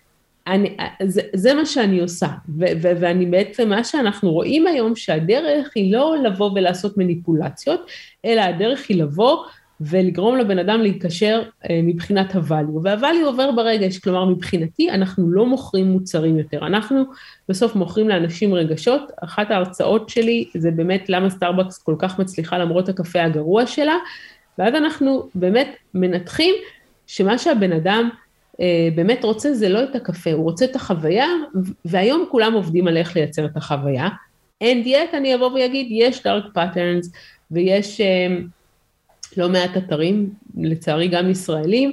זה מה שאני עושה, ואני בעצם, מה שאנחנו רואים היום, שהדרך היא לא לבוא ולעשות מניפולציות, אלא הדרך היא לבוא ולגרום לבן אדם להתקשר מבחינת הvalue, והvalue עובר ברגש, כלומר מבחינתי אנחנו לא מוכרים מוצרים יותר, אנחנו בסוף מוכרים לאנשים רגשות, אחת ההרצאות שלי זה באמת למה סטארבקס כל כך מצליחה למרות הקפה הגרוע שלה, ואז אנחנו באמת מנתחים שמה שהבן אדם באמת רוצה זה לא את הקפה, הוא רוצה את החוויה, והיום כולם עובדים על איך לייצר את החוויה, and yet אני אבוא ויגיד, יש dark patterns, ויש לא מעט אתרים, לצערי גם ישראלים,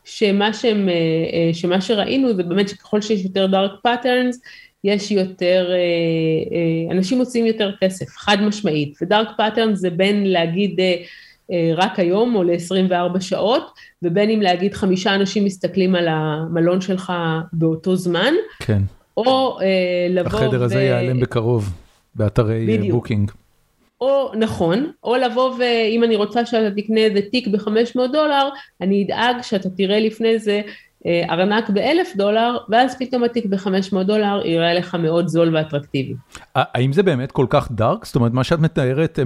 שמה שראינו זה באמת שככל שיש יותר dark patterns, יש יותר, אנשים מוצאים יותר כסף, חד משמעית, ודארק pattern זה בין להגיד רק היום או ל-24 שעות, ובין אם להגיד 5 אנשים מסתכלים על המלון שלך באותו זמן, כן. או לבוא החדר הזה ייעלם בקרוב, באתרי בוקינג. או נכון, או לבוא ואם אני רוצה שאתה תקנה איזה תיק $500, אני אדאג שאתה תראה לפני זה ארנק $1,000, ואז פתאום התיק $500 יראה לך מאוד זול ואטרקטיבי. האם זה באמת כל כך דארק? זאת אומרת, מה שאת מתארת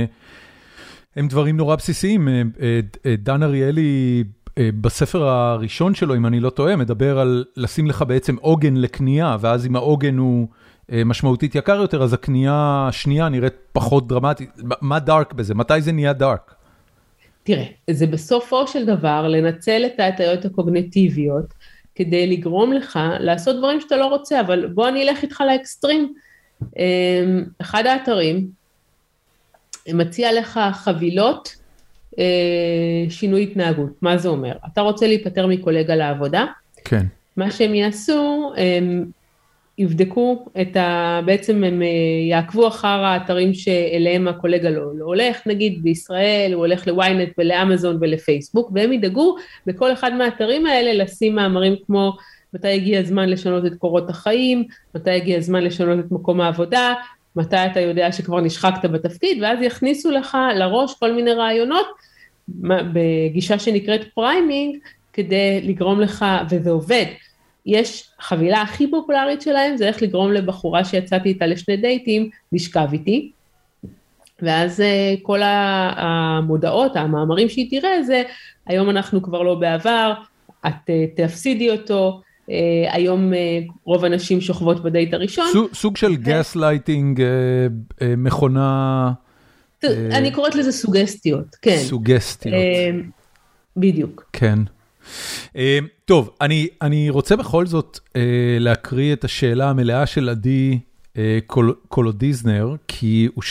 הם דברים נורא בסיסיים. דן אריאלי בספר הראשון שלו, אם אני לא טועה, מדבר על לשים לך בעצם עוגן לקנייה, ואז אם העוגן הוא משמעותית יקר יותר, אז הקנייה השנייה נראית פחות דרמטית. מה דארק בזה? מתי זה נהיה דארק? תראה, זה בסופו של דבר לנצל את ההטיות הקוגניטיביות, כדי לגרום לך לעשות דברים שאתה לא רוצה, אבל בוא אני אלך איתך לאקסטרים. אחד האתרים מציע לך חבילות שינוי התנהגות. מה זה אומר? אתה רוצה להיפטר מקולגה לעבודה? כן. מה שהם יעשו, יבדקו בעצם הם יעקבו אחר האתרים שאליהם הקולגה לא הולך, נגיד בישראל הוא הולך לוויינט ולאמזון ולפייסבוק, והם ידאגו בכל אחד מהאתרים האלה לשים מאמרים כמו מתי הגיע הזמן לשנות את קורות החיים, מתי הגיע הזמן לשנות את מקום העבודה, מתי אתה יודע שכבר נשחקת בתפקיד, ואז יכניסו לך לראש כל מיני רעיונות, בגישה שנקראת פריימינג, כדי לגרום לך, וזה עובד. יש חבילה הכי פופולרית שלהם, זה איך לגרום לבחורה שיצאתי איתה לשני דייטים, לשכב איתי, ואז כל המודעות, המאמרים שהיא תראה, זה היום אנחנו כבר לא בעבר, את תפסידי אותו, היום רוב הנשים שוכבות בדייט הראשון. סוג של גס לייטינג, מכונה... אני קוראת לזה סוגסטיות, כן. סוגסטיות. בדיוק. כן. טוב, אני רוצה בכל זאת להקריא את השאלה המלאה של עדי קולודיזנר, כי הוא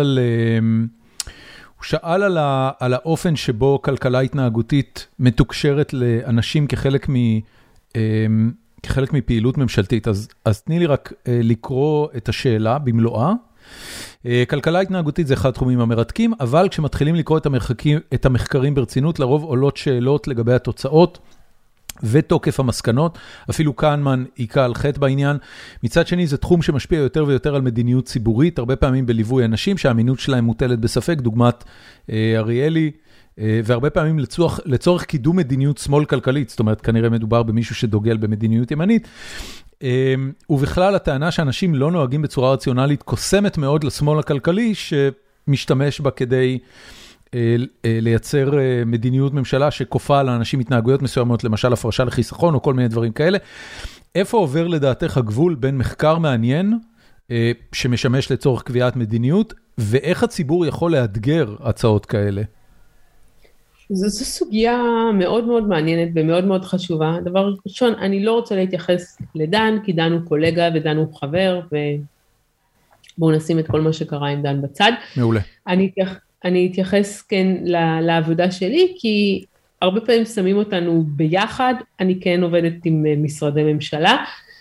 שאל על האופן שבו כלכלה התנהגותית מתוקשרת לאנשים כחלק מפעילות ממשלתית, אז תני לי רק לקרוא את השאלה במלואה. כלכלה התנהגותית זה אחד התחומים המרתקים, אבל כשמתחילים לקרוא את המחקרים ברצינות, לרוב עולות שאלות לגבי התוצאות ותוקף המסקנות, אפילו קהנמן עיקה על חטא בעניין. מצד שני, זה תחום שמשפיע יותר ויותר על מדיניות ציבורית, הרבה פעמים בליווי אנשים שהאמינות שלהם מוטלת בספק, דוגמת אריאלי, והרבה פעמים לצורך קידום מדיניות שמאל כלכלית, זאת אומרת, כנראה מדובר במישהו שדוגל במדיניות ימנית, ובכלל הטענה שאנשים לא נוהגים בצורה רציונלית, קוסמת מאוד לשמאל הכלכלי, שמשתמש בה כדי לייצר מדיניות ממשלה שכופה על האנשים התנהגויות מסוימות, למשל הפרשה לחיסכון או כל מיני דברים כאלה. איפה עובר לדעתך הגבול בין מחקר מעניין, שמשמש לצורך קביעת מדיניות, ואיך הציבור יכול לאתגר הצעות כאלה? זו סוגיה מאוד מאוד מעניינת ומאוד מאוד חשובה. דבר ראשון, אני לא רוצה להתייחס לדן, כי דן הוא קולגה ודן הוא חבר, ובואו נשים את כל מה שקרה עם דן בצד. מעולה. אני אתייחס כן לעבודה שלי, כי הרבה פעמים שמים אותנו ביחד, אני כן עובדת עם משרדי ממשלה,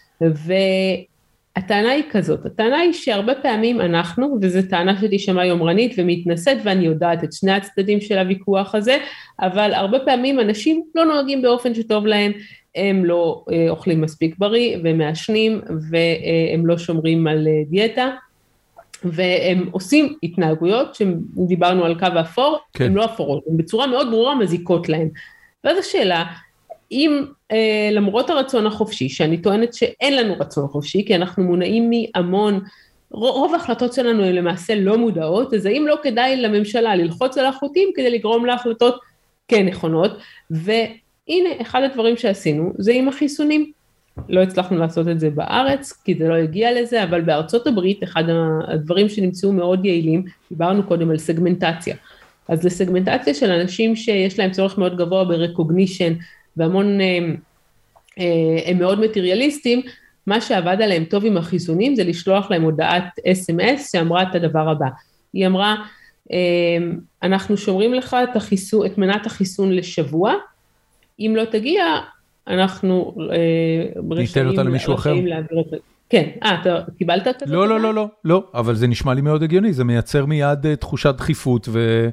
והטענה היא כזאת, הטענה היא שהרבה פעמים אנחנו, וזו טענה שתשמע יומרנית ומתנשאת, ואני יודעת את שני הצדדים של הוויכוח הזה, אבל הרבה פעמים אנשים לא נוהגים באופן שטוב להם, הם לא אוכלים מספיק בריא, והם מעשנים, והם לא שומרים על דיאטה, והם עושים התנהגויות שדיברנו על קו האפור, כן. הם לא אפורות, הם בצורה מאוד ברורה מזיקות להם. ואז השאלה, אם למרות הרצון החופשי, שאני טוענת שאין לנו רצון חופשי, כי אנחנו מונעים מהמון, רוב ההחלטות שלנו הן למעשה לא מודעות, אז האם לא כדאי לממשלה ללחוץ על החוטים כדי לגרום להחלטות כן נכונות, והנה אחד הדברים שעשינו זה עם החיסונים, לא הצלחנו לעשות את זה בארץ, כי זה לא הגיע לזה, אבל בארצות הברית, אחד הדברים שנמצאו מאוד יעילים, דיברנו קודם על סגמנטציה. אז לסגמנטציה של אנשים שיש להם צורך מאוד גבוה ברקוגנישן, והמון הם מאוד מטריאליסטים, מה שעבד עליהם טוב עם החיסונים, זה לשלוח להם הודעת SMS, שאמרה את הדבר הבא. היא אמרה, אנחנו שומרים לך את מנת החיסון לשבוע, אם לא תגיע, אנחנו ניתן אותה למישהו אחר? כן, אתה קיבלת כזה? לא, אבל זה נשמע לי מאוד הגיוני, זה מייצר מיד תחושת דחיפות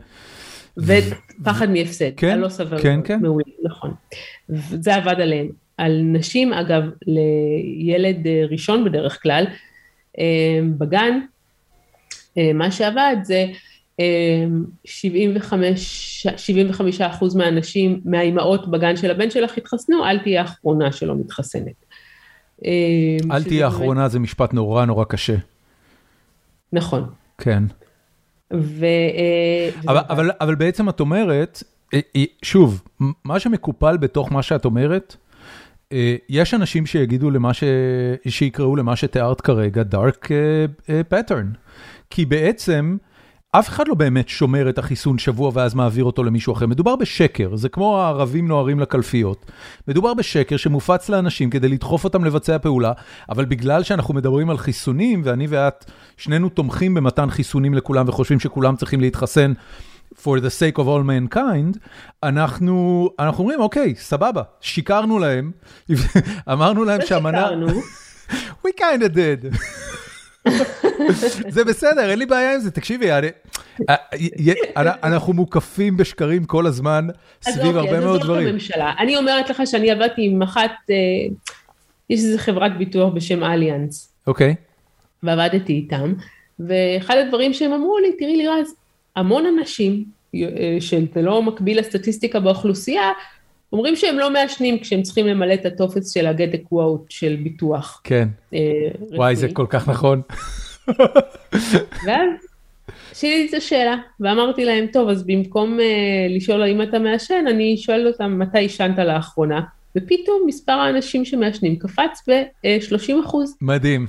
ופחד מהפסד, כן, לא סבבה, כן. מעולה, נכון. זה עבד עליהם. על נשים, אגב, לילד ראשון בדרך כלל, בגן, מה שעבד זה 75% מהאנשים, מהאימהות בגן של הבן שלך התחסנו, אל תהיה האחרונה שלא מתחסנת. אל תהיה האחרונה זה משפט נורא נורא קשה. נכון. כן. אבל בעצם את אומרת, שוב, מה שמקופל בתוך מה שאת אומרת, יש אנשים שיגידו שיקראו למה שתיארת כרגע dark pattern, כי בעצם אף אחד לא באמת שומר את החיסון שבוע ואז מעביר אותו למישהו אחר. מדובר בשקר, זה כמו הערבים נוערים לקלפיות. מדובר בשקר שמופץ לאנשים כדי לדחוף אותם לבצע פעולה, אבל בגלל שאנחנו מדברים על חיסונים, ואני ואת שנינו תומכים במתן חיסונים לכולם וחושבים שכולם צריכים להתחסן for the sake of all mankind, אנחנו אומרים, אוקיי, סבבה, שיקרנו להם, אמרנו להם שהמנה... We kind of did. זה בסדר, אין לי בעיה עם זה, תקשיבי, אנחנו מוקפים בשקרים כל הזמן, סביב הרבה מאוד דברים. אני אומרת לך שאני עבדתי עם אחת, יש איזו חברת ביטוח בשם אליאנס. אוקיי. ועבדתי איתם, ואחד הדברים שהם אמרו לי, תראי לי רז, המון אנשים, שזה לא מקביל לסטטיסטיקה באוכלוסייה, אומרים שהם לא מעשנים כשהם צריכים למלא את הטופס של ה-get a quote של ביטוח. כן. וואי, זה כל כך נכון. ואז שאלתי את השאלה, ואמרתי להם, טוב, אז במקום לשאול האם אתה מעשן, אני שואלת אותם מתי עשנת לאחרונה, ופתאום מספר האנשים שמעשנים קפץ ב-30%. מדהים.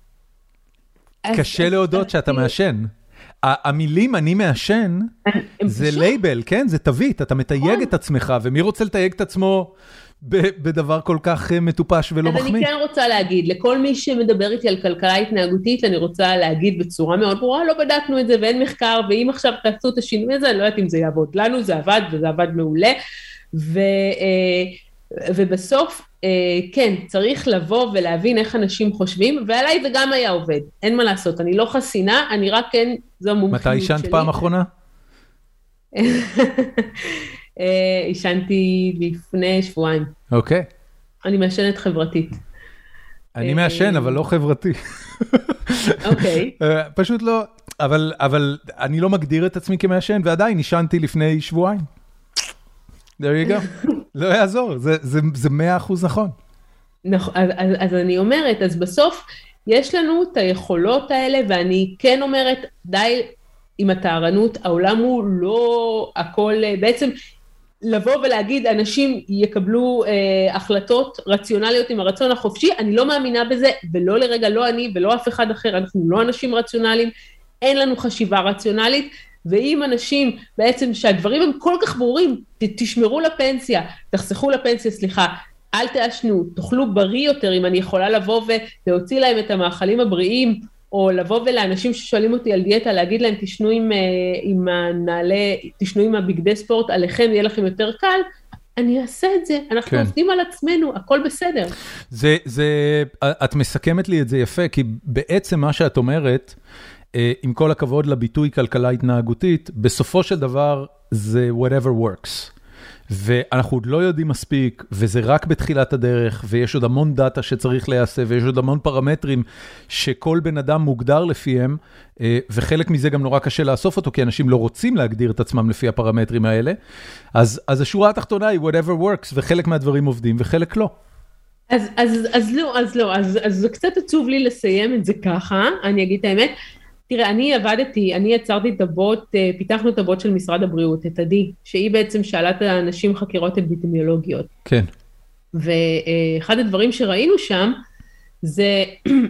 קשה להודות שאתה מעשן. המילים אני מעשן, זה לייבל, כן? זה תווית, אתה מתייג את עצמך, ומי רוצה לתייג את עצמו בדבר כל כך מטופש ולא מחמיא? אז אני כן רוצה להגיד, לכל מי שמדבר איתי על כלכלה התנהגותית, אני רוצה להגיד בצורה מאוד ברורה, לא בדקנו את זה ואין מחקר, ואם עכשיו תעשו את השינוי הזה, אני לא יודעת אם זה יעבוד. לנו זה עבד, וזה עבד מעולה, ובסוף, כן, צריך לבוא ולהבין איך אנשים חושבים, ועליי זה גם היה עובד, אין מה לעשות, אני לא חסינה, אני רק כן, זו המומחיות שלי. מתי עישנת פעם אחרונה? עישנתי לפני שבועיים. אוקיי. אני מעשנת חברתית. אני מעשן, אבל לא חברתי. אוקיי. פשוט לא, אבל אני לא מגדיר את עצמי כמעשן, ועדיין עישנתי לפני שבועיים. there you go. לא יעזור, זה 100% נכון. אז אני אומרת, אז בסוף יש לנו את היכולות האלה, ואני כן אומרת, די עם הטהרנות, העולם הוא לא הכל, בעצם לבוא ולהגיד, אנשים יקבלו החלטות רציונליות עם הרצון החופשי, אני לא מאמינה בזה, ולא לרגע, לא אני ולא אף אחד אחר, אנחנו לא אנשים רציונליים, אין לנו חשיבה רציונלית, ואם אנשים בעצם שהדברים הם כל כך ברורים, תשמרו לפנסיה, תחסכו לפנסיה, סליחה, אל תעשנו, תאכלו בריא יותר, אם אני יכולה לבוא ולהוציא להם את המאכלים הבריאים, או לבוא ולאנשים ששואלים אותי על דיאטה, להגיד להם, תשנו עם הבגדי ספורט עליכם, יהיה לכם יותר קל, אני אעשה את זה, אנחנו עובדים על עצמנו, הכל בסדר. את מסכמת לי את זה יפה, כי בעצם מה שאת אומרת, עם כל הכבוד לביטוי כלכלה התנהגותית, בסופו של דבר זה whatever works. ואנחנו עוד לא יודעים מספיק, וזה רק בתחילת הדרך, ויש עוד המון דאטה שצריך להיעשה, ויש עוד המון פרמטרים שכל בן אדם מוגדר לפיהם, וחלק מזה גם נורא קשה לאסוף אותו, כי אנשים לא רוצים להגדיר את עצמם לפי הפרמטרים האלה. אז השורה התחתונה היא whatever works, וחלק מהדברים עובדים וחלק לא. אז זה קצת עצוב לי לסיים את זה ככה, אני אגיד את האמת. תראה, אני יצרתי את הבוט, פיתחנו את הבוט של משרד הבריאות, את עדי, שהיא בעצם שאלה את האנשים חקירות אפידמיולוגיות. כן. ואחד הדברים שראינו שם, זה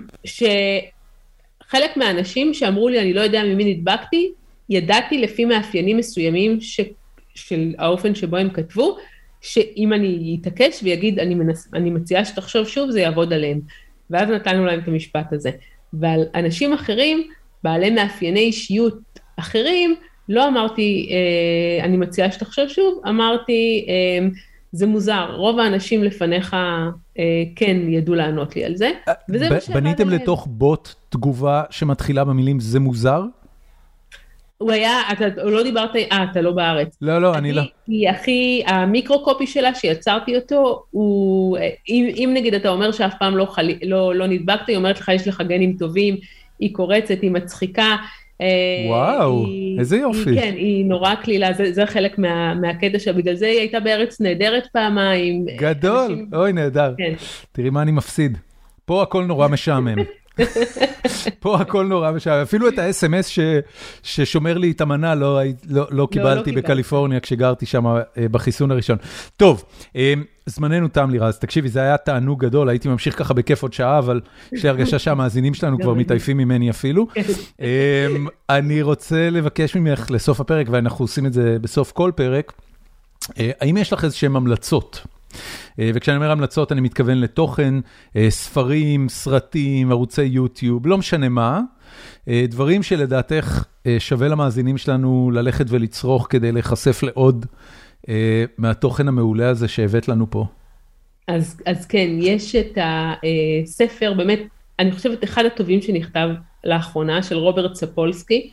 שחלק מהאנשים שאמרו לי, אני לא יודע ממי נדבקתי, ידעתי לפי מאפיינים מסוימים של האופן שבו הם כתבו, שאם אני אתעקש ויגיד, אני מציעה שתחשוב שוב, זה יעבוד עליהם. ואז נתנו להם את המשפט הזה. ועל אנשים אחרים, בעלי מאפייני אישיות אחרים, לא אמרתי, אני מציעה שתחשוב שוב, אמרתי, זה מוזר, רוב האנשים לפניך כן ידעו לענות לי על זה. בניתם לתוך בוט תגובה שמתחילה במילים, זה מוזר? הוא היה, לא דיברת, אתה לא בארץ. לא, אני לא. המיקרו-קופי שלה שיצרתי אותו, אם נגיד אתה אומר שאף פעם לא נדבקת, היא אומרת לך, יש לך גנים טובים, היא קורצת, היא מצחיקה. וואו, איזה יופי. כן, היא נורא כלילה, זה חלק מהקטע שבגלל זה היא הייתה בארץ נהדרת פעמיים. גדול, אוי נהדר. תראי מה אני מפסיד. פה הכל נורא משעמם. פה הכל נורא משעמם. אפילו את ה-SMS ששומר לי את המנה לא קיבלתי בקליפורניה כשגרתי שם בחיסון הראשון. טוב, זמננו תם לירז, תקשיבי, זה היה תענוג גדול, הייתי ממשיך ככה בכיף עוד שעה, אבל יש לי הרגשה שהמאזינים שלנו כבר מתעייפים ממני אפילו. אני רוצה לבקש ממך לסוף הפרק, ואנחנו עושים את זה בסוף כל פרק, האם יש לך איזשהם המלצות? וכשאני אומר המלצות, אני מתכוון לתוכן, ספרים, סרטים, ערוצי יוטיוב, לא משנה מה, דברים שלדעתך שווה למאזינים שלנו ללכת ולצרוך כדי להיחשף לעוד מהתוכן המעולה הזה שהבאת לנו פה. אז כן, יש את הספר, באמת, אני חושבת אחד הטובים שנכתב לאחרונה, של רוברט ספולסקי,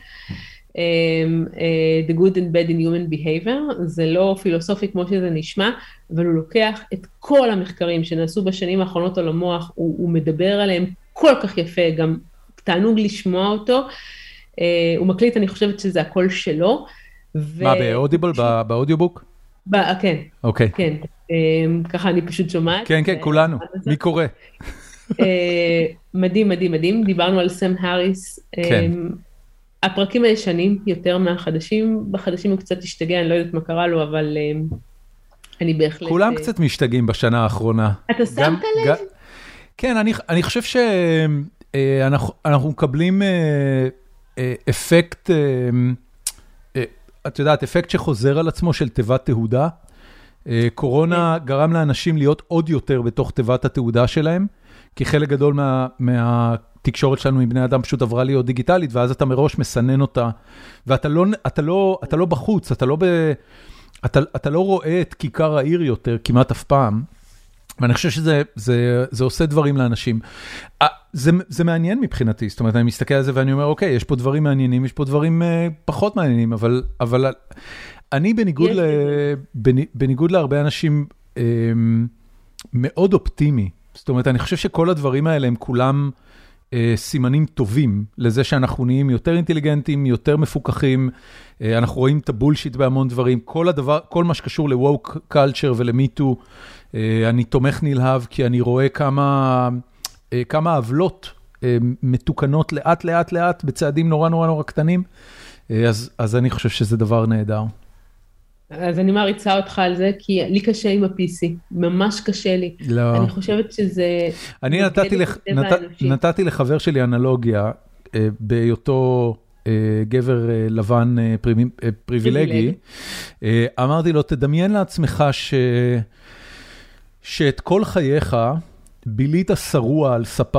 The Good and Bad in Human Behavior, זה לא פילוסופי כמו שזה נשמע, אבל הוא לוקח את כל המחקרים שנעשו בשנים האחרונות על המוח, הוא מדבר עליהם כל כך יפה, גם תענוג לשמוע אותו, הוא מקליט, אני חושבת שזה הכל שלו. מה, באודיבל, באודיובוק? כן. אוקיי. כן, ככה אני פשוט שומעת. כן, כן, כולנו. מי קורא? מדהים, מדהים, מדהים. דיברנו על סם האריס. כן. הפרקים הישנים יותר מהחדשים, בחדשים הוא קצת השתגע, אני לא יודעת מה קרה לו, אבל אני בהחלט... כולם קצת משתגעים בשנה האחרונה. אתה שמת לב? כן, אני חושב שאנחנו מקבלים אפקט, את יודעת, אפקט שחוזר על עצמו של תיבת תהודה. קורונה גרם לאנשים להיות עוד יותר בתוך תיבת התהודה שלהם, כי חלק גדול מהתקשורת שלנו עם בני אדם פשוט עברה להיות דיגיטלית, ואז אתה מראש מסנן אותה, ואתה לא בחוץ, אתה לא רואה את כיכר העיר יותר כמעט אף פעם, ואני חושב שזה עושה דברים לאנשים. זה מעניין מבחינתי, זאת אומרת, אני מסתכל על זה ואני אומר, אוקיי, יש פה דברים מעניינים, יש פה דברים פחות מעניינים, אבל אני בניגוד להרבה אנשים מאוד אופטימי. זאת אומרת, אני חושב שכל הדברים האלה הם כולם סימנים טובים לזה שאנחנו נהיים יותר אינטליגנטים, יותר מפוקחים, אנחנו רואים את הבולשיט בהמון דברים, כל מה שקשור ל-woke culture ול-MeToo, אני תומך נלהב, כי אני רואה כמה עוולות מתוקנות לאט לאט לאט, בצעדים נורא נורא נורא קטנים, אז אני חושב שזה דבר נהדר. אז אני מעריצה אותך על זה, כי לי קשה עם ה-PC, ממש קשה לי. לא. אני חושבת שזה... אני נתתי לחבר שלי אנלוגיה, בהיותו גבר לבן פריבילגי, אמרתי לו, תדמיין לעצמך שאת כל חייך בילית שרוע על ספה.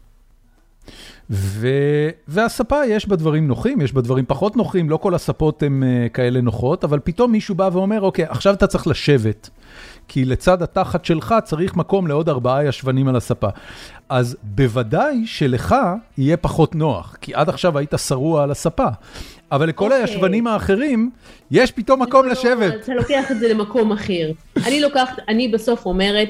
והספה יש בה דברים נוחים, יש בה דברים פחות נוחים, לא כל הספות הן כאלה נוחות, אבל פתאום מישהו בא ואומר, אוקיי, עכשיו אתה צריך לשבת, כי לצד התחת שלך צריך מקום לעוד 4 ישבנים על הספה. אז בוודאי שלך יהיה פחות נוח, כי עד עכשיו היית שרוע על הספה, אבל לכל הישבנים האחרים, יש פתאום מקום לשבת. אתה לוקח את זה למקום אחר. אני בסוף אומרת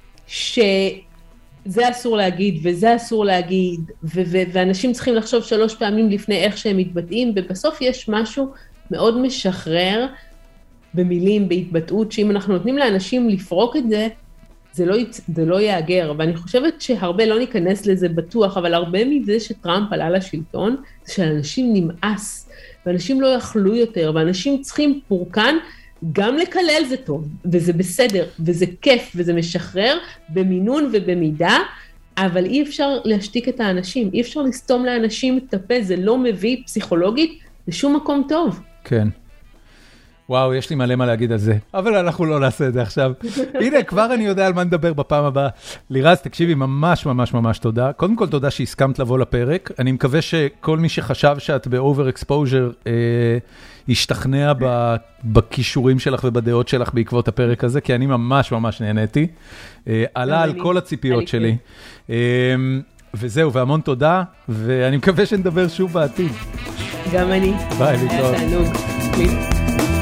זה אסור להגיד, וזה אסור להגיד, ואנשים צריכים לחשוב 3 פעמים לפני איך שהם מתבטאים, ובסוף יש משהו מאוד משחרר במילים, בהתבטאות, שאם אנחנו נותנים לאנשים לפרוק את זה, זה לא יאגר, ואני חושבת שהרבה לא ניכנס לזה בטוח, אבל הרבה מזה שטראמפ עלה לשלטון, זה שאנשים נמאס, ואנשים לא יכלו יותר, ואנשים צריכים פורקן, גם לקלל זה טוב, וזה בסדר, וזה כיף, וזה משחרר במינון ובמידה, אבל אי אפשר להשתיק את האנשים, אי אפשר לסתום לאנשים את הפה, זה לא מביא פסיכולוגית לשום מקום טוב. כן. וואו, יש לי מלא מה להגיד על זה, אבל אנחנו לא נעשה את זה עכשיו. הנה, כבר אני יודע על מה נדבר בפעם הבאה. לירז, תקשיבי, ממש ממש ממש תודה. קודם כל תודה שהסכמת לבוא לפרק. אני מקווה שכל מי שחשב שאת באובר אקספוז'ר ישתכנע בכישורים שלך ובדעות שלך בעקבות הפרק הזה, כי אני ממש ממש נהניתי. עלה על כל הציפיות שלי. וזהו, והמון תודה, ואני מקווה שנדבר שוב בעתיד. גם אני. ביי, להתראות. היה תענוג.